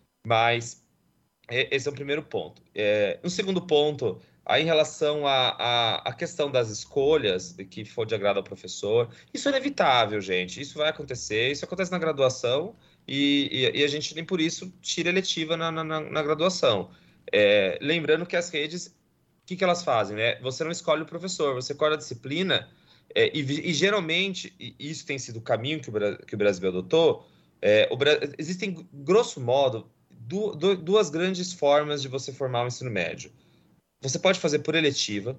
Mas é, esse é o primeiro ponto. É, um segundo ponto... Aí, em relação à, à, à questão das escolhas, que for de agrado ao professor, isso é inevitável, gente. Isso vai acontecer, isso acontece na graduação e, e, e a gente nem por isso tira eletiva na, na, na graduação. É, lembrando que as redes, o que, que elas fazem, né? Você não escolhe o professor, você escolhe a disciplina é, e, e geralmente, e isso tem sido o caminho que o, que o Brasil adotou, é, o, existem, grosso modo, du, du, duas grandes formas de você formar o ensino médio. Você pode fazer por eletiva.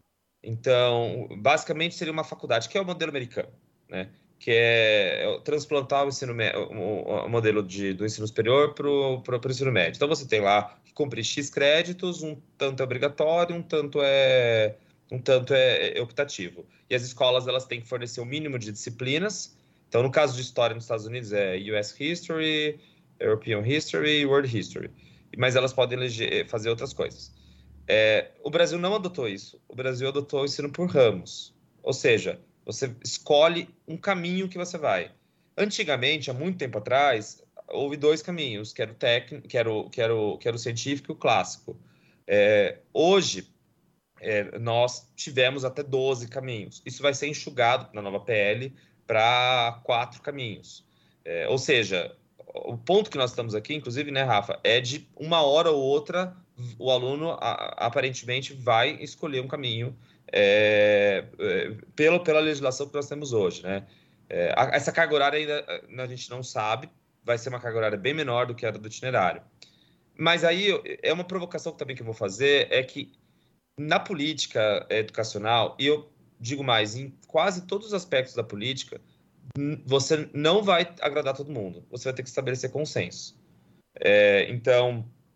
Então, basicamente seria uma faculdade, que é o modelo americano, né? Que é transplantar o, ensino, o modelo de, do ensino superior para o ensino médio. Então, você tem lá que cumprir X créditos, um tanto é obrigatório, um tanto é, um tanto é optativo. E as escolas elas têm que fornecer o um mínimo de disciplinas. Então, no caso de história nos Estados Unidos, é U S History, European History, World History. Mas elas podem eleger, fazer outras coisas. É, o Brasil não adotou isso. O Brasil adotou o ensino por ramos. Ou seja, você escolhe um caminho que você vai. Antigamente, há muito tempo atrás, houve dois caminhos, que era o técnico, que era o, que era o, que era o científico e o clássico. É, hoje, é, nós tivemos até doze caminhos. Isso vai ser enxugado na nova P L para quatro caminhos. É, ou seja, o ponto que nós estamos aqui, inclusive, né, Rafa, é de uma hora ou outra o aluno a, aparentemente vai escolher um caminho é, é, pelo, pela legislação que nós temos hoje, né? É, a, essa carga horária ainda a gente não sabe, vai ser uma carga horária bem menor do que a do itinerário. Mas aí é uma provocação também que eu vou fazer, é que na política educacional, e eu digo mais, em quase todos os aspectos da política, você não vai agradar todo mundo, você vai ter que estabelecer consenso. É, então...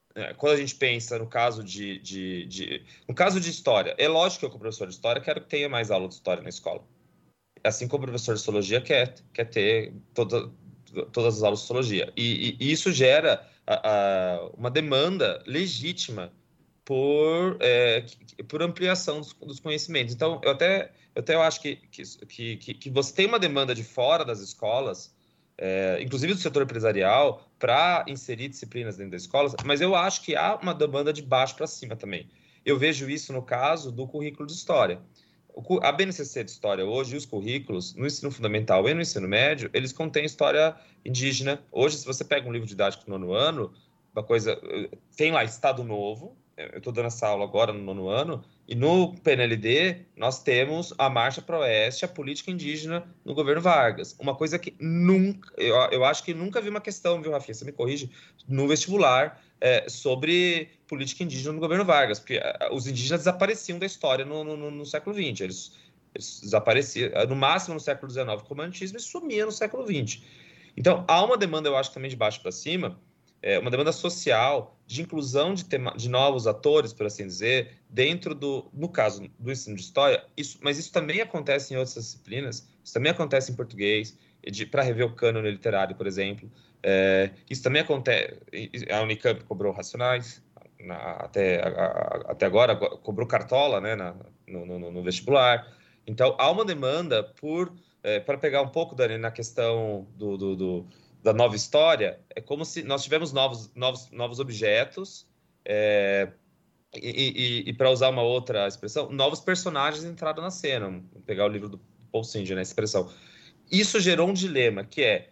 é, quando a gente pensa no caso de, de, de... No caso de história, é lógico que eu, como professor de história, quero que tenha mais aula de história na escola. Assim como o professor de sociologia quer, quer ter toda, todas as aulas de sociologia. E, e, e isso gera a, a, uma demanda legítima por, é, por ampliação dos, dos conhecimentos. Então, eu até, eu até acho que, que, que, que você tem uma demanda de fora das escolas, é, inclusive do setor empresarial, para inserir disciplinas dentro das escolas, mas eu acho que há uma demanda de baixo para cima também. Eu vejo isso no caso do currículo de História. A B N C C de História hoje, os currículos, no ensino fundamental e no ensino médio, eles contêm história indígena. Hoje, se você pega um livro didático do nono ano, uma coisa, tem lá Estado Novo, eu estou dando essa aula agora no nono ano, e no P N L D nós temos a Marcha para o Oeste, a política indígena no governo Vargas. Uma coisa que nunca, eu, eu acho que nunca vi uma questão, viu, Rafinha, você me corrige, no vestibular é, sobre política indígena no governo Vargas, porque uh, os indígenas desapareciam da história no, no, no século vinte, eles, eles desapareciam, no máximo no século dezenove com o romantismo e sumiam no século vinte. Então, há uma demanda, eu acho, também de baixo para cima, é, uma demanda social de inclusão de, tema, de novos atores, por assim dizer, dentro do, no caso do ensino de história, isso, mas isso também acontece em outras disciplinas, isso também acontece em português, para rever o cânone literário, por exemplo. É, isso também acontece, a Unicamp cobrou Racionais, na, até, a, a, até agora cobrou Cartola, né, na, no, no, no vestibular. Então, há uma demanda por, é, para pegar um pouco, Dani, na questão do, do, do, da nova história, é como se nós tivemos novos, novos, novos objetos, é, e, e, e para usar uma outra expressão, novos personagens entraram na cena. Vou pegar o livro do Paul Singer, né, expressão. Isso gerou um dilema, que é,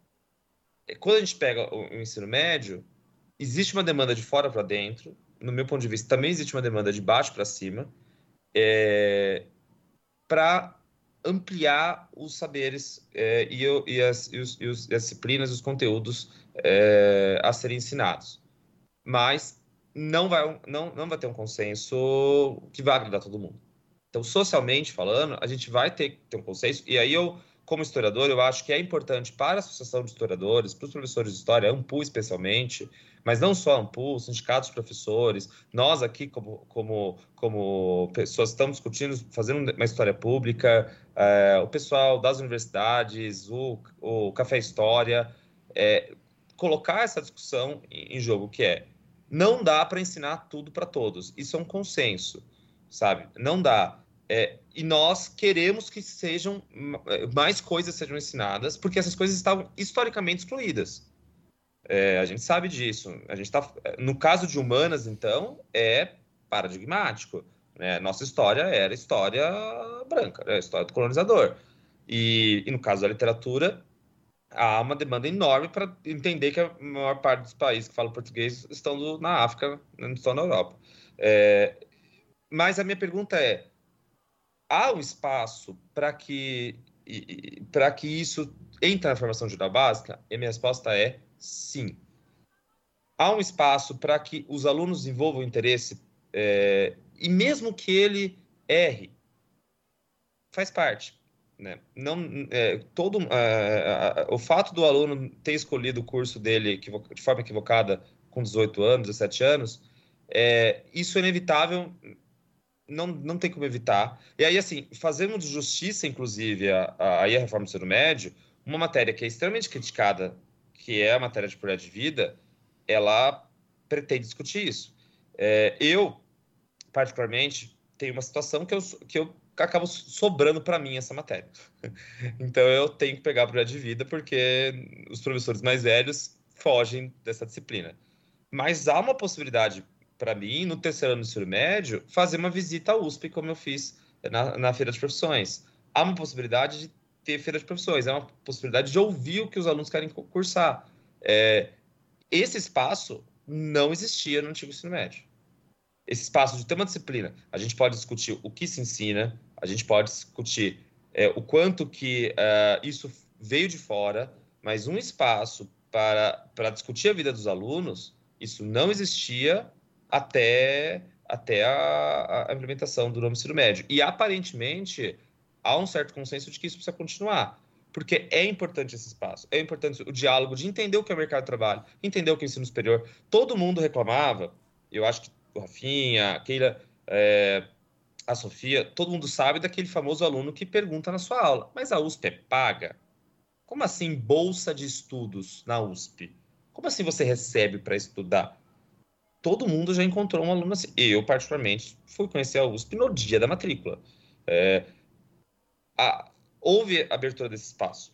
quando a gente pega o, o ensino médio, existe uma demanda de fora para dentro, no meu ponto de vista, também existe uma demanda de baixo para cima, é, para ampliar os saberes é, e, e, as, e, os, e, os, e as disciplinas, os conteúdos é, a serem ensinados. Mas não vai, não, não vai ter um consenso que vai agradar todo mundo. Então, socialmente falando, a gente vai ter que ter um consenso, e aí eu, como historiador, eu acho que é importante para a Associação de Historiadores, para os professores de História, a ANPU especialmente, mas não só a ANPU, sindicatos de professores, nós aqui como, como, como pessoas estamos discutindo, fazendo uma história pública, é, o pessoal das universidades, o, o Café História, é, colocar essa discussão em, em jogo, que é, não dá para ensinar tudo para todos, isso é um consenso, sabe? Não dá. É, e nós queremos que sejam mais coisas sejam ensinadas, porque essas coisas estavam historicamente excluídas. É, a gente sabe disso. A gente tá, no caso de humanas, então, é paradigmático, né? Nossa história era história branca, né? História do colonizador. E, e no caso da literatura, há uma demanda enorme para entender que a maior parte dos países que falam português estão do, na África, não estão na Europa. É, mas a minha pergunta é, há um espaço para que, para que isso entre na formação geral básica? E minha resposta é sim. Há um espaço para que os alunos desenvolvam interesse, é, e mesmo que ele erre, faz parte. Né? Não, é, todo, é, o fato do aluno ter escolhido o curso dele de forma equivocada com dezoito anos, dezessete anos, é, isso é inevitável. Não, não tem como evitar. E aí, assim, fazemos justiça, inclusive, a, a, a reforma do ensino médio, uma matéria que é extremamente criticada, que é a matéria de qualidade de vida, ela pretende discutir isso. É, eu, particularmente, tenho uma situação que eu, que eu acabo sobrando para mim essa matéria. Então, eu tenho que pegar a qualidade de vida, porque os professores mais velhos fogem dessa disciplina. Mas há uma possibilidade, para mim, no terceiro ano do ensino médio, fazer uma visita à U S P, como eu fiz na, na Feira de Profissões. Há uma possibilidade de ter Feira de Profissões, há uma possibilidade de ouvir o que os alunos querem cursar. É, esse espaço não existia no antigo ensino médio. Esse espaço de ter uma disciplina, a gente pode discutir o que se ensina, a gente pode discutir é, o quanto que uh, isso veio de fora, mas um espaço para, para discutir a vida dos alunos, isso não existia até, até a, a implementação do novo ensino médio. E, aparentemente, há um certo consenso de que isso precisa continuar. porque é importante esse espaço, é importante o diálogo de entender o que é o mercado de trabalho, entender o que é o ensino superior. Todo mundo reclamava, eu acho que o Rafinha, a Keila, é, a Sofia, todo mundo sabe daquele famoso aluno que pergunta na sua aula, mas a U S P é paga? Como assim bolsa de estudos na U S P? Como assim você recebe para estudar? Todo mundo já encontrou um aluno assim. Eu, particularmente, fui conhecer a U S P no dia da matrícula. É, a, houve abertura desse espaço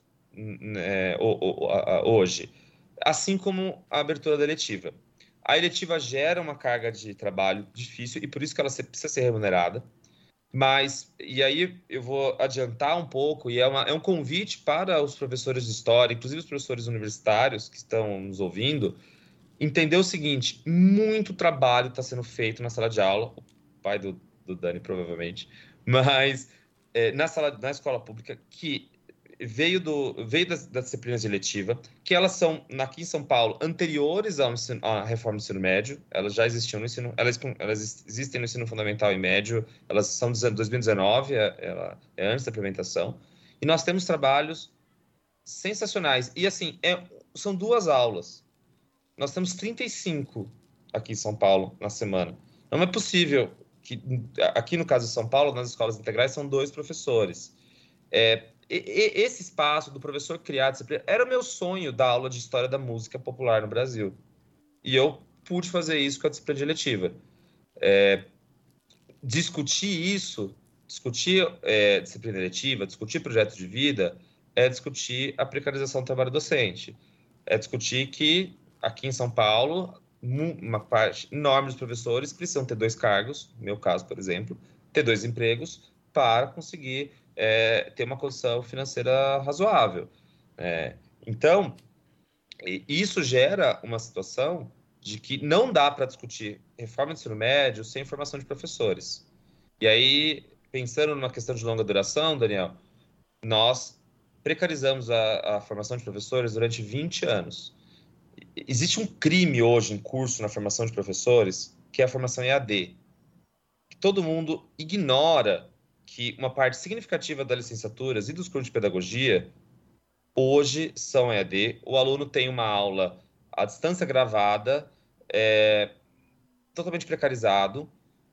é, o, o, a, hoje, assim como a abertura da eletiva. A eletiva gera uma carga de trabalho difícil e por isso que ela precisa ser remunerada. Mas, e aí eu vou adiantar um pouco, e é, uma, é um convite para os professores de história, inclusive os professores universitários que estão nos ouvindo, entender o seguinte: muito trabalho está sendo feito na sala de aula, o pai do, do Dani provavelmente, mas é, na, sala, na escola pública, que veio, do, veio das, das disciplinas de eletiva, que elas são, aqui em São Paulo, anteriores ao ensino, à reforma do ensino médio, elas já existiam no ensino, elas, elas existem no ensino fundamental e médio, elas são de dois mil e dezenove, é, ela, é antes da implementação, e nós temos trabalhos sensacionais, e assim, é, são duas aulas. Nós temos trinta e cinco aqui em São Paulo na semana. Não é possível que, aqui no caso de São Paulo, nas escolas integrais, são dois professores. É, esse espaço do professor criar disciplina era o meu sonho da aula de História da Música Popular no Brasil. E eu pude fazer isso com a disciplina de eletiva. É, discutir isso, discutir é, disciplina eletiva, discutir projeto de vida, é discutir a precarização do trabalho docente. É discutir que aqui em São Paulo, uma parte enorme dos professores precisam ter dois cargos, no meu caso, por exemplo, ter dois empregos para conseguir é, ter uma condição financeira razoável. É, então, isso gera uma situação de que não dá para discutir reforma do ensino médio sem formação de professores. E aí, pensando numa questão de longa duração, Daniel, nós precarizamos a, a formação de professores durante vinte anos. Existe um crime hoje em curso na formação de professores, que é a formação E A D. Todo mundo ignora que uma parte significativa das licenciaturas e dos cursos de pedagogia hoje são E A D. O aluno tem uma aula à distância gravada, é, totalmente precarizado,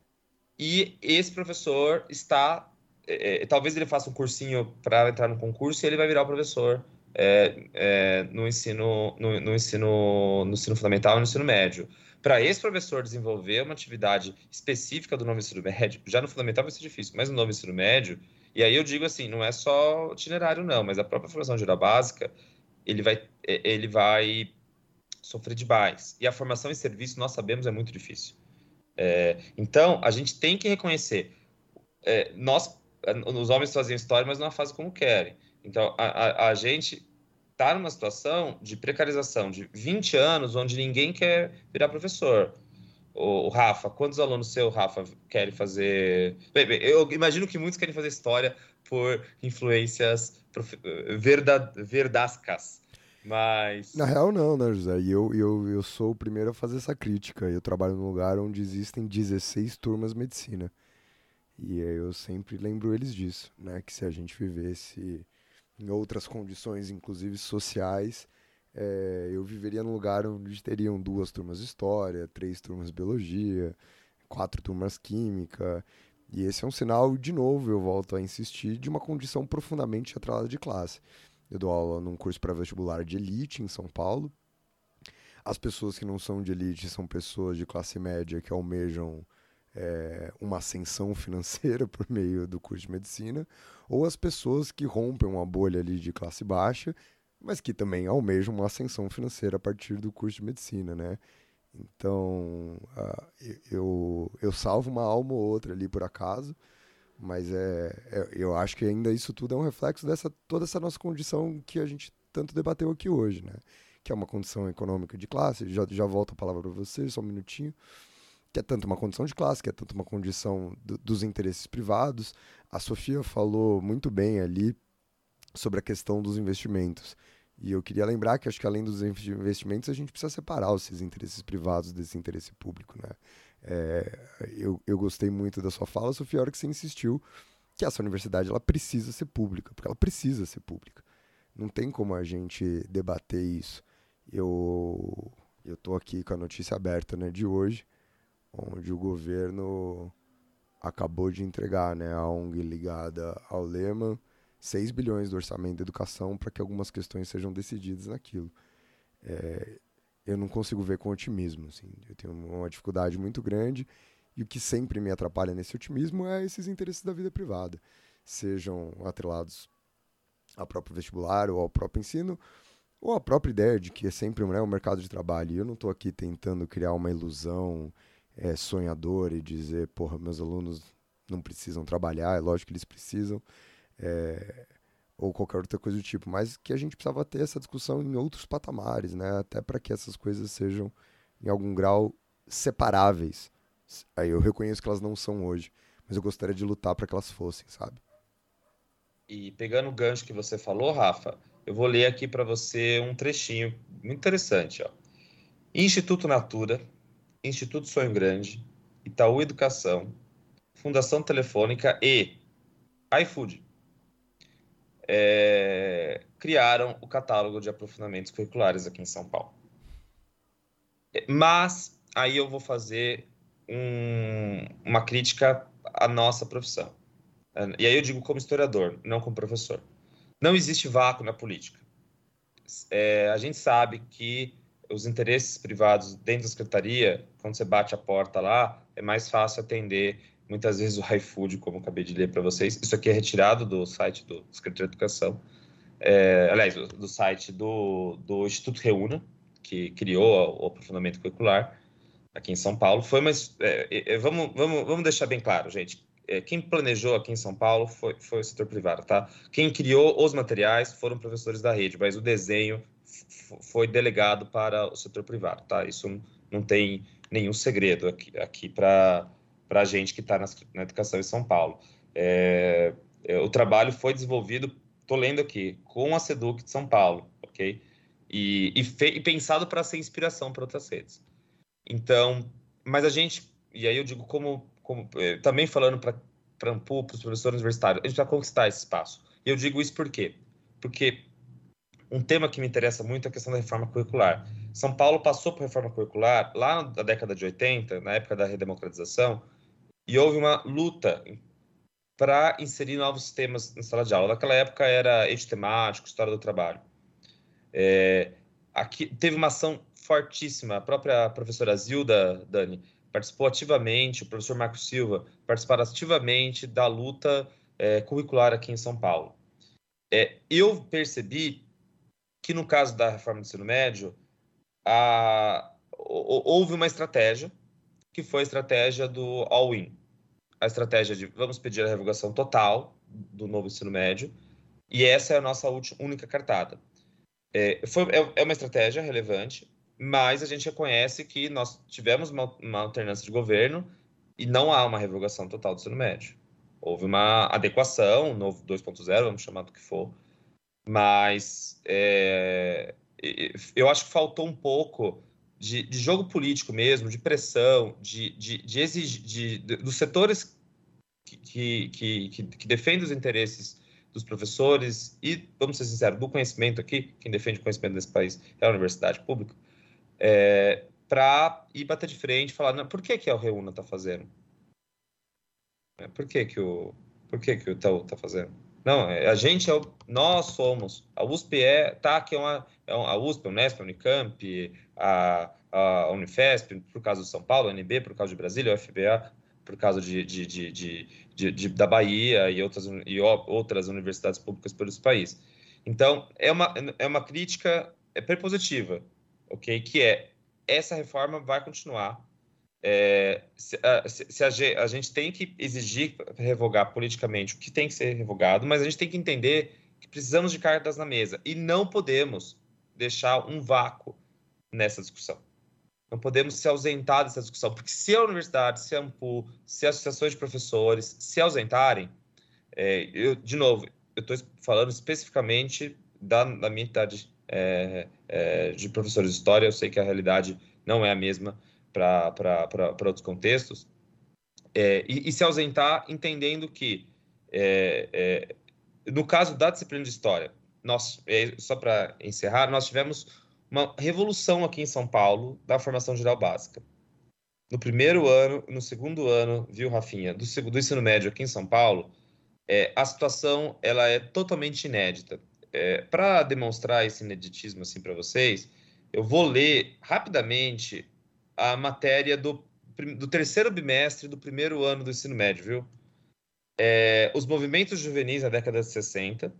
e esse professor está... É, talvez ele faça um cursinho para entrar no concurso e ele vai virar o professor É, é, no, ensino, no, no, ensino, no ensino fundamental e no ensino médio. Para esse professor desenvolver uma atividade específica do novo ensino médio, já no fundamental vai ser difícil, mas no novo ensino médio, e aí eu digo assim, não é só itinerário não, mas a própria formação geral básica, ele vai, ele vai sofrer demais. E a formação em serviço, nós sabemos, é muito difícil. É, então, a gente tem que reconhecer, é, nós, os homens faziam história, mas não fazem como querem. Então, a, a, a gente está numa situação de precarização de vinte anos, onde ninguém quer virar professor. O, o Rafa, quantos alunos seu, Rafa, querem fazer... Bem, bem, eu imagino que muitos querem fazer história por influências prof... Verda... verdascas, mas... Na real, não, né, José? E eu, eu, eu sou o primeiro a fazer essa crítica. Eu trabalho num lugar onde existem dezesseis turmas de medicina. E eu sempre lembro eles disso, né? Que se a gente vivesse em outras condições, inclusive sociais, é, eu viveria num lugar onde teriam duas turmas de história, três turmas de biologia, quatro turmas química. E esse é um sinal, de novo, eu volto a insistir, de uma condição profundamente atrelada de classe. Eu dou aula num curso pré-vestibular de elite em São Paulo. As pessoas que não são de elite são pessoas de classe média que almejam É, uma ascensão financeira por meio do curso de medicina, ou as pessoas que rompem uma bolha ali de classe baixa, mas que também almejam uma ascensão financeira a partir do curso de medicina, né? Então, uh, eu, eu salvo uma alma ou outra ali por acaso, mas é, é, eu acho que ainda isso tudo é um reflexo dessa toda essa nossa condição que a gente tanto debateu aqui hoje, né? Que é uma condição econômica de classe. Já, já volto a palavra para você, só um minutinho. Que é tanto uma condição de classe, que é tanto uma condição do, dos interesses privados. A Sofia falou muito bem ali sobre a questão dos investimentos. E eu queria lembrar que acho que além dos investimentos, a gente precisa separar esses interesses privados desse interesse público, né? É, eu, eu gostei muito da sua fala, Sofia, a hora que você insistiu que essa universidade ela precisa ser pública, porque ela precisa ser pública. Não tem como a gente debater isso. Eu eu tô aqui com a notícia aberta, né, de hoje, onde o governo acabou de entregar, né, a O N G ligada ao Lehman, seis bilhões do orçamento de educação para que algumas questões sejam decididas naquilo. É, eu não consigo ver com otimismo, assim. Eu tenho uma dificuldade muito grande e o que sempre me atrapalha nesse otimismo é esses interesses da vida privada, sejam atrelados ao próprio vestibular ou ao próprio ensino, ou a própria ideia de que é sempre, né, um mercado de trabalho. E eu não estou aqui tentando criar uma ilusão é, sonhadora e dizer, porra, meus alunos não precisam trabalhar, é lógico que eles precisam, é, ou qualquer outra coisa do tipo, mas que a gente precisava ter essa discussão em outros patamares, né, até para que essas coisas sejam, em algum grau, separáveis. Aí eu reconheço que elas não são hoje, mas eu gostaria de lutar para que elas fossem, sabe? E pegando o gancho que você falou, Rafa, eu vou ler aqui para você um trechinho muito interessante. Ó. Instituto Natura, Instituto Sonho Grande, Itaú Educação, Fundação Telefônica e iFood é, criaram o catálogo de aprofundamentos curriculares aqui em São Paulo. Mas aí eu vou fazer um, uma crítica à nossa profissão. E aí eu digo como historiador, não como professor. Não existe vácuo na política. É, a gente sabe que os interesses privados dentro da secretaria, quando você bate a porta lá, é mais fácil atender, muitas vezes, o iFood, como eu acabei de ler para vocês. Isso aqui é retirado do site do Secretaria de Educação. É, aliás, do, do site do, do Instituto Reúna, que criou o aprofundamento curricular aqui em São Paulo. Foi uma, é, é, vamos, vamos, vamos deixar bem claro, gente. Quem planejou aqui em São Paulo foi, foi o setor privado, tá? Quem criou os materiais foram professores da rede, mas o desenho foi delegado para o setor privado, tá? Isso não tem nenhum segredo aqui, aqui para a gente que está na, na educação em São Paulo. É, é, o trabalho foi desenvolvido, estou lendo aqui, com a SEDUC de São Paulo, ok? E, e, fe, e pensado para ser inspiração para outras redes. Então, mas a gente, e aí eu digo como... Como, também falando para a Ampul, para os professores universitários, a gente precisa conquistar esse espaço. E eu digo isso por quê? Porque um tema que me interessa muito é a questão da reforma curricular. São Paulo passou por reforma curricular lá na década de oitenta, na época da redemocratização, e houve uma luta para inserir novos temas na sala de aula. Naquela época era eixo temático, história do trabalho. É, aqui teve uma ação fortíssima, a própria professora Zilda, Dani, participou ativamente, o professor Marco Silva participaram ativamente da luta é, curricular aqui em São Paulo. É, eu percebi que, no caso da reforma do ensino médio, a, houve uma estratégia, que foi a estratégia do all-in. A estratégia de vamos pedir a revogação total do novo ensino médio, e essa é a nossa última, única cartada. É, foi, é uma estratégia relevante, mas a gente reconhece que nós tivemos uma, uma alternância de governo e não há uma revogação total do ensino médio. Houve uma adequação, novo dois ponto zero, vamos chamar do que for, mas é, eu acho que faltou um pouco de, de jogo político mesmo, de pressão, de, de, de exigir, de, de, dos setores que, que, que, que defendem os interesses dos professores e, vamos ser sinceros, do conhecimento aqui, quem defende o conhecimento nesse país é a universidade pública, é, para ir bater de frente e falar, não, por que, que a Reúna está fazendo? Por que, que o por que, que o Itaú está fazendo? Não, a gente é o, nós somos, a U S P é, tá, que é uma, é uma a U S P, a Unesp, a Unicamp, a, a Unifesp, por causa de São Paulo, a N B, por causa de Brasília, a U F B A, por causa de, de, de, de, de, de, da Bahia e outras, e outras universidades públicas pelo país. Então, é uma, é uma crítica é prepositiva, ok? Que é, essa reforma vai continuar. É, se, a, se a, a gente tem que exigir revogar politicamente o que tem que ser revogado, mas a gente tem que entender que precisamos de cartas na mesa e não podemos deixar um vácuo nessa discussão. Não podemos se ausentar dessa discussão, porque se a universidade, se a Ampul, se as associações de professores se ausentarem, é, eu, de novo, eu estou falando especificamente da, da minha idade é, é, de professores de história, eu sei que a realidade não é a mesma para outros contextos, é, e, e se ausentar entendendo que, é, é, no caso da disciplina de história, nós, só para encerrar, nós tivemos uma revolução aqui em São Paulo da formação geral básica. No primeiro ano, no segundo ano, viu, Rafinha, do, do ensino médio aqui em São Paulo, é, a situação ela é totalmente inédita. É, para demonstrar esse ineditismo assim, para vocês, eu vou ler rapidamente a matéria do, do terceiro bimestre do primeiro ano do ensino médio, viu? É, os movimentos juvenis na década de sessenta,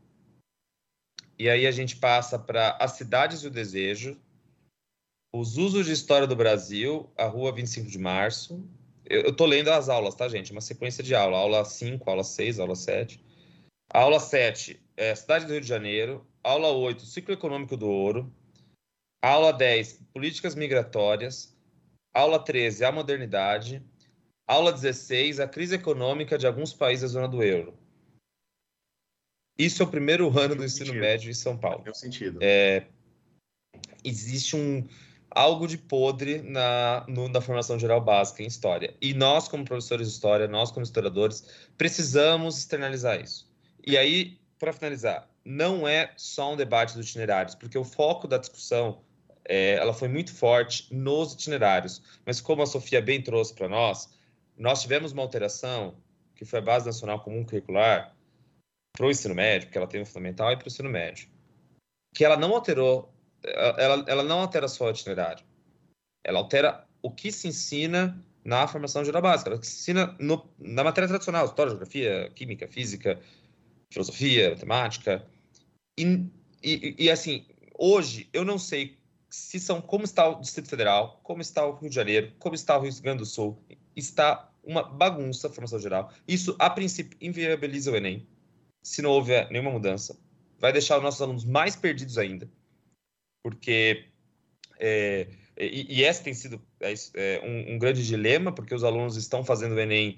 e aí a gente passa para As Cidades e o Desejo, Os Usos de História do Brasil, a Rua vinte e cinco de Março. Eu estou lendo as aulas, tá, gente? Uma sequência de aula. Aula cinco, aula seis, aula sete. A aula sete, é Cidade do Rio de Janeiro. Aula oito, Ciclo Econômico do Ouro. Aula dez, Políticas Migratórias. Aula treze, A Modernidade. Aula dezesseis, A Crise Econômica de Alguns Países da Zona do Euro. Isso é o primeiro ano do ensino médio em São Paulo. Tem sentido. É, existe um, algo de podre na, no, na formação geral básica em História. E nós, como professores de História, nós, como historiadores, precisamos externalizar isso. E aí, para finalizar, não é só um debate dos itinerários, porque o foco da discussão é, ela foi muito forte nos itinerários. Mas como a Sofia bem trouxe para nós, nós tivemos uma alteração, que foi a Base Nacional Comum Curricular, para o ensino médio, porque ela tem um fundamental, e para o ensino médio, que ela não alterou, ela, ela não altera só o itinerário, ela altera o que se ensina na formação geral básica, ela se ensina no, na matéria tradicional, história, geografia, química, física, filosofia, matemática, e, e, e assim, hoje eu não sei se são, como está o Distrito Federal, como está o Rio de Janeiro, como está o Rio Grande do Sul, está uma bagunça a formação geral. Isso, a princípio, inviabiliza o Enem, se não houver nenhuma mudança. Vai deixar os nossos alunos mais perdidos ainda, porque é, e, e esse tem sido é, um, um grande dilema, porque os alunos estão fazendo o Enem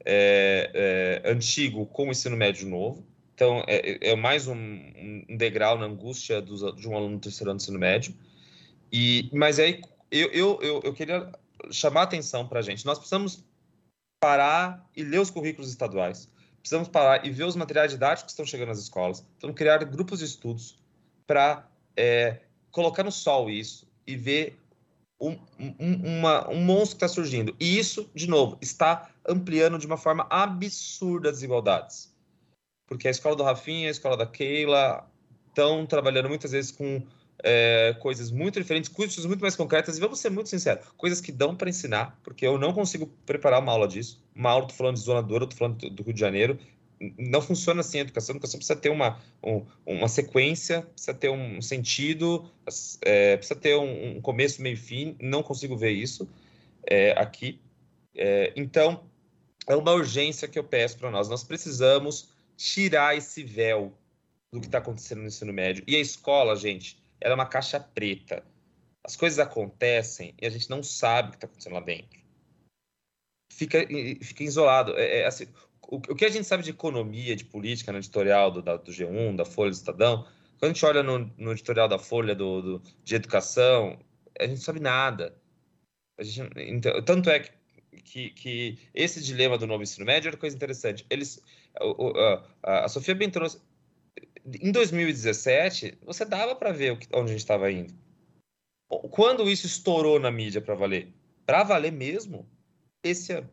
é, é, antigo com o ensino médio novo. Então, é, é mais um, um degrau na angústia dos, de um aluno do terceiro ano do ensino médio. E, mas aí, eu, eu, eu, eu queria chamar a atenção para a gente. Nós precisamos parar e ler os currículos estaduais. Precisamos parar e ver os materiais didáticos que estão chegando nas escolas. Precisamos criar grupos de estudos para é, colocar no sol isso e ver um, um, uma, um monstro que está surgindo. E isso, de novo, está ampliando de uma forma absurda as desigualdades. Porque a escola do Rafinha, a escola da Keila estão trabalhando muitas vezes com é, coisas muito diferentes, coisas muito mais concretas. E vamos ser muito sinceros, coisas que dão para ensinar, porque eu não consigo preparar uma aula disso. Uma aula, estou falando de Zona do Ouro, estou falando do Rio de Janeiro. Não funciona assim a educação. A educação precisa ter uma, um, uma sequência, precisa ter um sentido, é, precisa ter um, um começo, meio e fim. Não consigo ver isso é, aqui. É, então, é uma urgência que eu peço para nós. Nós precisamos tirar esse véu do que está acontecendo no ensino médio. E a escola, gente, ela é uma caixa preta. As coisas acontecem e a gente não sabe o que está acontecendo lá dentro. Fica, fica isolado. É, é, assim, o, o que a gente sabe de economia, de política, no editorial do, da, do G um, da Folha do Estadão, quando a gente olha no, no editorial da Folha do, do, de educação, a gente não sabe nada. A gente, então, tanto é que, que, que esse dilema do novo ensino médio era coisa interessante. Eles, a, a Sofia bem trouxe. Em dois mil e dezessete, você dava para ver o que, onde a gente estava indo. Quando isso estourou na mídia para valer? Para valer mesmo? Esse ano.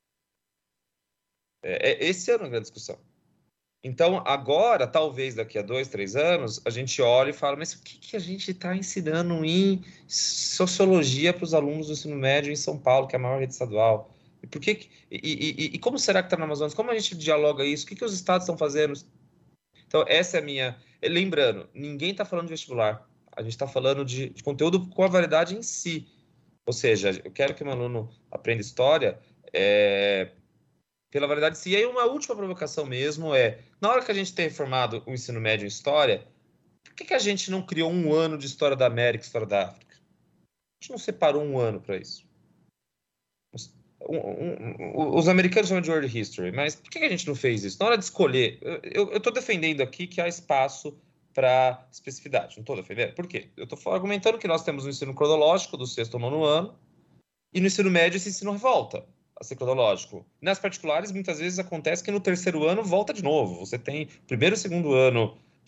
É, é, esse ano é a grande discussão. Então, agora, talvez daqui a dois, três anos, a gente olha e fala, mas o que, que a gente está ensinando em sociologia para os alunos do ensino médio em São Paulo, que é a maior rede estadual? E, por que, e, e, e como será que está no Amazonas? Como a gente dialoga isso? O que, que os estados estão fazendo? Então, essa é a minha... Lembrando, ninguém está falando de vestibular. A gente está falando de, de conteúdo com a variedade em si. Ou seja, eu quero que o meu aluno aprenda história é, pela variedade em si. E aí, uma última provocação mesmo é, na hora que a gente tem formado o ensino médio em história, por que, que a gente não criou um ano de história da América e história da África? A gente não separou um ano para isso. Um, um, um, os americanos chamam de World History, mas por que a gente não fez isso? Na hora de escolher, eu estou defendendo aqui que há espaço para especificidade, não estou defendendo. Por quê? Eu estou argumentando que nós temos um ensino cronológico do sexto ao nono ano, e no ensino médio esse ensino volta a ser cronológico. Nas particulares, muitas vezes acontece que no terceiro ano volta de novo. Você tem o primeiro e o segundo ano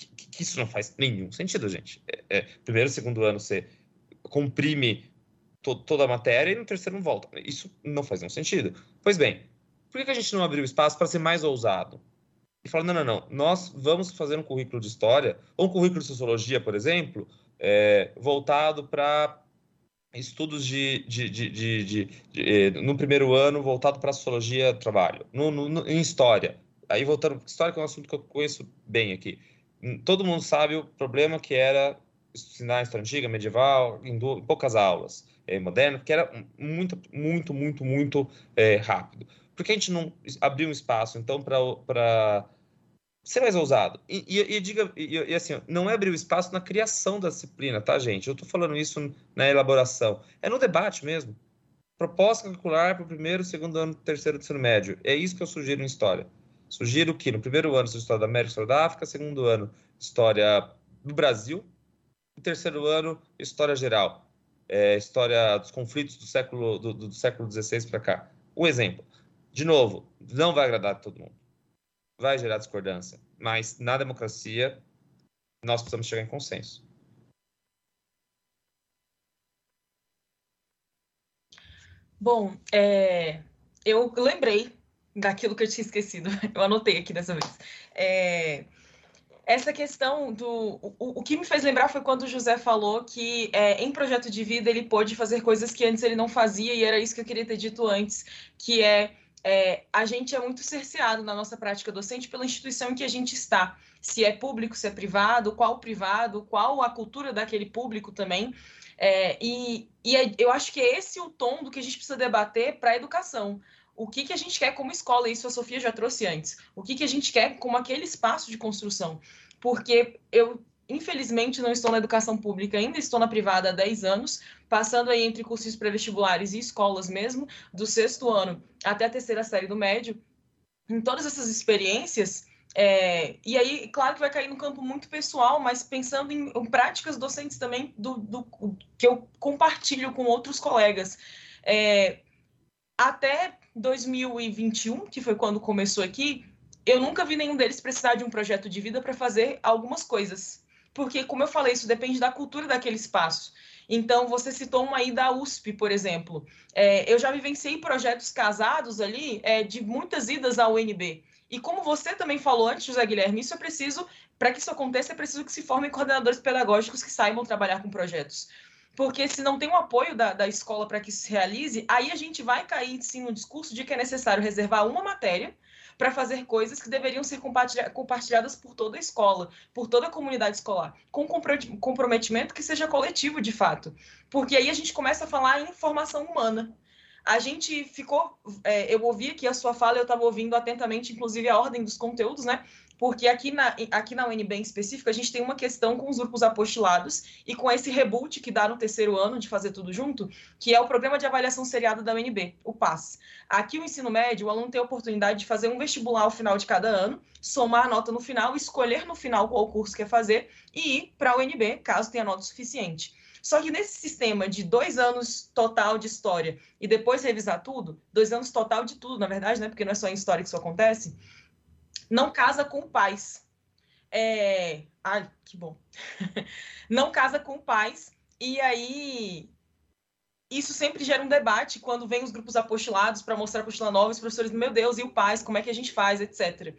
que, que isso não faz nenhum sentido, gente. É, é, primeiro e segundo ano você comprime to, toda a matéria e no terceiro não volta. Isso não faz nenhum sentido. Pois bem, por que, que a gente não abriu espaço para ser mais ousado? E falar, não, não, não, nós vamos fazer um currículo de história, ou um currículo de sociologia, por exemplo, é, voltado para estudos de, de, de, de, de, de, de no primeiro ano, voltado para a sociologia do trabalho, no, no, em história. Aí voltando, história que é um assunto que eu conheço bem aqui. Todo mundo sabe o problema que era ensinar história antiga, medieval, em, duas, em poucas aulas, é, moderna, que era muito, muito, muito, muito é, rápido. Por que a gente não abriu um espaço, então, para ser mais ousado? E, e, e diga, e, e assim, não é abrir o espaço na criação da disciplina, tá, gente? Eu estou falando isso na elaboração. É no debate mesmo. Proposta curricular para o primeiro, segundo ano, terceiro do ensino médio. É isso que eu sugiro em história. Sugiro que no primeiro ano, história da América e história da África, segundo ano, história do Brasil, no terceiro ano, história geral. É, história dos conflitos do século, do, do século dezesseis para cá. Um exemplo. De novo, não vai agradar a todo mundo. Vai gerar discordância. Mas, na democracia, nós precisamos chegar em consenso. Bom, é, eu lembrei daquilo que eu tinha esquecido. Eu anotei aqui dessa vez. É, essa questão do... O, o que me fez lembrar foi quando o José falou que é, em projeto de vida ele pôde fazer coisas que antes ele não fazia, e era isso que eu queria ter dito antes, que é... É, a gente é muito cerceado na nossa prática docente pela instituição em que a gente está. Se é público, se é privado, qual privado, qual a cultura daquele público também. É, e e é, eu acho que é esse o tom do que a gente precisa debater para a educação. O que, que a gente quer como escola, isso a Sofia já trouxe antes. O que, que a gente quer como aquele espaço de construção. Porque eu... Infelizmente, não estou na educação pública, ainda estou na privada há dez anos, passando aí entre cursos pré-vestibulares e escolas mesmo, do sexto ano até a terceira série do médio. Em todas essas experiências, é, e aí, claro que vai cair no campo muito pessoal, mas pensando em, em práticas docentes também, do, do, que eu compartilho com outros colegas. É, até dois mil e vinte e um, que foi quando começou aqui, eu nunca vi nenhum deles precisar de um projeto de vida para fazer algumas coisas. Porque, como eu falei, isso depende da cultura daquele espaço. Então, você citou uma ida à U S P, por exemplo. É, eu já vivenciei projetos casados ali, é, de muitas idas à U N B. E como você também falou antes, José Guilherme, isso é preciso, para que isso aconteça, é preciso que se formem coordenadores pedagógicos que saibam trabalhar com projetos. Porque se não tem o apoio da, da escola para que isso se realize, aí a gente vai cair, sim, no discurso de que é necessário reservar uma matéria para fazer coisas que deveriam ser compartilhadas por toda a escola, por toda a comunidade escolar, com comprometimento que seja coletivo, de fato. Porque aí a gente começa a falar em formação humana. A gente ficou... É, eu ouvi aqui a sua fala, eu estava ouvindo atentamente, inclusive, a ordem dos conteúdos, né? Porque aqui na, aqui na U N B em específico, a gente tem uma questão com os grupos apostilados e com esse reboot que dá no terceiro ano de fazer tudo junto, que é o Programa de Avaliação Seriada da U N B, o P A S. Aqui o ensino médio, o aluno tem a oportunidade de fazer um vestibular ao final de cada ano, somar a nota no final, escolher no final qual curso quer fazer e ir para a U N B, caso tenha nota suficiente. Só que nesse sistema de dois anos total de história e depois revisar tudo, dois anos total de tudo, na verdade, né? Porque não é só em história que isso acontece, não casa com pais. É... Ai, que bom. Não casa com pais. E aí, isso sempre gera um debate quando vem os grupos apostilados para mostrar a apostila nova, os professores, meu Deus, e o pais, como é que a gente faz, etcétera.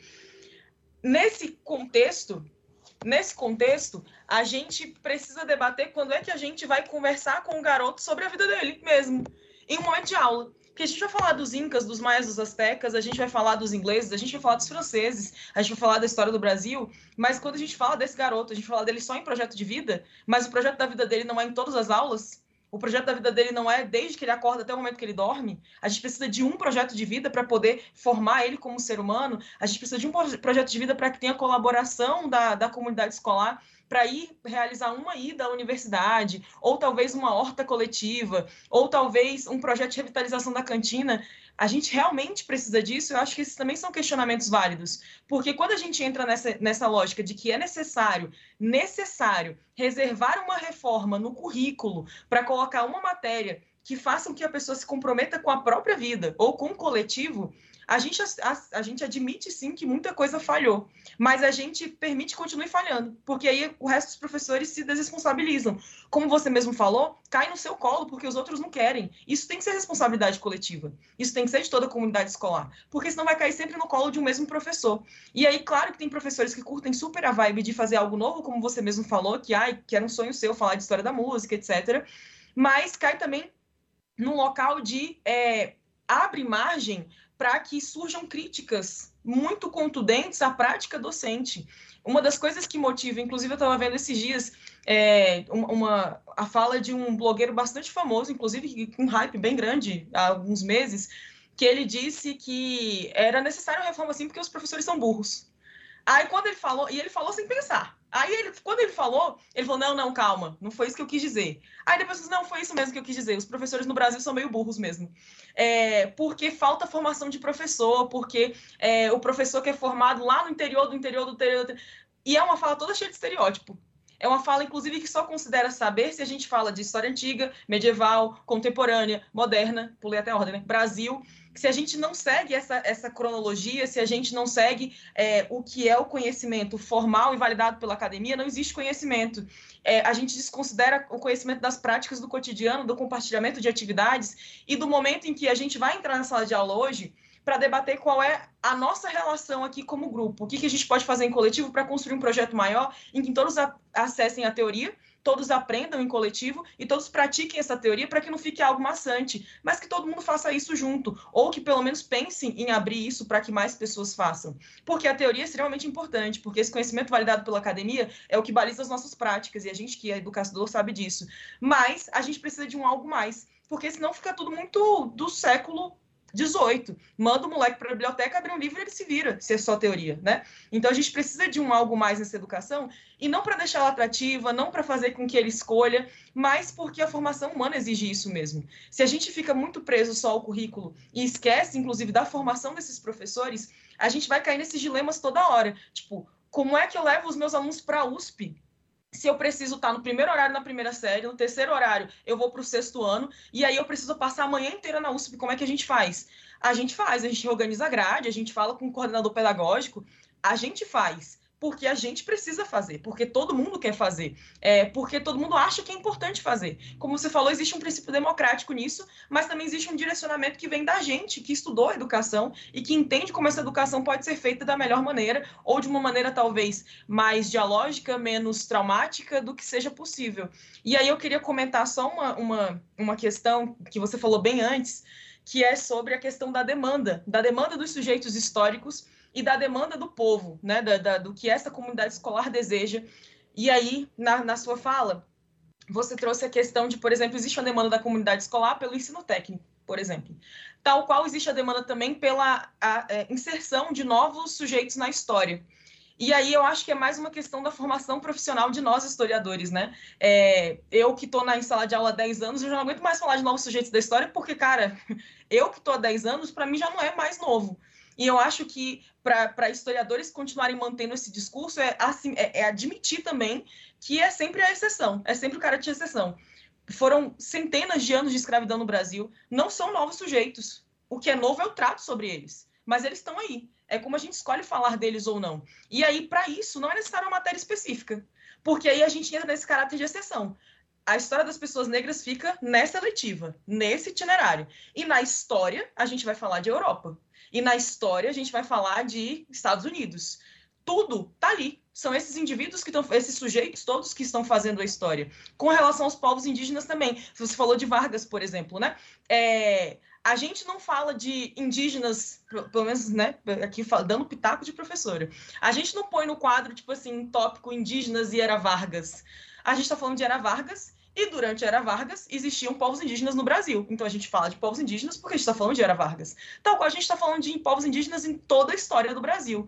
Nesse contexto... Nesse contexto, a gente precisa debater quando é que a gente vai conversar com o garoto sobre a vida dele mesmo, em um momento de aula. Porque a gente vai falar dos incas, dos maias, dos astecas, a gente vai falar dos ingleses, a gente vai falar dos franceses, a gente vai falar da história do Brasil, mas quando a gente fala desse garoto, a gente fala dele só em projeto de vida, mas o projeto da vida dele não é em todas as aulas, o projeto da vida dele não é desde que ele acorda até o momento que ele dorme. A gente precisa de um projeto de vida para poder formar ele como ser humano. A gente precisa de um projeto de vida para que tenha colaboração da, da comunidade escolar, para ir realizar uma ida à universidade, ou talvez uma horta coletiva, ou talvez um projeto de revitalização da cantina. A gente realmente precisa disso? Eu acho que esses também são questionamentos válidos. Porque quando a gente entra nessa, nessa lógica de que é necessário, necessário reservar uma reforma no currículo para colocar uma matéria que faça com que a pessoa se comprometa com a própria vida ou com o coletivo, A gente, a, a gente admite, sim, que muita coisa falhou, mas a gente permite que continue falhando, porque aí o resto dos professores se desresponsabilizam. Como você mesmo falou, cai no seu colo porque os outros não querem. Isso tem que ser responsabilidade coletiva. Isso tem que ser de toda a comunidade escolar, porque senão vai cair sempre no colo de um mesmo professor. E aí, claro que tem professores que curtem super a vibe de fazer algo novo, como você mesmo falou, que, ai, que era um sonho seu falar de história da música, etcétera. Mas cai também num local de é, abre margem para que surjam críticas muito contundentes à prática docente. Uma das coisas que motiva, inclusive eu estava vendo esses dias, é, uma, a fala de um blogueiro bastante famoso, inclusive com um hype bem grande há alguns meses, que ele disse que era necessário uma reforma assim porque os professores são burros. Aí quando ele falou, e ele falou sem pensar. Aí ele, quando ele falou, ele falou, não, não, calma, não foi isso que eu quis dizer. Aí depois ele falou, não, foi isso mesmo que eu quis dizer. Os professores no Brasil são meio burros mesmo. É, porque falta formação de professor, porque é, o professor que é formado lá no interior do interior do interior... Do... E é uma fala toda cheia de estereótipo. É uma fala, inclusive, que só considera saber se a gente fala de história antiga, medieval, contemporânea, moderna, pulei até a ordem, né? Brasil... Se a gente não segue essa, essa cronologia, se a gente não segue é, o que é o conhecimento formal e validado pela academia, não existe conhecimento. É, a gente desconsidera o conhecimento das práticas do cotidiano, do compartilhamento de atividades e do momento em que a gente vai entrar na sala de aula hoje para debater qual é a nossa relação aqui como grupo, o que, que a gente pode fazer em coletivo para construir um projeto maior em que todos a, acessem a teoria, todos aprendam em coletivo e todos pratiquem essa teoria para que não fique algo maçante, mas que todo mundo faça isso junto, ou que pelo menos pensem em abrir isso para que mais pessoas façam. Porque a teoria é extremamente importante, porque esse conhecimento validado pela academia é o que baliza as nossas práticas, e a gente que é educador sabe disso. Mas a gente precisa de um algo mais, porque senão fica tudo muito do século dezoito. Manda o moleque para a biblioteca, abrir um livro e ele se vira, se é só teoria, né? Então a gente precisa de um algo mais nessa educação, e não para deixá-la atrativa, não para fazer com que ele escolha, mas porque a formação humana exige isso mesmo. Se a gente fica muito preso só ao currículo e esquece, inclusive, da formação desses professores, a gente vai cair nesses dilemas toda hora. Tipo, como é que eu levo os meus alunos para a U S P? Se eu preciso estar no primeiro horário na primeira série, no terceiro horário eu vou para o sexto ano, e aí eu preciso passar a manhã inteira na U S P, como é que a gente faz? A gente faz, a gente organiza a grade, a gente fala com o coordenador pedagógico, a gente faz, porque a gente precisa fazer, porque todo mundo quer fazer, é, porque todo mundo acha que é importante fazer. Como você falou, existe um princípio democrático nisso, mas também existe um direcionamento que vem da gente, que estudou a educação e que entende como essa educação pode ser feita da melhor maneira, ou de uma maneira talvez mais dialógica, menos traumática do que seja possível. E aí eu queria comentar só uma, uma, uma questão que você falou bem antes, que é sobre a questão da demanda, da demanda dos sujeitos históricos e da demanda do povo, né, da, da, do que essa comunidade escolar deseja. E aí, na, na sua fala, você trouxe a questão de, por exemplo, existe uma demanda da comunidade escolar pelo ensino técnico, por exemplo. Tal qual existe a demanda também pela a, a inserção de novos sujeitos na história. E aí eu acho que é mais uma questão da formação profissional de nós historiadores, né? É, eu que estou na sala de aula há dez anos, eu já não aguento mais falar de novos sujeitos da história, porque, cara, eu que estou há dez anos, para mim já não é mais novo. E eu acho que para historiadores continuarem mantendo esse discurso é, assim, é, é admitir também que é sempre a exceção, é sempre o cara de exceção. Foram centenas de anos de escravidão no Brasil, não são novos sujeitos. O que é novo é o trato sobre eles, mas eles estão aí. É como a gente escolhe falar deles ou não. E aí, para isso, não é necessário uma matéria específica, porque aí a gente entra nesse caráter de exceção. A história das pessoas negras fica nessa letiva, nesse itinerário. E na história, a gente vai falar de Europa. E na história, a gente vai falar de Estados Unidos. Tudo tá ali. São esses indivíduos que estão, esses sujeitos todos que estão fazendo a história. Com relação aos povos indígenas também. Você falou de Vargas, por exemplo, né? É, a gente não fala de indígenas, pelo menos, né? Aqui dando pitaco de professora. A gente não põe no quadro, tipo assim, um tópico indígenas e era Vargas. A gente está falando de era Vargas. E durante a Era Vargas, existiam povos indígenas no Brasil. Então, a gente fala de povos indígenas porque a gente está falando de Era Vargas. Tal qual a gente está falando de povos indígenas em toda a história do Brasil.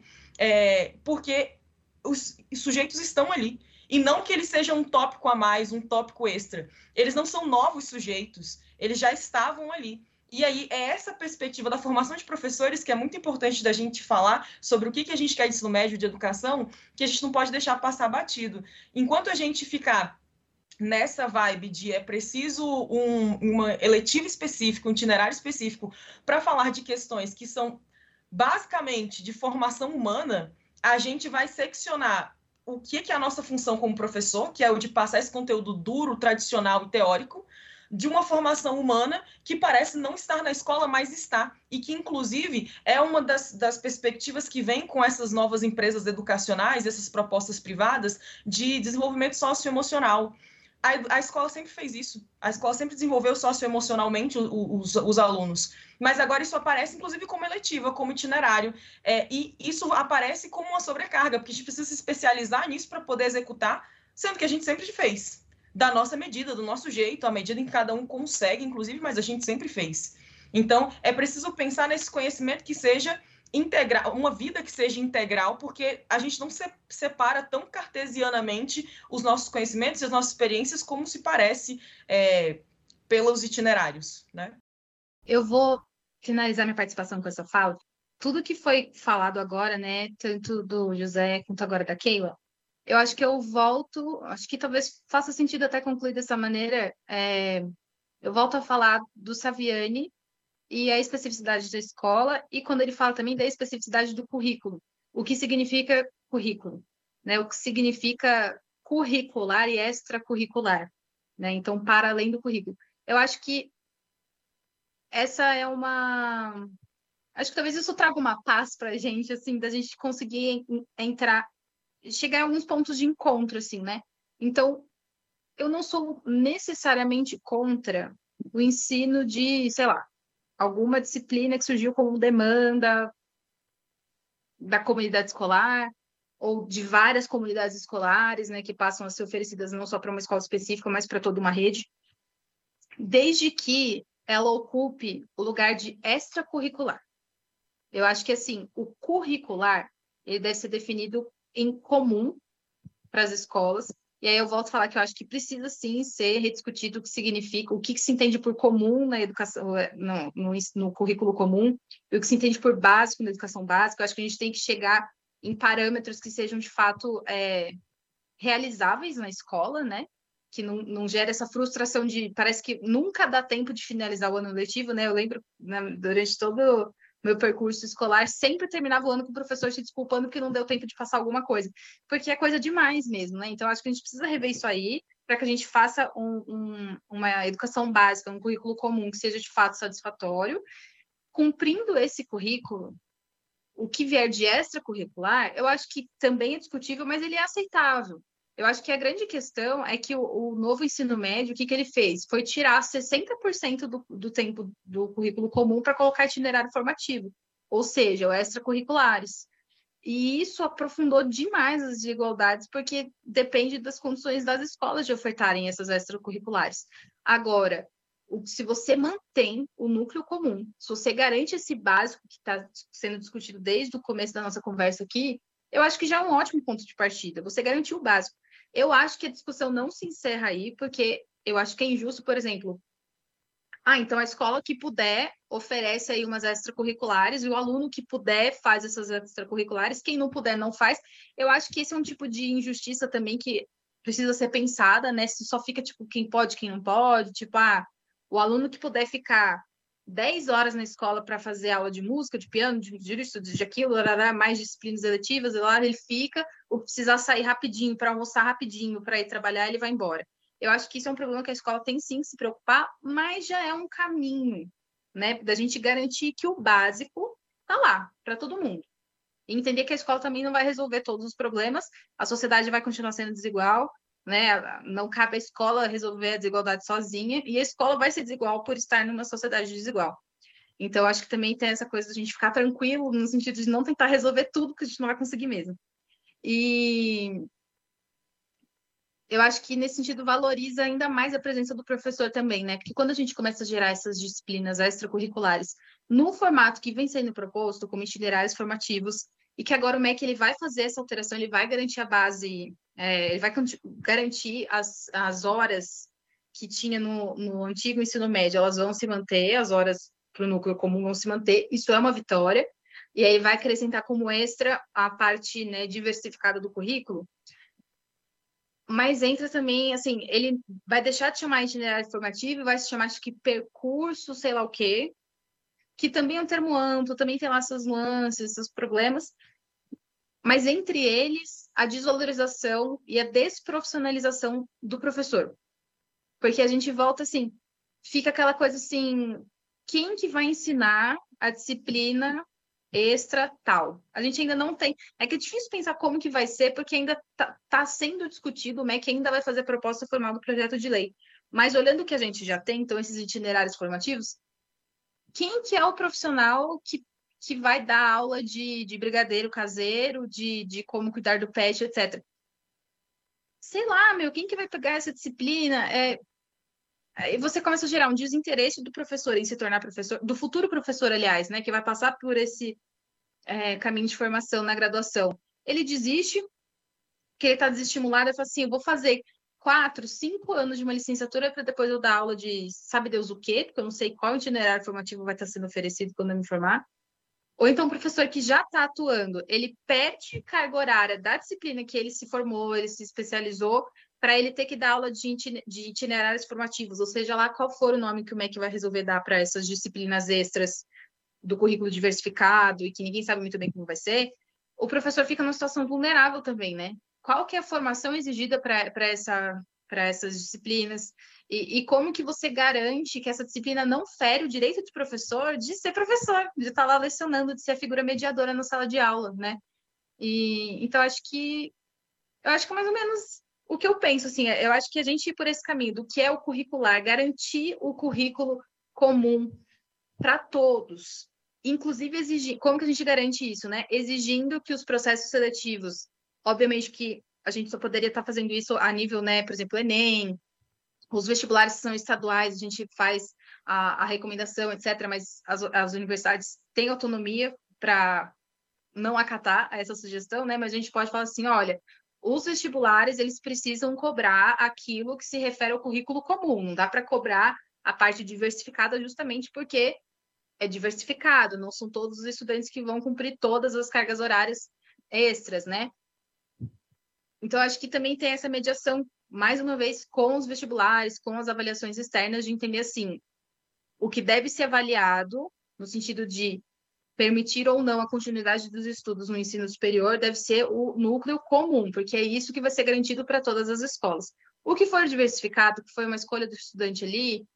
É, porque os sujeitos estão ali. E não que eles sejam um tópico a mais, um tópico extra. Eles não são novos sujeitos. Eles já estavam ali. E aí, é essa perspectiva da formação de professores que é muito importante da gente falar sobre o que, que a gente quer de ensino médio, de educação, que a gente não pode deixar passar batido. Enquanto a gente ficar nessa vibe de é preciso um, uma eletiva específica, um itinerário específico para falar de questões que são basicamente, de formação humana, a gente vai seccionar o que é a nossa função como professor, que é o de passar esse conteúdo duro, tradicional e teórico, de uma formação humana que parece não estar na escola, mas está. E que, inclusive, é uma das, das perspectivas que vem com essas novas empresas educacionais, essas propostas privadas de desenvolvimento socioemocional. A, a escola sempre fez isso. A escola sempre desenvolveu socioemocionalmente os, os, os alunos. Mas agora isso aparece, inclusive, como eletiva, como itinerário. É, e isso aparece como uma sobrecarga, porque a gente precisa se especializar nisso para poder executar, sendo que a gente sempre fez. Da nossa medida, do nosso jeito, à medida em que cada um consegue, inclusive, mas a gente sempre fez. Então, é preciso pensar nesse conhecimento que seja integral, uma vida que seja integral, porque a gente não se separa tão cartesianamente os nossos conhecimentos e as nossas experiências como se parece é, pelos itinerários, né? Eu vou finalizar minha participação com essa fala. Tudo que foi falado agora, né, tanto do José quanto agora da Keila, eu acho que eu volto, acho que talvez faça sentido até concluir dessa maneira, é, eu volto a falar do Saviani e a especificidade da escola, e quando ele fala também da especificidade do currículo, o que significa currículo, né? O que significa curricular e extracurricular, né? Então, para além do currículo. Eu acho que essa é uma... Acho que talvez isso traga uma paz para a gente, assim, da gente conseguir entrar, chegar a alguns pontos de encontro, assim, né? Então, eu não sou necessariamente contra o ensino de, sei lá, alguma disciplina que surgiu como demanda da comunidade escolar ou de várias comunidades escolares, né, que passam a ser oferecidas não só para uma escola específica, mas para toda uma rede, desde que ela ocupe o lugar de extracurricular. Eu acho que, assim, o curricular, ele deve ser definido em comum para as escolas, e aí eu volto a falar que eu acho que precisa, sim, ser rediscutido o que significa, o que, que se entende por comum na educação, no, no, no currículo comum, e o que se entende por básico na educação básica. Eu acho que a gente tem que chegar em parâmetros que sejam, de fato, é, realizáveis na escola, né? Que não, não gere essa frustração de... Parece que nunca dá tempo de finalizar o ano letivo, né? Eu lembro, né, durante todo meu percurso escolar, sempre terminava o ano com o professor se desculpando porque não deu tempo de passar alguma coisa, porque é coisa demais mesmo, né? Então, acho que a gente precisa rever isso aí para que a gente faça um, um, uma educação básica, um currículo comum que seja de fato satisfatório. Cumprindo esse currículo, o que vier de extracurricular, eu acho que também é discutível, mas ele é aceitável. Eu acho que a grande questão é que o, o novo ensino médio, o que, que ele fez? Foi tirar sessenta por cento do, do tempo do currículo comum para colocar itinerário formativo, ou seja, o extracurriculares. E isso aprofundou demais as desigualdades, porque depende das condições das escolas de ofertarem essas extracurriculares. Agora, se você mantém o núcleo comum, se você garante esse básico que está sendo discutido desde o começo da nossa conversa aqui, eu acho que já é um ótimo ponto de partida. Você garantiu o básico. Eu acho que a discussão não se encerra aí, porque eu acho que é injusto, por exemplo, ah, então a escola que puder oferece aí umas extracurriculares e o aluno que puder faz essas extracurriculares, quem não puder não faz. Eu acho que esse é um tipo de injustiça também que precisa ser pensada, né? Se só fica, tipo, quem pode, quem não pode, tipo, ah, o aluno que puder ficar dez horas na escola para fazer aula de música, de piano, de disso, de aquilo, mais disciplinas eletivas, e lá ele fica, ou precisar sair rapidinho para almoçar rapidinho, para ir trabalhar, ele vai embora. Eu acho que isso é um problema que a escola tem sim que se preocupar, mas já é um caminho, né, da gente garantir que o básico está lá para todo mundo. E entender que a escola também não vai resolver todos os problemas, a sociedade vai continuar sendo desigual, né? Não cabe à escola resolver a desigualdade sozinha, e a escola vai ser desigual por estar numa sociedade desigual. Então, acho que também tem essa coisa de a gente ficar tranquilo, no sentido de não tentar resolver tudo, porque a gente não vai conseguir mesmo. E eu acho que, nesse sentido, valoriza ainda mais a presença do professor também, né? Porque quando a gente começa a gerar essas disciplinas extracurriculares no formato que vem sendo proposto, como itinerários formativos, e que agora o M E C ele vai fazer essa alteração, ele vai garantir a base, é, ele vai garantir as, as horas que tinha no, no antigo ensino médio, elas vão se manter, as horas para o núcleo comum vão se manter, isso é uma vitória, e aí vai acrescentar como extra a parte, né, diversificada do currículo, mas entra também, assim, ele vai deixar de chamar itinerário formativo, vai se chamar, acho que, percurso, sei lá o quê, que também é um termo amplo, também tem lá suas nuances, seus problemas, mas entre eles, a desvalorização e a desprofissionalização do professor. Porque a gente volta assim, fica aquela coisa assim, quem que vai ensinar a disciplina extra tal? A gente ainda não tem... É que é difícil pensar como que vai ser, porque ainda está tá sendo discutido, o M E C ainda vai fazer a proposta formal do projeto de lei. Mas olhando o que a gente já tem, então, esses itinerários formativos, quem que é o profissional que, que vai dar aula de, de brigadeiro caseiro, de, de como cuidar do pet, etcétera? Sei lá, meu, quem que vai pegar essa disciplina? É... Aí você começa a gerar um desinteresse do professor em se tornar professor, do futuro professor, aliás, né, que vai passar por esse é, caminho de formação na graduação. Ele desiste, que ele está desestimulado, e fala assim, eu vou fazer quatro, cinco anos de uma licenciatura para depois eu dar aula de sabe Deus o quê, porque eu não sei qual itinerário formativo vai estar sendo oferecido quando eu me formar. Ou então o professor que já está atuando, ele perde carga horária da disciplina que ele se formou, ele se especializou, para ele ter que dar aula de itinerários formativos, ou seja, lá qual for o nome que o M E C vai resolver dar para essas disciplinas extras do currículo diversificado e que ninguém sabe muito bem como vai ser, o professor fica numa situação vulnerável também, né? Qual que é a formação exigida para essa, para essas disciplinas? E, e como que você garante que essa disciplina não fere o direito do professor de ser professor, de estar lá lecionando, de ser a figura mediadora na sala de aula, né? E, então, acho que eu acho que é mais ou menos o que eu penso, assim, eu acho que a gente ir por esse caminho do que é o curricular, garantir o currículo comum para todos, inclusive exigir, como que a gente garante isso, né? Exigindo que os processos seletivos, obviamente que a gente só poderia estar fazendo isso a nível, né, por exemplo, Enem, os vestibulares são estaduais, a gente faz a, a recomendação, etcétera, mas as, as universidades têm autonomia para não acatar essa sugestão, né? Mas a gente pode falar assim, olha, os vestibulares, eles precisam cobrar aquilo que se refere ao currículo comum, não dá para cobrar a parte diversificada justamente porque é diversificado, não são todos os estudantes que vão cumprir todas as cargas horárias extras, né? Então, acho que também tem essa mediação, mais uma vez, com os vestibulares, com as avaliações externas, de entender, assim, o que deve ser avaliado, no sentido de permitir ou não a continuidade dos estudos no ensino superior, deve ser o núcleo comum, porque é isso que vai ser garantido para todas as escolas. O que for diversificado, que foi uma escolha do estudante ali,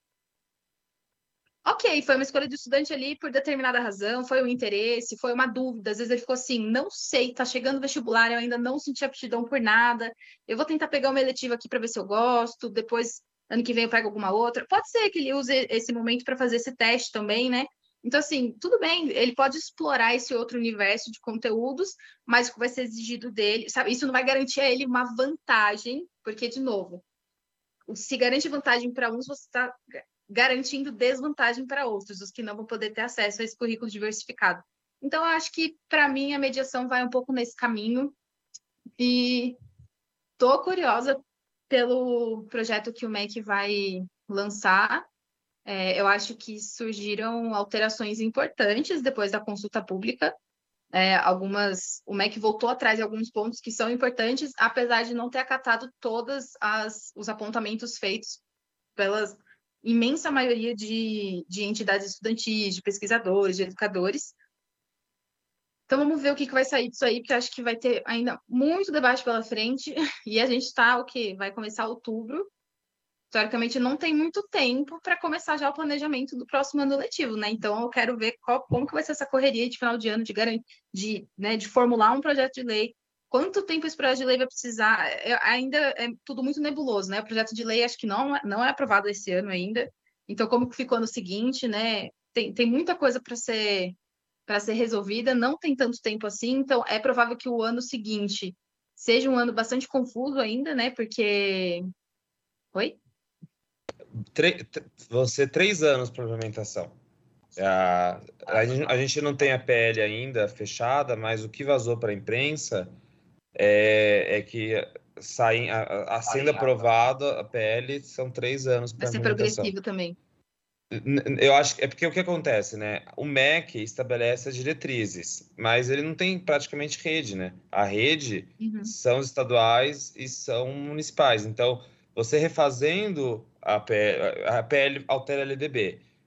ok, foi uma escolha do estudante ali por determinada razão, foi um interesse, foi uma dúvida, às vezes ele ficou assim, não sei, tá chegando o vestibular, eu ainda não senti aptidão por nada, eu vou tentar pegar uma eletiva aqui para ver se eu gosto, depois, ano que vem eu pego alguma outra. Pode ser que ele use esse momento para fazer esse teste também, né? Então, assim, tudo bem, ele pode explorar esse outro universo de conteúdos, mas o que vai ser exigido dele, sabe? Isso não vai garantir a ele uma vantagem, porque, de novo, se garante vantagem para uns, você está garantindo desvantagem para outros, os que não vão poder ter acesso a esse currículo diversificado. Então, eu acho que, para mim, a mediação vai um pouco nesse caminho e estou curiosa pelo projeto que o M E C vai lançar. É, eu acho que surgiram alterações importantes depois da consulta pública. É, algumas, o M E C voltou atrás em alguns pontos que são importantes, apesar de não ter acatado todos os apontamentos feitos pela imensa maioria de, de entidades estudantis, de pesquisadores, de educadores. Então, vamos ver o que, que vai sair disso aí, porque acho que vai ter ainda muito debate pela frente, e a gente está, o quê? Vai começar outubro. Teoricamente, não tem muito tempo para começar já o planejamento do próximo ano letivo, né? Então, eu quero ver qual, como que vai ser essa correria de final de ano, de, de, né, de formular um projeto de lei. Quanto tempo esse projeto de lei vai precisar? É, ainda é tudo muito nebuloso, né? O projeto de lei, acho que não, não é aprovado esse ano ainda. Então, como que ficou no seguinte, né? Tem, tem muita coisa para ser, para ser resolvida, não tem tanto tempo assim. Então, é provável que o ano seguinte seja um ano bastante confuso ainda, né? Porque... Oi? Vão ser três anos para implementação. A, a, a gente não tem a P L ainda fechada, mas o que vazou para a imprensa é, é que saem, a, a sendo aprovada a P L são três anos para implementação. Vai ser progressivo também. Eu acho que é porque o que acontece, né? O M E C estabelece as diretrizes, mas ele não tem praticamente rede, né? A rede uhum. são estaduais e são municipais. Então, você refazendo a P L, a P L altera a L D B.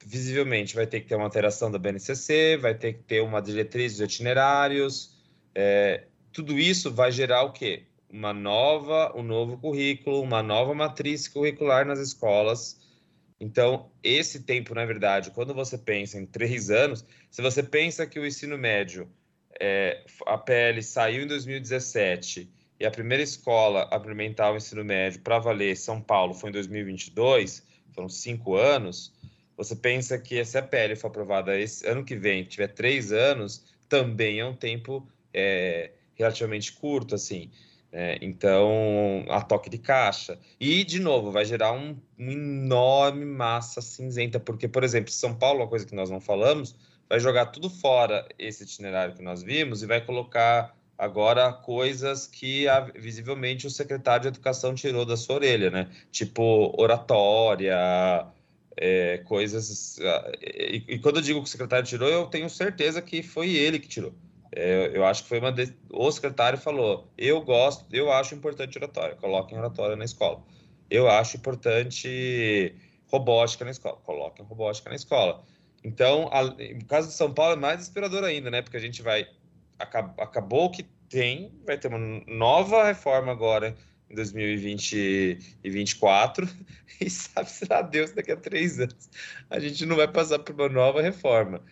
visivelmente vai ter que ter uma alteração da B N C C, vai ter que ter uma diretriz de itinerários, é, tudo isso vai gerar o quê? Uma nova, um novo currículo, uma nova matriz curricular nas escolas. Então, esse tempo, na verdade, quando você pensa em três anos, se você pensa que o ensino médio, é, a P L saiu em dois mil e dezessete e a primeira escola a implementar o ensino médio para valer São Paulo foi em dois mil e vinte e dois, foram cinco anos, você pensa que se a P L for aprovada esse ano que vem, tiver três anos, também é um tempo é, relativamente curto, assim. É, então, a toque de caixa. E, de novo, vai gerar um, uma enorme massa cinzenta, porque, por exemplo, São Paulo, uma coisa que nós não falamos, vai jogar tudo fora esse itinerário que nós vimos e vai colocar agora coisas que, visivelmente, o secretário de Educação tirou da sua orelha, né? Tipo, oratória, é, coisas... E, e quando eu digo que o secretário tirou, eu tenho certeza que foi ele que tirou. É, eu acho que foi uma de... o secretário falou, eu gosto, eu acho importante oratória, coloquem oratória na escola. Eu acho importante robótica na escola, coloquem robótica na escola. Então, a... no caso de São Paulo é mais desesperador ainda, né? Porque a gente vai, acabou que tem, vai ter uma nova reforma agora em dois mil e vinte e vinte e quatro e sabe-se lá Deus, daqui a três anos a gente não vai passar por uma nova reforma.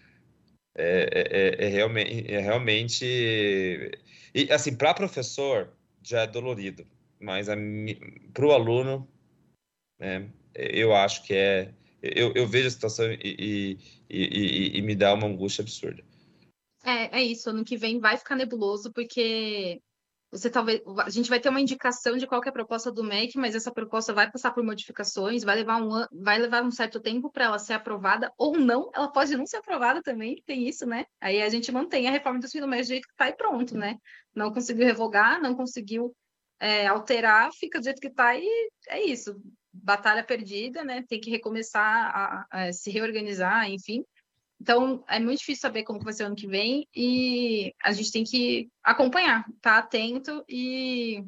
É, é, é, realmente, é realmente... E, assim, para professor, já é dolorido. Mas para o aluno, né, eu acho que é... Eu, eu vejo a situação e, e, e, e me dá uma angústia absurda. É, é isso. Ano que vem vai ficar nebuloso, porque... Você talvez, a gente vai ter uma indicação de qual que é a proposta do M E C, mas essa proposta vai passar por modificações, vai levar um, vai levar um certo tempo para ela ser aprovada, ou não, ela pode não ser aprovada também, tem isso, né? Aí a gente mantém a reforma do ensino médio do jeito que está e pronto, né? Não conseguiu revogar, não conseguiu é, alterar, fica do jeito que está e é isso. Batalha perdida, né? Tem que recomeçar a, a se reorganizar, enfim. Então, é muito difícil saber como vai ser o ano que vem e a gente tem que acompanhar, estar atento e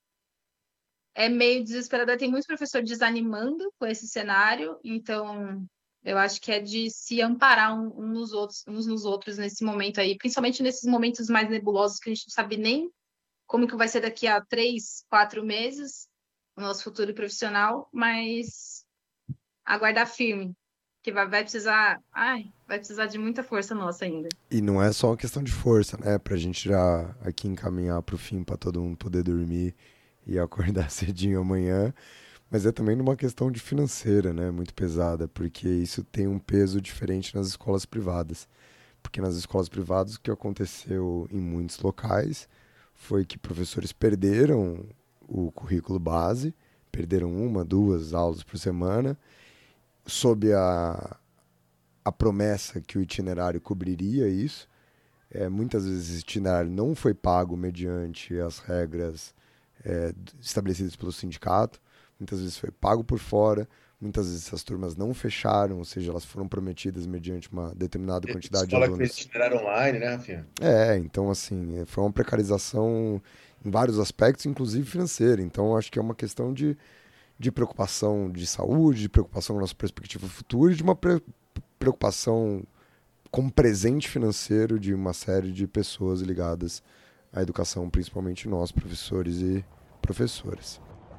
é meio desesperador. Tem muitos professores desanimando com esse cenário, então eu acho que é de se amparar um, um nos outros, uns nos outros nesse momento aí, principalmente nesses momentos mais nebulosos que a gente não sabe nem como que vai ser daqui a três, quatro meses o nosso futuro profissional, mas aguardar firme. Que vai, vai precisar, ai, vai precisar de muita força nossa ainda. E não é só uma questão de força, né? Pra gente já aqui encaminhar pro fim, pra todo mundo poder dormir e acordar cedinho amanhã, mas é também numa questão de financeira, né? Muito pesada, porque isso tem um peso diferente nas escolas privadas. Porque nas escolas privadas o que aconteceu em muitos locais foi que professores perderam o currículo base, perderam uma, duas aulas por semana, sob a, a promessa que o itinerário cobriria isso. É, muitas vezes esse itinerário não foi pago mediante as regras é, estabelecidas pelo sindicato, muitas vezes foi pago por fora, muitas vezes essas turmas não fecharam, ou seja, elas foram prometidas mediante uma determinada quantidade de alunos. Escola que fez itinerário online, né, Rafinha? É, então assim, foi uma precarização em vários aspectos, inclusive financeira. Então acho que é uma questão de de preocupação de saúde, de preocupação com a nossa perspectiva futura e de uma pre- preocupação com o presente financeiro de uma série de pessoas ligadas à educação, principalmente nós, professores e professoras.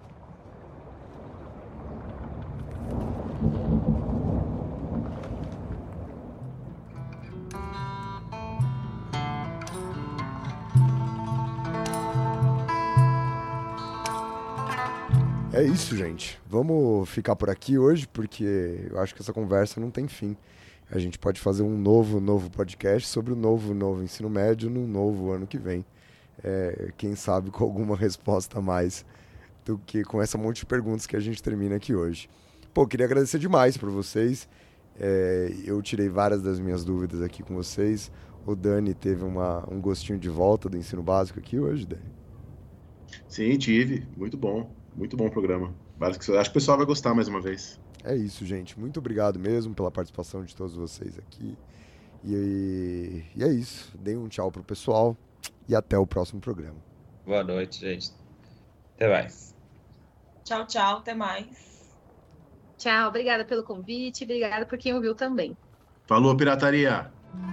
É isso, gente. Vamos ficar por aqui hoje, porque eu acho que essa conversa não tem fim. A gente pode fazer um novo, novo podcast sobre o novo, novo ensino médio no novo ano que vem. É, quem sabe com alguma resposta a mais do que com essa monte de perguntas que a gente termina aqui hoje. Pô, queria agradecer demais por vocês. É, eu tirei várias das minhas dúvidas aqui com vocês. O Dani teve uma, um gostinho de volta do ensino básico aqui hoje, Dani? Sim, tive. Muito bom. Muito bom o programa. Acho que o pessoal vai gostar mais uma vez. É isso, gente. Muito obrigado mesmo pela participação de todos vocês aqui. E, e é isso. Deem um tchau pro pessoal e até o próximo programa. Boa noite, gente. Até mais. Tchau, tchau. Até mais. Tchau, obrigada pelo convite, obrigada por quem ouviu também. Falou, pirataria!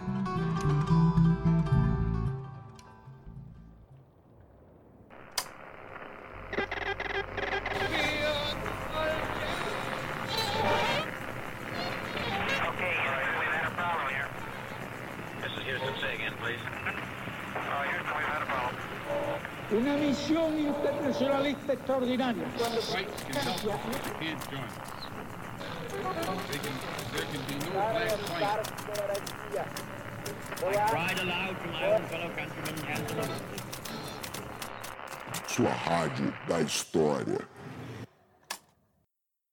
Una misión internacionalista extraordinaria. Sua rádio da história.